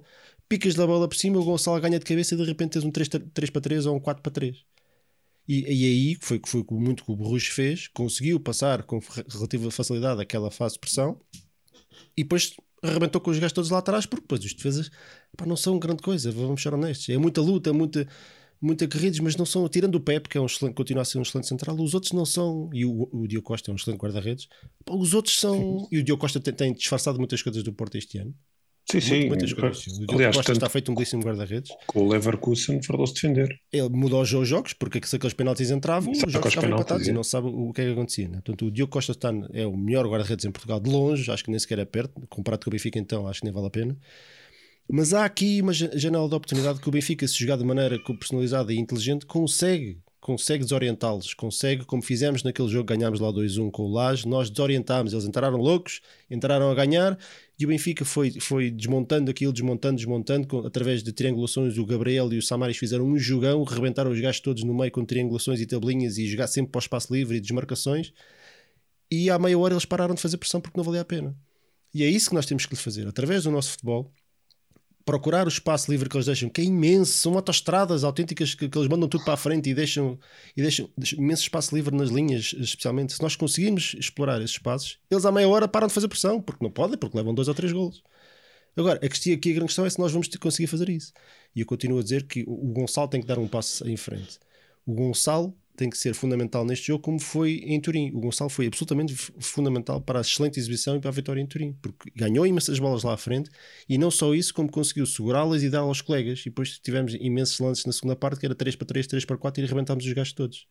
S2: picas da bola por cima, o Gonçalo ganha de cabeça e de repente tens um três para três ou um quatro para três. E, e aí foi, foi muito que o Borrucho fez, conseguiu passar com relativa facilidade aquela fase de pressão e depois arrebentou com os gajos todos lá atrás, porque depois os defesas pá, não são grande coisa, vamos ser honestos. É muita luta, muita, muita corridas, mas não são, tirando o Pepe, que é um excelente, continua a ser um excelente central, os outros não são, e o, o Diogo Costa é um excelente guarda-redes, pá, os outros são, e o Diogo Costa tem, tem disfarçado muitas coisas do Porto este ano.
S4: Sim, sim.
S2: Muitas coisas. O Diogo
S4: Aliás,
S2: Costa
S4: tanto
S2: está feito um belíssimo guarda-redes.
S4: Com o Leverkusen fartou-se defender.
S2: Ele mudou os jogos, porque se aqueles penaltis entravam, os jogos estavam empatados e não se sabe o que é que acontecia. Né? Portanto, o Diogo Costa está, é o melhor guarda-redes em Portugal de longe, acho que nem sequer é perto, comparado com o Benfica, então acho que nem vale a pena. Mas há aqui uma janela de oportunidade que o Benfica, se jogar de maneira personalizada e inteligente, consegue. Consegue desorientá-los, consegue, como fizemos naquele jogo, ganhámos lá dois a um com o Laje, nós desorientámos, eles entraram loucos, entraram a ganhar e o Benfica foi, foi desmontando aquilo, desmontando, desmontando, com, através de triangulações. O Gabriel e o Samaris fizeram um jogão, rebentaram os gajos todos no meio com triangulações e tabelinhas e jogar sempre para o espaço livre e desmarcações, e à meia hora eles pararam de fazer pressão porque não valia a pena. E é isso que nós temos que lhe fazer, através do nosso futebol, procurar o espaço livre que eles deixam, que é imenso, são autoestradas autênticas que, que eles mandam tudo para a frente e deixam, e deixam, deixam imenso espaço livre nas linhas, especialmente. Se nós conseguirmos explorar esses espaços, eles à meia hora param de fazer pressão, porque não podem, porque levam dois ou três golos. Agora, a questão aqui, a grande questão é se nós vamos conseguir fazer isso. E eu continuo a dizer que o Gonçalo tem que dar um passo em frente. O Gonçalo tem que ser fundamental neste jogo, como foi em Turim. O Gonçalo foi absolutamente fundamental para a excelente exibição e para a vitória em Turim, porque ganhou imensas bolas lá à frente e não só isso, como conseguiu segurá-las e dar aos colegas. E depois tivemos imensos lances na segunda parte, que era três para três, três para quatro e arrebentámos os gajos todos.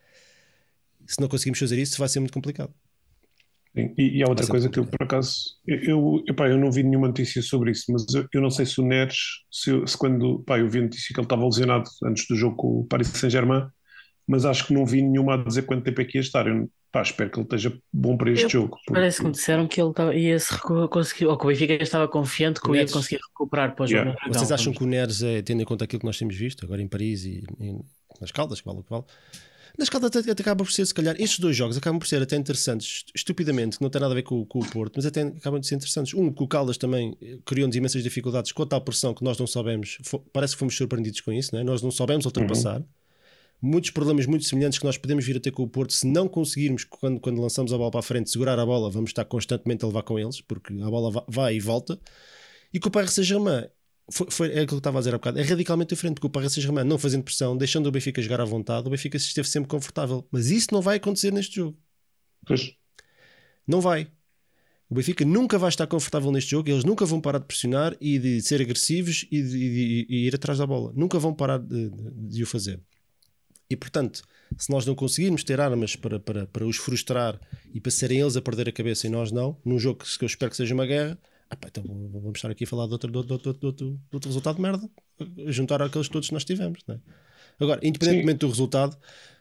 S2: Se não conseguimos fazer isso, vai ser muito complicado.
S4: Sim. E, e há outra coisa que eu, por acaso, eu, eu, epá, eu não vi nenhuma notícia sobre isso, mas eu, eu não sei se o Neres, se, se quando, pá, eu vi a notícia que ele estava lesionado antes do jogo com o Paris Saint-Germain, mas acho que não vi nenhuma a dizer quanto tempo é que ia estar. Eu, pá, espero que ele esteja bom para este
S3: eu,
S4: jogo. Porque...
S3: Parece que me disseram que ele estava, ia se conseguir, ou que o Benfica estava confiante que o ia conseguir recuperar para o jogo.
S4: Yeah.
S2: Vocês acham que o Neres, é, tendo em conta aquilo que nós temos visto agora em Paris e, e nas Caldas, que vale o que vale, nas Caldas até, até acaba por ser, se calhar, estes dois jogos acabam por ser até interessantes, estupidamente, que não tem nada a ver com, com o Porto, mas até acabam de ser interessantes. Um, que o Caldas também criou-nos imensas dificuldades com a tal pressão que nós não soubemos, parece que fomos surpreendidos com isso, não é? Nós não soubemos ultrapassar. Uhum. Muitos problemas muito semelhantes que nós podemos vir a ter com o Porto se não conseguirmos, quando, quando lançamos a bola para a frente, segurar a bola, vamos estar constantemente a levar com eles, porque a bola vai e volta. E com o Paris Saint-Germain, foi, foi, é aquilo que eu estava a dizer há bocado, é radicalmente diferente, porque o Paris Saint-Germain, não fazendo pressão, deixando o Benfica jogar à vontade, o Benfica esteve sempre confortável. Mas isso não vai acontecer neste jogo.
S4: Pois.
S2: Não vai. O Benfica nunca vai estar confortável neste jogo, eles nunca vão parar de pressionar e de ser agressivos e de, de, de, de ir atrás da bola. Nunca vão parar de, de, de o fazer. E portanto, se nós não conseguirmos ter armas para, para, para os frustrar e para serem eles a perder a cabeça e nós não, num jogo que eu espero que seja uma guerra, ah pá, então vamos estar aqui a falar de outro, de outro, de outro, de outro, de outro resultado de merda, juntar aqueles todos que nós tivemos, não é? Agora, independentemente Sim. do resultado,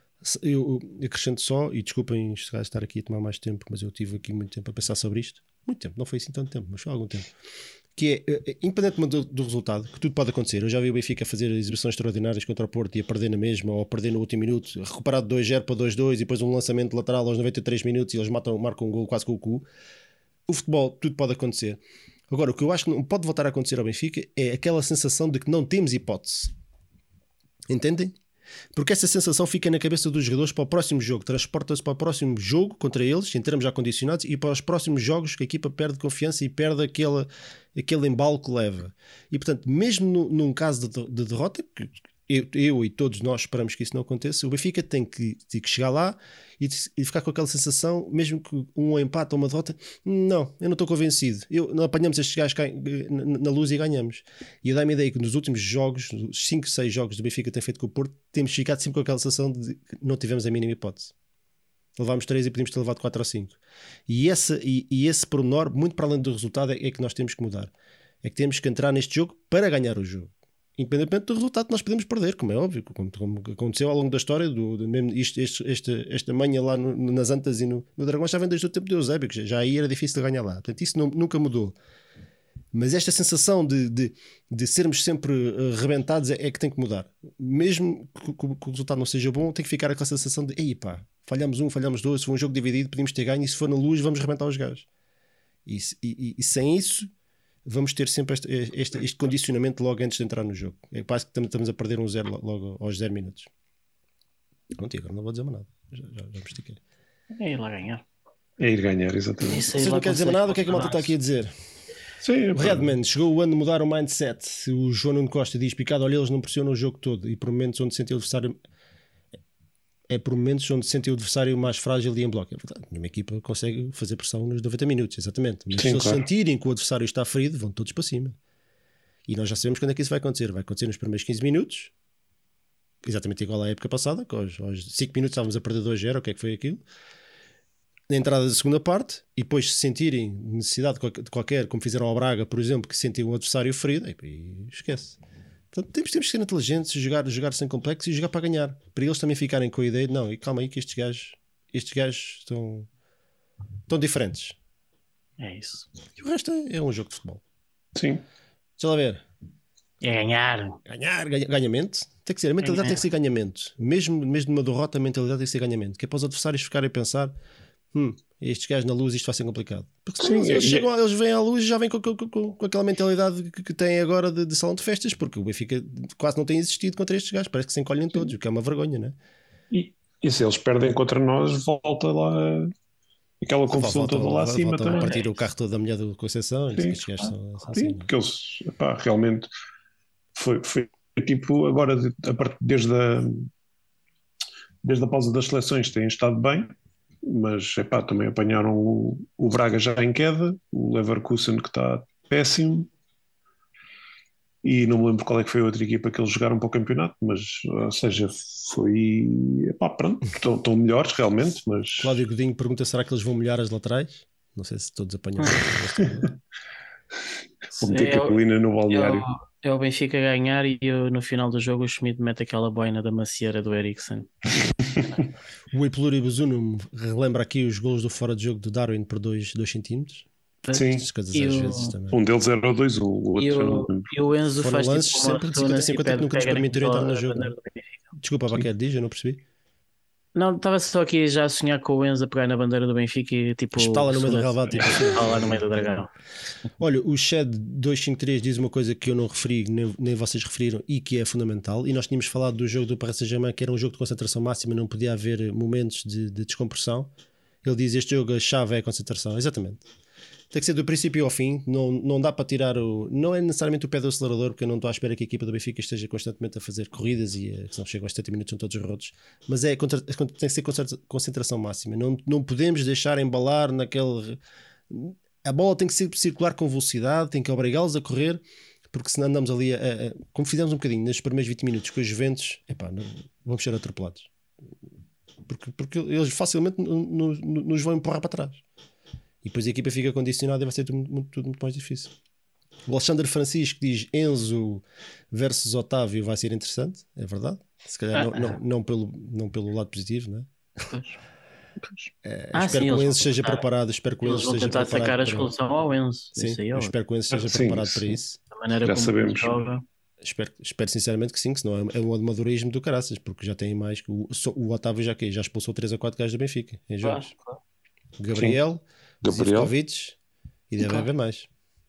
S2: eu, eu acrescento só, e desculpem estar aqui a tomar mais tempo, mas eu tive aqui muito tempo a pensar sobre isto, muito tempo, não foi assim tanto tempo, mas foi algum tempo, que é, independentemente do, do resultado, que tudo pode acontecer. Eu já vi o Benfica fazer exibições extraordinárias contra o Porto e a perder na mesma, ou a perder no último minuto, recuperar de dois a zero para dois a dois e depois um lançamento lateral aos noventa e três minutos e eles matam, marcam um gol quase com o cu. O futebol, tudo pode acontecer. Agora, o que eu acho que não pode voltar a acontecer ao Benfica é aquela sensação de que não temos hipótese. Entendem? Porque essa sensação fica na cabeça dos jogadores para o próximo jogo, transporta-se para o próximo jogo contra eles, em termos já condicionados, e para os próximos jogos que a equipa perde confiança e perde aquele, aquele embalo que leva. E portanto, mesmo no, num caso de, de derrota, que eu, eu e todos nós esperamos que isso não aconteça, o Benfica tem que, tem que chegar lá e, e ficar com aquela sensação, mesmo que um empate ou uma derrota, não, eu não estou convencido, eu, não apanhamos estes gajos na, na luz e ganhamos. E eu dá-me a ideia que nos últimos jogos, os cinco, seis jogos do Benfica tem feito com o Porto, temos ficado sempre com aquela sensação de que não tivemos a mínima hipótese. Levámos três e podíamos ter levado quatro ou cinco. E, essa, e, e esse pormenor, muito para além do resultado, é, é que nós temos que mudar. É que temos que entrar neste jogo para ganhar o jogo. Independentemente do resultado que nós podemos perder, como é óbvio, como, como aconteceu ao longo da história, do, do mesmo isto, este, este, esta manha lá no, nas Antas e no, no Dragão já vem desde o tempo de Eusébio, que já, já aí era difícil de ganhar lá. Portanto, isso não, nunca mudou. Mas esta sensação de, de, de sermos sempre uh, rebentados é, é que tem que mudar. Mesmo que, que, que o resultado não seja bom, tem que ficar aquela sensação de ei pá, falhamos um, falhamos dois, se for um jogo dividido, podemos ter ganho, e se for na luz, vamos rebentar os gajos. E, e, e sem isso, vamos ter sempre este, este, este condicionamento logo antes de entrar no jogo. É quase que estamos a perder um zero logo aos zero minutos. Pronto, agora não vou dizer mais nada. Já, já, já me estiquei.
S3: É ir lá ganhar.
S4: É ir ganhar, exatamente.
S3: Isso aí
S2: Vocês
S3: lá
S2: não querem dizer mais nada? O que é que a malta está aqui a dizer?
S4: Sim,
S2: O Redman, chegou o ano de mudar o mindset. O João Nuno Costa diz: picado, olha, eles não pressionam o jogo todo e por momentos onde sentem o adversário. É por momentos onde sentem o adversário mais frágil e em bloco. É verdade, nenhuma equipa consegue fazer pressão nos noventa minutos, exatamente. Mas
S4: Sim,
S2: se eles
S4: claro.
S2: sentirem que o adversário está ferido, vão todos para cima. E nós já sabemos quando é que isso vai acontecer. Vai acontecer nos primeiros quinze minutos, exatamente igual à época passada, que aos, aos cinco minutos estávamos a perder dois a zero, o que é que foi aquilo? Na entrada da segunda parte, e depois se sentirem necessidade de qualquer, como fizeram ao Braga, por exemplo, que sentem um adversário ferido, aí esquece. Portanto, temos, temos que ser inteligentes, jogar, jogar sem complexo e jogar para ganhar. Para eles também ficarem com a ideia de não, e calma aí que estes gajos, estes gajos estão, estão diferentes.
S3: É isso.
S2: E o resto é, é um jogo de futebol.
S4: Sim.
S2: Deixa lá ver.
S3: É ganhar.
S2: Ganhar, ganha, ganhamento. Tem que ser, a mentalidade tem que ser ganhamento. Mesmo, mesmo numa derrota, a mentalidade tem que ser ganhamento. Que é para os adversários ficarem a pensar: hum, estes gajos na luz, isto vai ser complicado. Porque senão
S4: Sim,
S2: eles,
S4: é-
S2: chegam, eles vêm à luz e já vêm com, com, com, com aquela mentalidade que, que têm agora de, de salão de festas, porque o Benfica quase não tem existido contra estes gajos. Parece que se encolhem todos, o que é uma vergonha, não é?
S4: E, e se eles perdem contra nós, volta lá aquela confusão
S2: Voltam-
S4: toda lá
S2: voltam
S4: acima
S2: a
S4: também.
S2: partir o carro todo da mulher do Conceição. e diz
S4: Sim,
S2: que estes gajos são, são
S4: Sim,
S2: assim, não é?
S4: porque eles, epá, realmente foi, foi tipo agora de- a part- desde a, desde a pausa das seleções têm estado bem, mas epá, também apanharam o, o Braga já em queda, o Leverkusen que está péssimo, e não me lembro qual é que foi a outra equipa que eles jogaram para o campeonato, mas ou seja, foi epá, pronto, estão, estão melhores realmente, mas
S2: Cláudio Godinho pergunta: será que eles vão molhar as laterais? Não sei se todos apanham.
S4: vou meter
S3: É o-
S4: Carolina no
S3: É
S4: balneário.
S3: o, é o Benfica ganhar e eu, no final do jogo o Schmidt mete aquela boina da macieira do Eriksen.
S2: O Epiluri Buzuno relembra aqui os golos do fora de jogo do Darwin por dois centímetros.
S4: Sim,
S2: Estas coisas
S3: E
S2: às
S3: o-
S2: vezes também.
S4: um deles era o dois, o outro
S3: E
S4: eu não
S3: o,
S4: lembro.
S3: e o Enzo
S2: Foram
S3: faz
S2: lances
S3: tipo uma
S2: sempre de cinquenta a
S3: ressonância e
S2: cinquenta que
S3: pede-
S2: nunca nos
S3: pega
S2: permitiram
S3: naquela
S2: entrar no jogo.
S3: bandeira do Benfica.
S2: Desculpa, Baquer, diz, eu não percebi.
S3: Não, estava só aqui já a sonhar com o Enzo a pegar na bandeira do Benfica e tipo.
S2: Espetá-la no meio do
S3: ressonância-
S2: relvado, tipo assim.
S3: Espetá-la lá no meio do dragão.
S2: Olha, o Shed dois cinco três diz uma coisa que eu não referi, nem, nem vocês referiram, e que é fundamental. E nós tínhamos falado do jogo do Paris Saint-Germain, que era um jogo de concentração máxima, não podia haver momentos de, de descompressão. Ele diz: este jogo, a chave é a concentração. Exatamente. Tem que ser do princípio ao fim, não, não dá para tirar o. Não é necessariamente o pé do acelerador, porque eu não estou à espera que a equipa do Benfica esteja constantemente a fazer corridas e eh, se não chegam aos setenta minutos são todos rotos. Mas é, contra- tem que ser concentra- concentração máxima. Não, não podemos deixar embalar naquele. A bola tem que ser circular com velocidade, tem que obrigá-los a correr, porque senão andamos ali a, a- a- como fizemos um bocadinho nos primeiros vinte minutos com os Juventus, epá, não, vamos ser atropelados. Porque, porque eles facilmente no- no- no- nos vão empurrar para trás. E depois a equipa fica condicionada e vai ser tudo muito, tudo muito mais difícil. O Alexandre Francisco diz: Enzo versus Otávio vai ser interessante, é verdade. Se calhar não, não, não pelo, não pelo lado positivo, né? É,
S3: Ah,
S2: espero
S3: sim,
S2: que o
S3: eles
S2: Enzo
S3: vão
S2: esteja
S3: tentar-
S2: preparado. Espero que o
S3: Eles
S2: Enzo
S3: vão
S2: esteja
S3: tentar
S2: preparado
S3: sacar a
S2: para-
S3: expulsão ao Enzo.
S2: Sim,
S3: Isso aí,
S2: eu
S3: ó.
S2: espero que o Enzo esteja
S4: Sim,
S2: preparado
S4: isso.
S2: para isso.
S3: Da maneira
S4: Já
S3: como
S4: sabemos.
S3: joga.
S2: Espero, espero sinceramente que sim, que senão é, é um amadorismo do caraças, porque já tem mais que o, só- o Otávio já, que já expulsou três ou quatro gajos do Benfica em jogos.
S3: Claro, claro.
S2: Gabriel,
S4: Gabriel.
S2: Zivkovic e deve
S3: Claro.
S2: haver mais.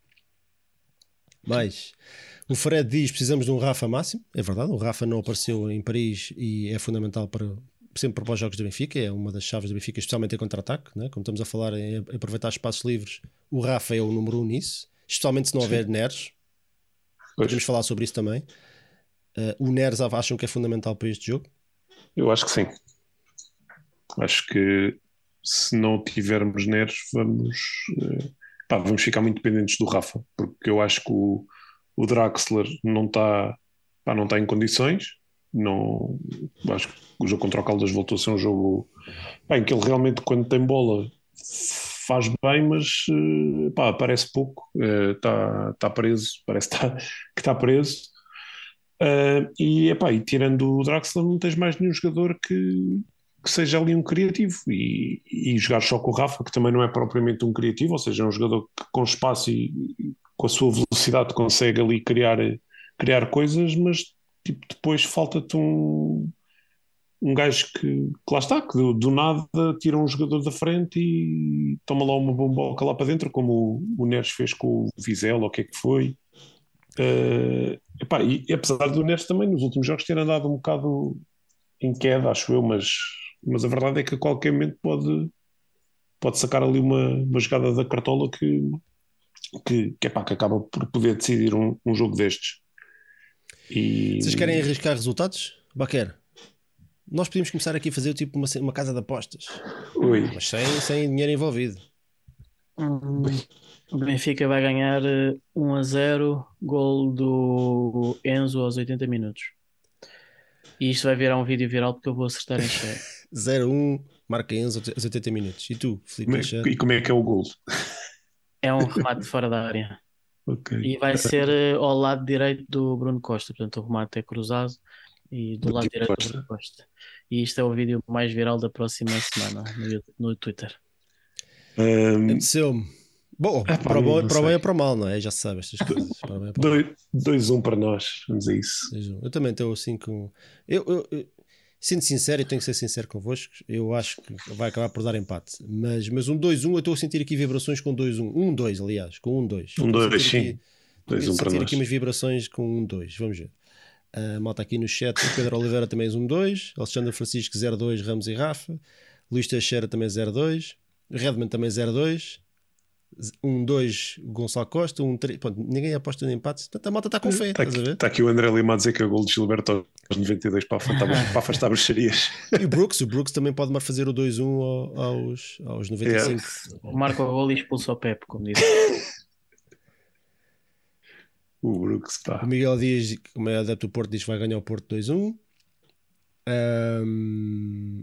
S2: Mais. O Fred diz: precisamos de um Rafa máximo. É verdade, o Rafa não apareceu em Paris e é fundamental para sempre para os jogos do Benfica. É uma das chaves do Benfica, especialmente em contra-ataque, né? Como estamos a falar em aproveitar espaços livres. O Rafa é o número um nisso, especialmente se não houver Neres.
S4: Pois,
S2: Podemos falar sobre isso também. Uh, o Neres acham que é fundamental para este jogo?
S4: eu acho que sim. Acho que se não tivermos Neres, vamos, eh, pá, vamos ficar muito dependentes do Rafa, porque eu acho que o, o Draxler não está pá, não está em condições. Não, acho que o jogo contra o Caldas voltou a ser um jogo pá, em que ele realmente, quando tem bola, faz bem, mas eh, pá, aparece pouco. Está tá preso, parece que está que tá preso. Uh, e, epá, e tirando o Draxler, não tens mais nenhum jogador que, que seja ali um criativo. E, e jogar só com o Rafa, que também não é propriamente um criativo, ou seja, é um jogador que com espaço e, e com a sua velocidade consegue ali criar, criar coisas, mas tipo, depois falta-te um, um gajo que, que lá está, que do, do nada tira um jogador da frente e toma lá uma bomboca lá para dentro, como o, o Neres fez com o Vizela, ou o que é que foi. Uh, epá, e, e apesar do Neres também nos últimos jogos ter andado um bocado em queda, acho eu, mas, mas a verdade é que a qualquer momento pode, pode sacar ali uma, uma jogada da cartola que, que, que, epá, que acaba por poder decidir um, um jogo destes. E...
S2: Vocês querem arriscar resultados? Baquer, nós podíamos começar aqui a fazer tipo uma, uma casa de apostas.
S4: Ui.
S2: Mas sem, sem dinheiro envolvido.
S3: Hum, o Benfica vai ganhar uh, um a zero, gol do Enzo aos oitenta minutos. E isto vai virar um vídeo viral porque eu vou acertar em cheio.
S2: zero a um, marca Enzo aos oitenta minutos. E tu, Filipe?
S4: E como é que é o gol?
S3: É um remate fora da área.
S4: Okay.
S3: E vai ser uh, ao lado direito do Bruno Costa. Portanto, o remate é cruzado e do, do lado direito Costa. do Bruno Costa. E isto é o vídeo mais viral da próxima semana no, no Twitter.
S2: Um... Seu-me. Bom,
S4: ah,
S2: para o bom, para bem ou para o mal, não é? Já se sabe estas coisas.
S4: dois a um para nós, vamos a isso.
S2: Eu também estou assim com. Eu, eu, eu sendo sincero, e tenho que ser sincero convosco, eu acho que vai acabar por dar empate. Mas, mas um dois a um, eu estou a sentir aqui vibrações com dois a um. um dois, aliás, com um dois.
S4: um dois, sim.
S2: dois a um para nós. Sentir aqui umas vibrações com um dois. Vamos ver. A malta aqui no chat, o Pedro Oliveira também é um dois, Alexandre Francisco zero dois, Ramos e Rafa, Luís Teixeira também zero dois, Redman também zero dois, um dois Gonçalo Costa, um três, pronto, ninguém aposta no empate, portanto a malta está com fé.
S4: Está aqui, está aqui o André Lima a dizer que é o gol de Gilberto aos noventa e dois para afastar, para afastar bruxarias.
S2: E o Brooks, o Brooks também pode fazer o dois a um aos, aos noventa e cinco.
S3: Yeah. Marca o gol e expulsa o Pepe, como diz.
S4: O Brooks, pá.
S2: O Miguel Dias, como é adepto do Porto, diz que vai ganhar o Porto dois a um. Um...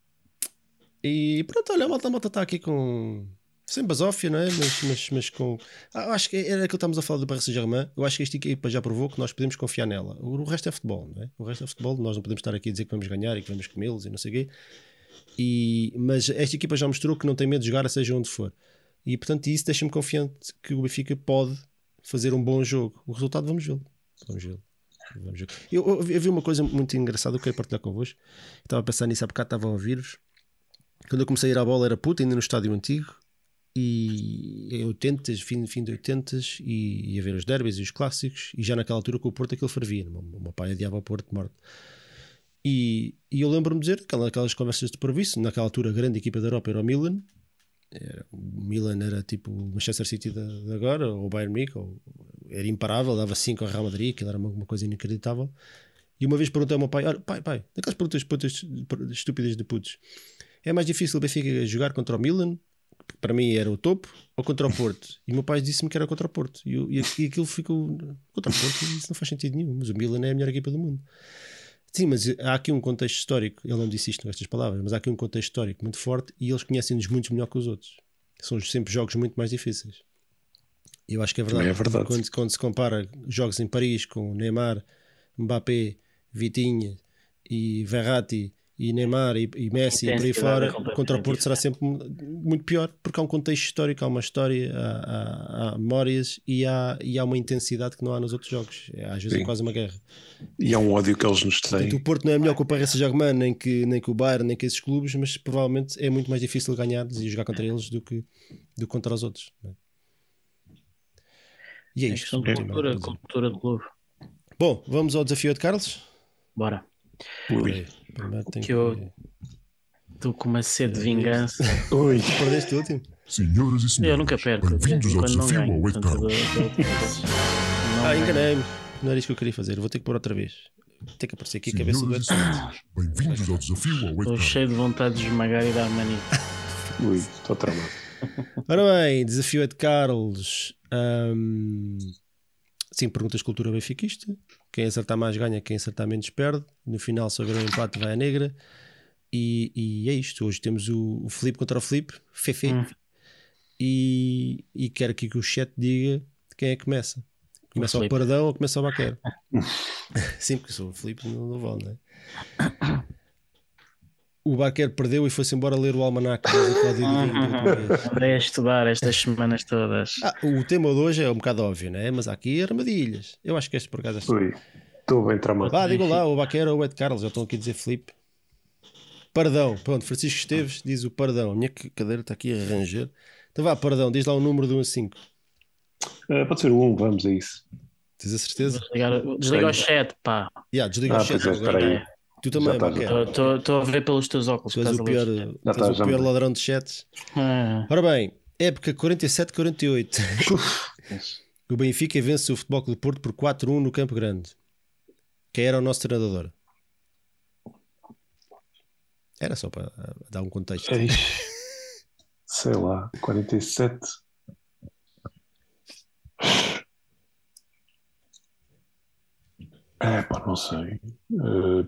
S2: E pronto, olha, a malta, a malta está aqui com... sem basófia, não é? Mas, mas, mas com... Ah, acho que era aquilo que estamos a falar do Paris Saint-Germain. Eu acho que esta equipa já provou que nós podemos confiar nela. O resto é futebol, não é? O resto é futebol. Nós não podemos estar aqui a dizer que vamos ganhar e que vamos comê-los e não sei o quê. E... Mas esta equipa já mostrou que não tem medo de jogar, seja onde for. E portanto isso deixa-me confiante que o Benfica pode fazer um bom jogo. O resultado vamos vê-lo. Vamos vê-lo. Vamos vê-lo. Eu, eu, eu vi uma coisa muito engraçada, eu quero partilhar convosco. Estava a pensar nisso há bocado, estava a ouvir-vos. Quando eu comecei a ir à bola era puto, ainda no estádio antigo. E em oitenta, fim, fim de oitenta, e ia ver os derbys e os clássicos. E já naquela altura com o Porto aquilo fervia. O meu pai adiava o Porto morto. E, e eu lembro-me de dizer, aquelas conversas de previsto, naquela altura a grande equipa da Europa era o Milan. Era, o Milan era tipo o Manchester City de, de agora, ou o Bayern Munique, ou, era imparável, dava cinco ao Real Madrid, aquilo era uma, uma coisa inacreditável. E uma vez perguntei ao meu pai: pai, pai, daquelas perguntas, perguntas estúpidas de putos, é mais difícil o Benfica jogar contra o Milan, que para mim era o topo, ou contra o Porto? E o meu pai disse-me que era contra o Porto, e, eu, e aquilo ficou contra o Porto, e isso não faz sentido nenhum, mas o Milan é a melhor equipa do mundo. Sim, mas há aqui um contexto histórico, ele não disse isto com estas palavras, mas há aqui um contexto histórico muito forte e eles conhecem-nos muito melhor que os outros. São sempre jogos muito mais difíceis. E eu acho que é verdade.
S4: É verdade.
S2: Quando, quando se compara jogos em Paris com Neymar, Mbappé, Vitinha e Verratti e Neymar e, e Messi e por aí fora, contra o Porto será sempre muito pior, porque há um contexto histórico, há uma história, há, há, há memórias e há, e há uma intensidade que não há nos outros jogos. Às vezes Sim. é quase uma guerra.
S4: E há um ódio que eles nos têm.
S2: Portanto, o Porto não é melhor que o Paris Saint-Germain, nem que, nem que o Bayern, nem que esses clubes, mas provavelmente é muito mais difícil ganhar e jogar contra eles do que, do que contra os outros. Não é? E é
S3: é
S2: isto.
S3: É cultura, cultura do clube.
S2: Bom, vamos ao desafio de Carlos?
S3: Bora.
S4: Ui.
S3: Que, que eu estou com uma sede de vingança.
S2: Ui. Perdeste o último?
S5: Senhoras e senhores,
S3: eu nunca perco.
S5: Bem-vindos ao desafio ao oito Carlos.
S2: Ah, enganei-me. Não era isso que eu queria fazer. Eu vou ter que pôr outra vez. Tem que aparecer aqui a cabeça do
S5: Bem-vindos ao desafio ao oito Carlos.
S3: Estou cheio de vontade de esmagar e dar manita.
S4: Ui, estou tramado.
S2: Ora bem, desafio é de Carlos. Um... Sim, perguntas de cultura benfiquista. Quem acertar mais ganha, quem acertar menos perde. No final, se houver um empate, vai a negra. E, e é isto. Hoje temos o, o Filipe contra o Filipe, Fefe. Hum. E, e quero aqui que o chat diga quem é que começa. Começa o, o Paradão ou começa o Baquer? Sim, porque sou o Filipe, não, não vale, não é? O Baquer perdeu e foi-se embora ler o almanac.
S3: Andei a estudar estas semanas todas.
S2: Ah, o tema de hoje é um bocado óbvio, né? Mas há aqui armadilhas. Eu acho que este por acaso é.
S4: Ui, estou bem tramado.
S2: Vá, digam lá, o Baquer ou o Ed Carlos. Já estão aqui a dizer Filipe. Pardão. Pronto, Francisco Esteves diz o Pardão. A minha cadeira está aqui a arranjar. Então vá, Pardão, diz lá o número de um a cinco.
S4: Uh, pode ser o um, vamos a isso.
S2: Tens a certeza?
S3: Desligar, desliga o chat, pá.
S2: Yeah, desliga
S4: Ah,
S2: o chat
S4: pois é,
S2: agora.
S4: espera aí.
S2: Tu também,
S4: Já tá,
S2: Baquer.
S3: Estou a ver pelos teus óculos.
S2: Tu és o pior,
S4: Já
S2: tu
S4: tá,
S2: és o
S4: já
S2: pior
S4: me-
S2: ladrão de chats.
S3: Ah,
S2: Ora bem, época quarenta e sete quarenta e oito. O Benfica vence o Futebol Clube do Porto por quatro a um no Campo Grande. Quem era o nosso treinador? Era só para uh, dar um contexto.
S4: Ei, sei lá, quarenta e sete. É, pá, não sei. Uh,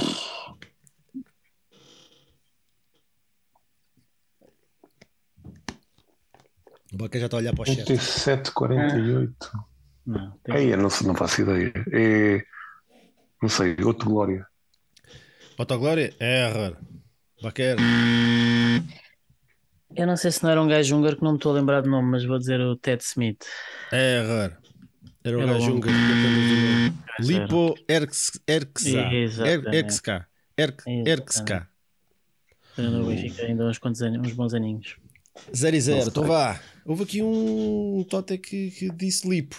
S2: O Baquer já está a olhar para o chat.
S4: quarenta e sete, quarenta e oito.
S3: não, tem-
S4: Ei, eu não, sei- não faço ideia. É, não sei, outro Glória.
S2: Autoglória? Error. Baquer.
S3: Eu não sei se não era um gajo húngaro que não me estou a lembrar de nome, mas vou dizer o Ted Smith.
S2: Error. Era o
S3: Era
S2: gajo
S3: um-
S2: húngaro. Lipo Erkska.
S3: Exatamente.
S2: Erkska. Erkska.
S3: Treinador do Benfica ainda há uns, quantos anos, uns bons aninhos.
S2: zero e zero.
S4: Não
S2: Então
S4: sei.
S2: vá. Houve aqui um Tote que, que disse Lipo.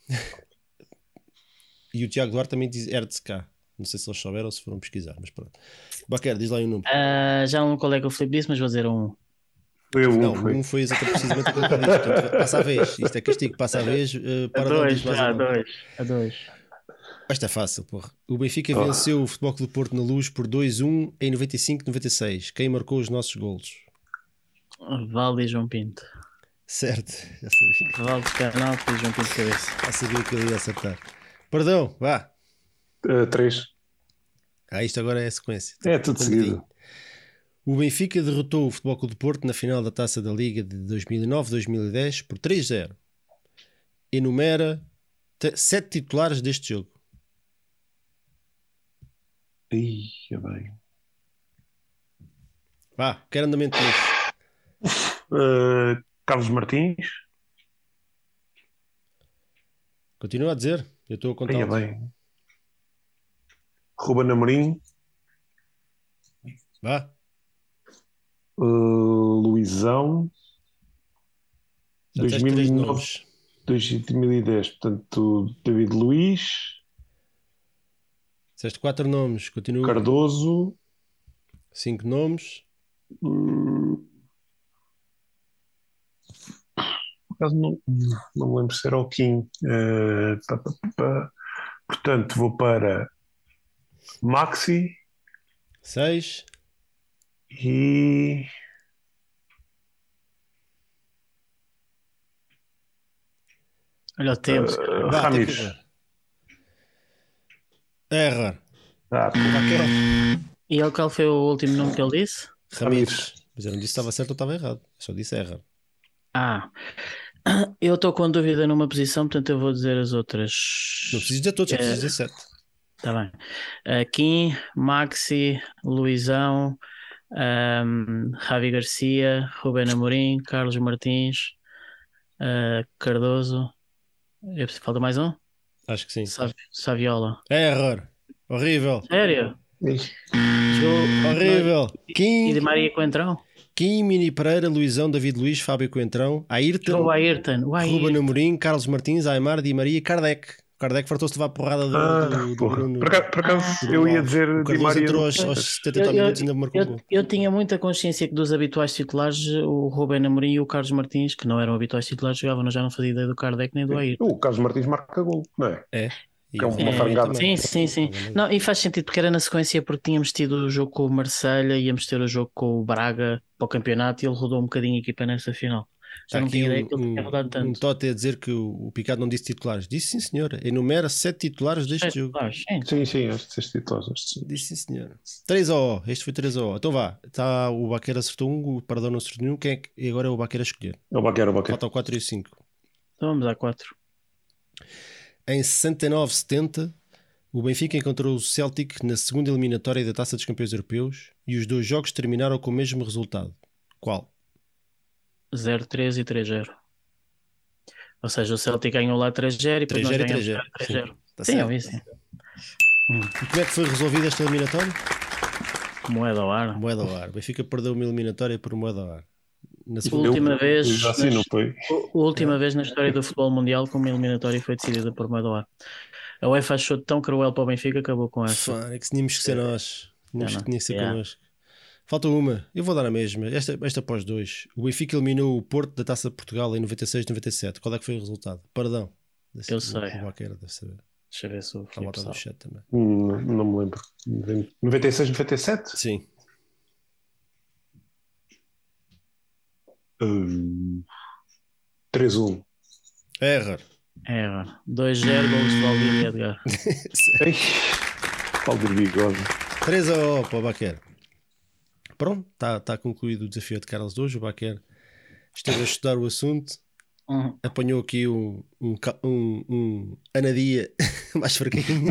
S2: E o Tiago Duarte também diz Erkska. Não sei se eles souberam ou se foram pesquisar, mas pronto. Baquer, diz lá aí o número.
S3: Ah, já não lembro qual é que o Filipe disse, mas vou dizer um.
S4: Foi o
S2: Não,
S4: um,
S2: o
S4: foi.
S2: um foi exatamente precisamente aquilo que eu disse. Portanto, passa a vez. Isto é castigo, passa a vez. Uh,
S3: A
S2: para não
S3: dois,
S2: dizer mais
S3: já, a
S2: um nome.
S3: dois. A dois.
S2: Esta é fácil, porra. O Benfica
S4: Oh.
S2: venceu o Futebol Clube do Porto na Luz por dois a um em noventa e cinco noventa e seis. Quem marcou os nossos golos?
S3: Valde e João Pinto.
S2: Certo, já sabia.
S3: Valde Canal e João Pinto de cabeça.
S2: Já sabia que ele ia acertar. Perdão, vá.
S4: Uh, três.
S2: Ah, isto agora é a sequência.
S4: É tudo seguido.
S2: O Benfica derrotou o Futebol Clube do Porto na final da Taça da Liga de dois mil e nove dois mil e dez por três a zero. Enumera te- sete titulares deste jogo.
S4: Ih, é bem.
S2: Vá, quero andamento nisso.
S4: Uh, Carlos Martins.
S2: Continua a dizer. Eu estou a contar.
S4: Aí é bem. Ruben Amorim.
S2: Vá.
S4: Uh, Luizão.
S2: Já tens três
S4: dois mil e nove,
S2: nomes.
S4: dois mil e dez, portanto, David Luiz,
S2: Disseste quatro nomes. Continua.
S4: Cardoso.
S2: Cinco nomes.
S4: hum, Por acaso não, não me lembro se era o Kim. Uh, pá, pá, pá, pá. Portanto, vou para Maxi
S2: Seis.
S4: e.
S3: Olha o tempo.
S4: uh,
S2: Vá, tem que
S4: Ramires.
S2: ver. Error.
S4: Ah,
S2: Baquer.
S3: E ele, qual foi o último nome que ele disse?
S2: Ramires. Mas eu não disse se estava certo ou estava errado. Eu só disse error.
S3: Ah, eu estou com dúvida numa posição, portanto eu vou dizer as outras.
S2: Não preciso dizer todos, só
S3: É.
S2: preciso dizer sete.
S3: Está bem. Uh, Kim, Maxi, Luizão, um, Javi Garcia, Ruben Amorim, Carlos Martins, uh, Cardoso. Eu- Falta mais um?
S2: Acho que sim.
S3: Sav- Saviola.
S2: Error. Horrível.
S3: Sério? Jogou-
S2: Horrível.
S3: E
S2: Kim,
S3: de Maria Coentrão?
S2: Kim, Mini Pereira, Luizão, David Luiz, Fábio Coentrão, Ayrton,
S3: Jogou o Ayrton. O
S2: Ruben
S3: Ayrton.
S2: Amorim, Carlos Martins, Aymar, Di Maria e Kardec. O Kardec fartou-se de levar a porrada do,
S4: Ah,
S2: do, do
S4: porra.
S2: Bruno.
S4: Por acaso, por acaso
S2: do
S4: eu ia
S2: Alves.
S4: dizer
S2: O
S4: Di
S2: Cardoso
S4: Maria.
S2: entrou
S4: no-
S2: aos, aos setenta e tal
S3: Eu- eu-
S2: minutos e ainda marcou o
S3: Eu,
S2: gol.
S3: eu tinha muita consciência que dos habituais titulares, o Ruben Amorim e o Carlos Martins, que não eram habituais titulares, jogavam, eu já não fazia ideia do Kardec nem do Ayrton.
S4: O Carlos Martins marca gol, não é?
S2: É. E
S4: Que é
S2: o
S4: uma
S2: Ruben
S4: fargada.
S2: também.
S3: Sim, sim, sim. Não, e faz sentido porque era na sequência, porque tínhamos tido o jogo com o Marselha, íamos ter o jogo com o Braga para o campeonato e ele rodou um bocadinho a equipa nessa final. Já
S2: Está
S3: não
S2: aqui
S3: tinha ideia
S2: um,
S3: que ele tinha
S2: um,
S3: rodado
S2: um
S3: tanto.
S2: tote a dizer que o, o Picado não disse titulares. Disse sim, senhora. Enumera sete titulares deste
S3: É,
S2: jogo.
S3: claro, sim.
S4: Sim, sim, este este títulos. Este...
S2: Disse sim, senhora. três a O. Este foi três a O. Então vá. Tá, o Baqueira acertou um, o Paradão não acertou nenhum. Quem é que... E agora é o Baqueira a escolher.
S4: É o Baquer, é o Baquer.
S2: Faltam o quatro e o cinco.
S3: Então vamos a quatro.
S2: Em sessenta e nove setenta, o Benfica encontrou o Celtic na segunda eliminatória da Taça dos Campeões Europeus e os dois jogos terminaram com o mesmo resultado. Qual?
S3: zero três e três zero. Ou seja, o Celtic ganhou lá três zero e depois
S2: três
S3: nós
S2: zero e
S3: ganhamos
S2: três zero.
S3: três zero.
S2: Tá
S3: Sim,
S2: certo.
S3: é isso.
S2: E como é que foi resolvida esta eliminatória?
S3: Moeda ao ar.
S2: Moeda ao ar. O Benfica perdeu uma eliminatória por moeda ao ar. Na
S3: A
S2: segunda...
S3: última vez,
S4: Já assim,
S3: nas-
S4: não foi?
S3: a última vez na história do futebol mundial que uma eliminatória foi decidida por moeda ao ar. A UEFA achou tão cruel para o Benfica, acabou com essa.
S2: Fã, é que tínhamos que ser nós. Tínhamos
S3: não,
S2: que tinha que ser
S3: yeah.
S2: connosco. Falta uma. Eu vou dar a mesma. Esta, esta após dois. O Benfica eliminou o Porto da Taça de Portugal em noventa e seis noventa e sete. Qual é que foi o resultado? Perdão. Desse,
S3: Eu sei.
S2: O Baqueira deve saber.
S3: Deixa eu ver se o
S2: Está a
S3: Filipe
S2: malta do
S3: sabe.
S2: chat também.
S4: Hum, Não me lembro. noventa e seis, noventa e sete?
S2: Sim.
S4: Hum, três a um.
S2: Error.
S3: É, dois a zero, gols de Valdir e Edgar.
S4: Ei, Valdir Bigode.
S2: três a zero para o Baqueira. Pronto, está tá concluído o desafio de Carlos de hoje. O Baqueira esteve a estudar o assunto.
S3: Uhum.
S2: Apanhou aqui um, um, ca- um, um anadia mais fraquinho.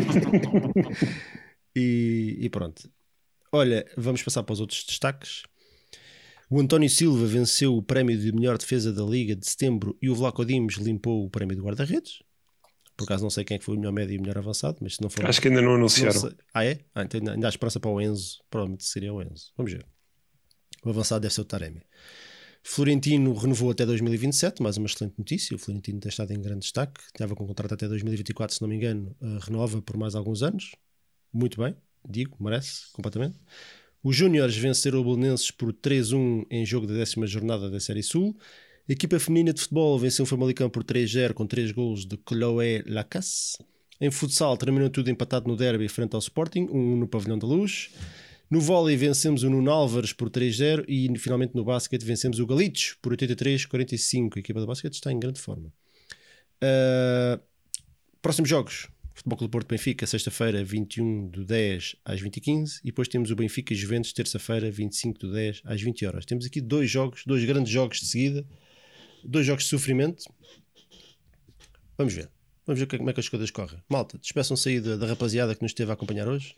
S2: e, e pronto. Olha, vamos passar para os outros destaques. O António Silva venceu o prémio de melhor defesa da Liga de setembro e o Vlaco Dimos limpou o prémio do guarda-redes. Por acaso não sei quem é que foi o melhor médio e o melhor avançado, mas se não for...
S4: Acho que ainda não
S2: não
S4: anunciaram.
S2: sei- Ah é? Ah, então ainda há esperança para o Enzo. Provavelmente seria o Enzo. Vamos ver. O avançado deve ser o Taremi. Florentino renovou até dois mil e vinte e sete, mais uma excelente notícia. O Florentino tem estado em grande destaque, estava com um contrato até dois mil e vinte e quatro, se não me engano, uh, renova por mais alguns anos. Muito bem, digo, merece completamente. Os Júniores venceram o Belenenses por três a um em jogo da décima jornada da Série Sul. A equipa feminina de futebol venceu o Famalicão por três a zero com três golos de Chloé Lacasse. Em futsal terminou tudo empatado no derby frente ao Sporting, um no Pavilhão da Luz. No vôlei vencemos o Nuno Álvares por três a zero e finalmente no basquete vencemos o Galitos por oitenta e três a quarenta e cinco. A equipa do basquete está em grande forma. Uh, próximos jogos: Futebol Clube Porto Benfica, sexta-feira, vinte e um de dez às vinte e quinze. E depois temos o Benfica Juventus, terça-feira, vinte e cinco de dez às vinte horas. Temos aqui dois jogos, dois grandes jogos de seguida, dois jogos de sofrimento. Vamos ver. Vamos ver como é que as coisas correm. Malta, despeçam-se aí da, da rapaziada que nos esteve a acompanhar hoje.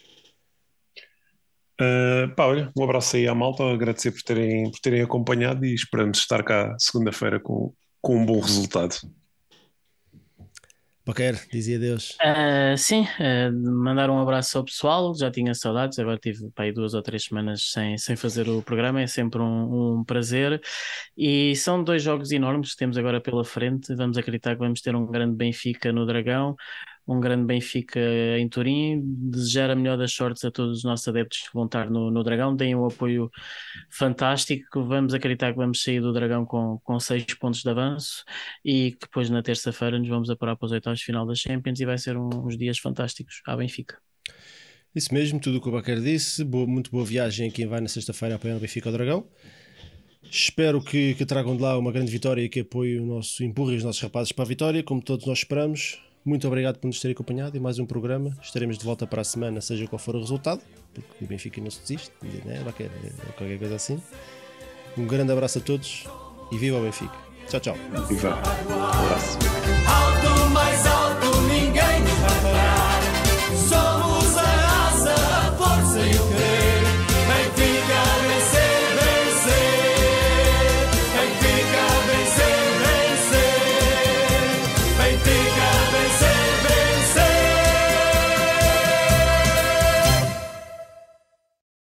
S4: Uh, pá, olha, um abraço aí à malta, agradecer por terem, por terem acompanhado e esperamos estar cá segunda-feira com, com um bom resultado.
S2: Baquer, dizia adeus.
S3: Uh, sim, uh, mandar um abraço ao pessoal, já tinha saudades, agora tive pá, aí duas ou três semanas sem, sem fazer o programa, é sempre um, um prazer. E são dois jogos enormes que temos agora pela frente. Vamos acreditar que vamos ter um grande Benfica no Dragão, um grande Benfica em Turim. Desejar a melhor das sortes a todos os nossos adeptos que vão estar no, no Dragão, deem um apoio fantástico. Vamos acreditar que vamos sair do Dragão com, com seis pontos de avanço e que depois na terça-feira nos vamos apurar para os oitavos de final da Champions e vai ser um, uns dias fantásticos à Benfica.
S2: Isso mesmo, tudo o que o Baquer disse. Boa, muito boa viagem a quem vai na sexta-feira apoiar o Benfica ao Dragão. Espero que, que tragam de lá uma grande vitória e que apoiem o nosso, empurrem os nossos rapazes para a vitória, como todos nós esperamos. Muito obrigado por nos terem acompanhado em mais um programa. Estaremos de volta para a semana, seja qual for o resultado, porque o Benfica não se desiste, né? Baquer, qualquer coisa assim. Um grande abraço a todos e viva o Benfica. Tchau, tchau.
S4: Viva. Um abraço.
S1: How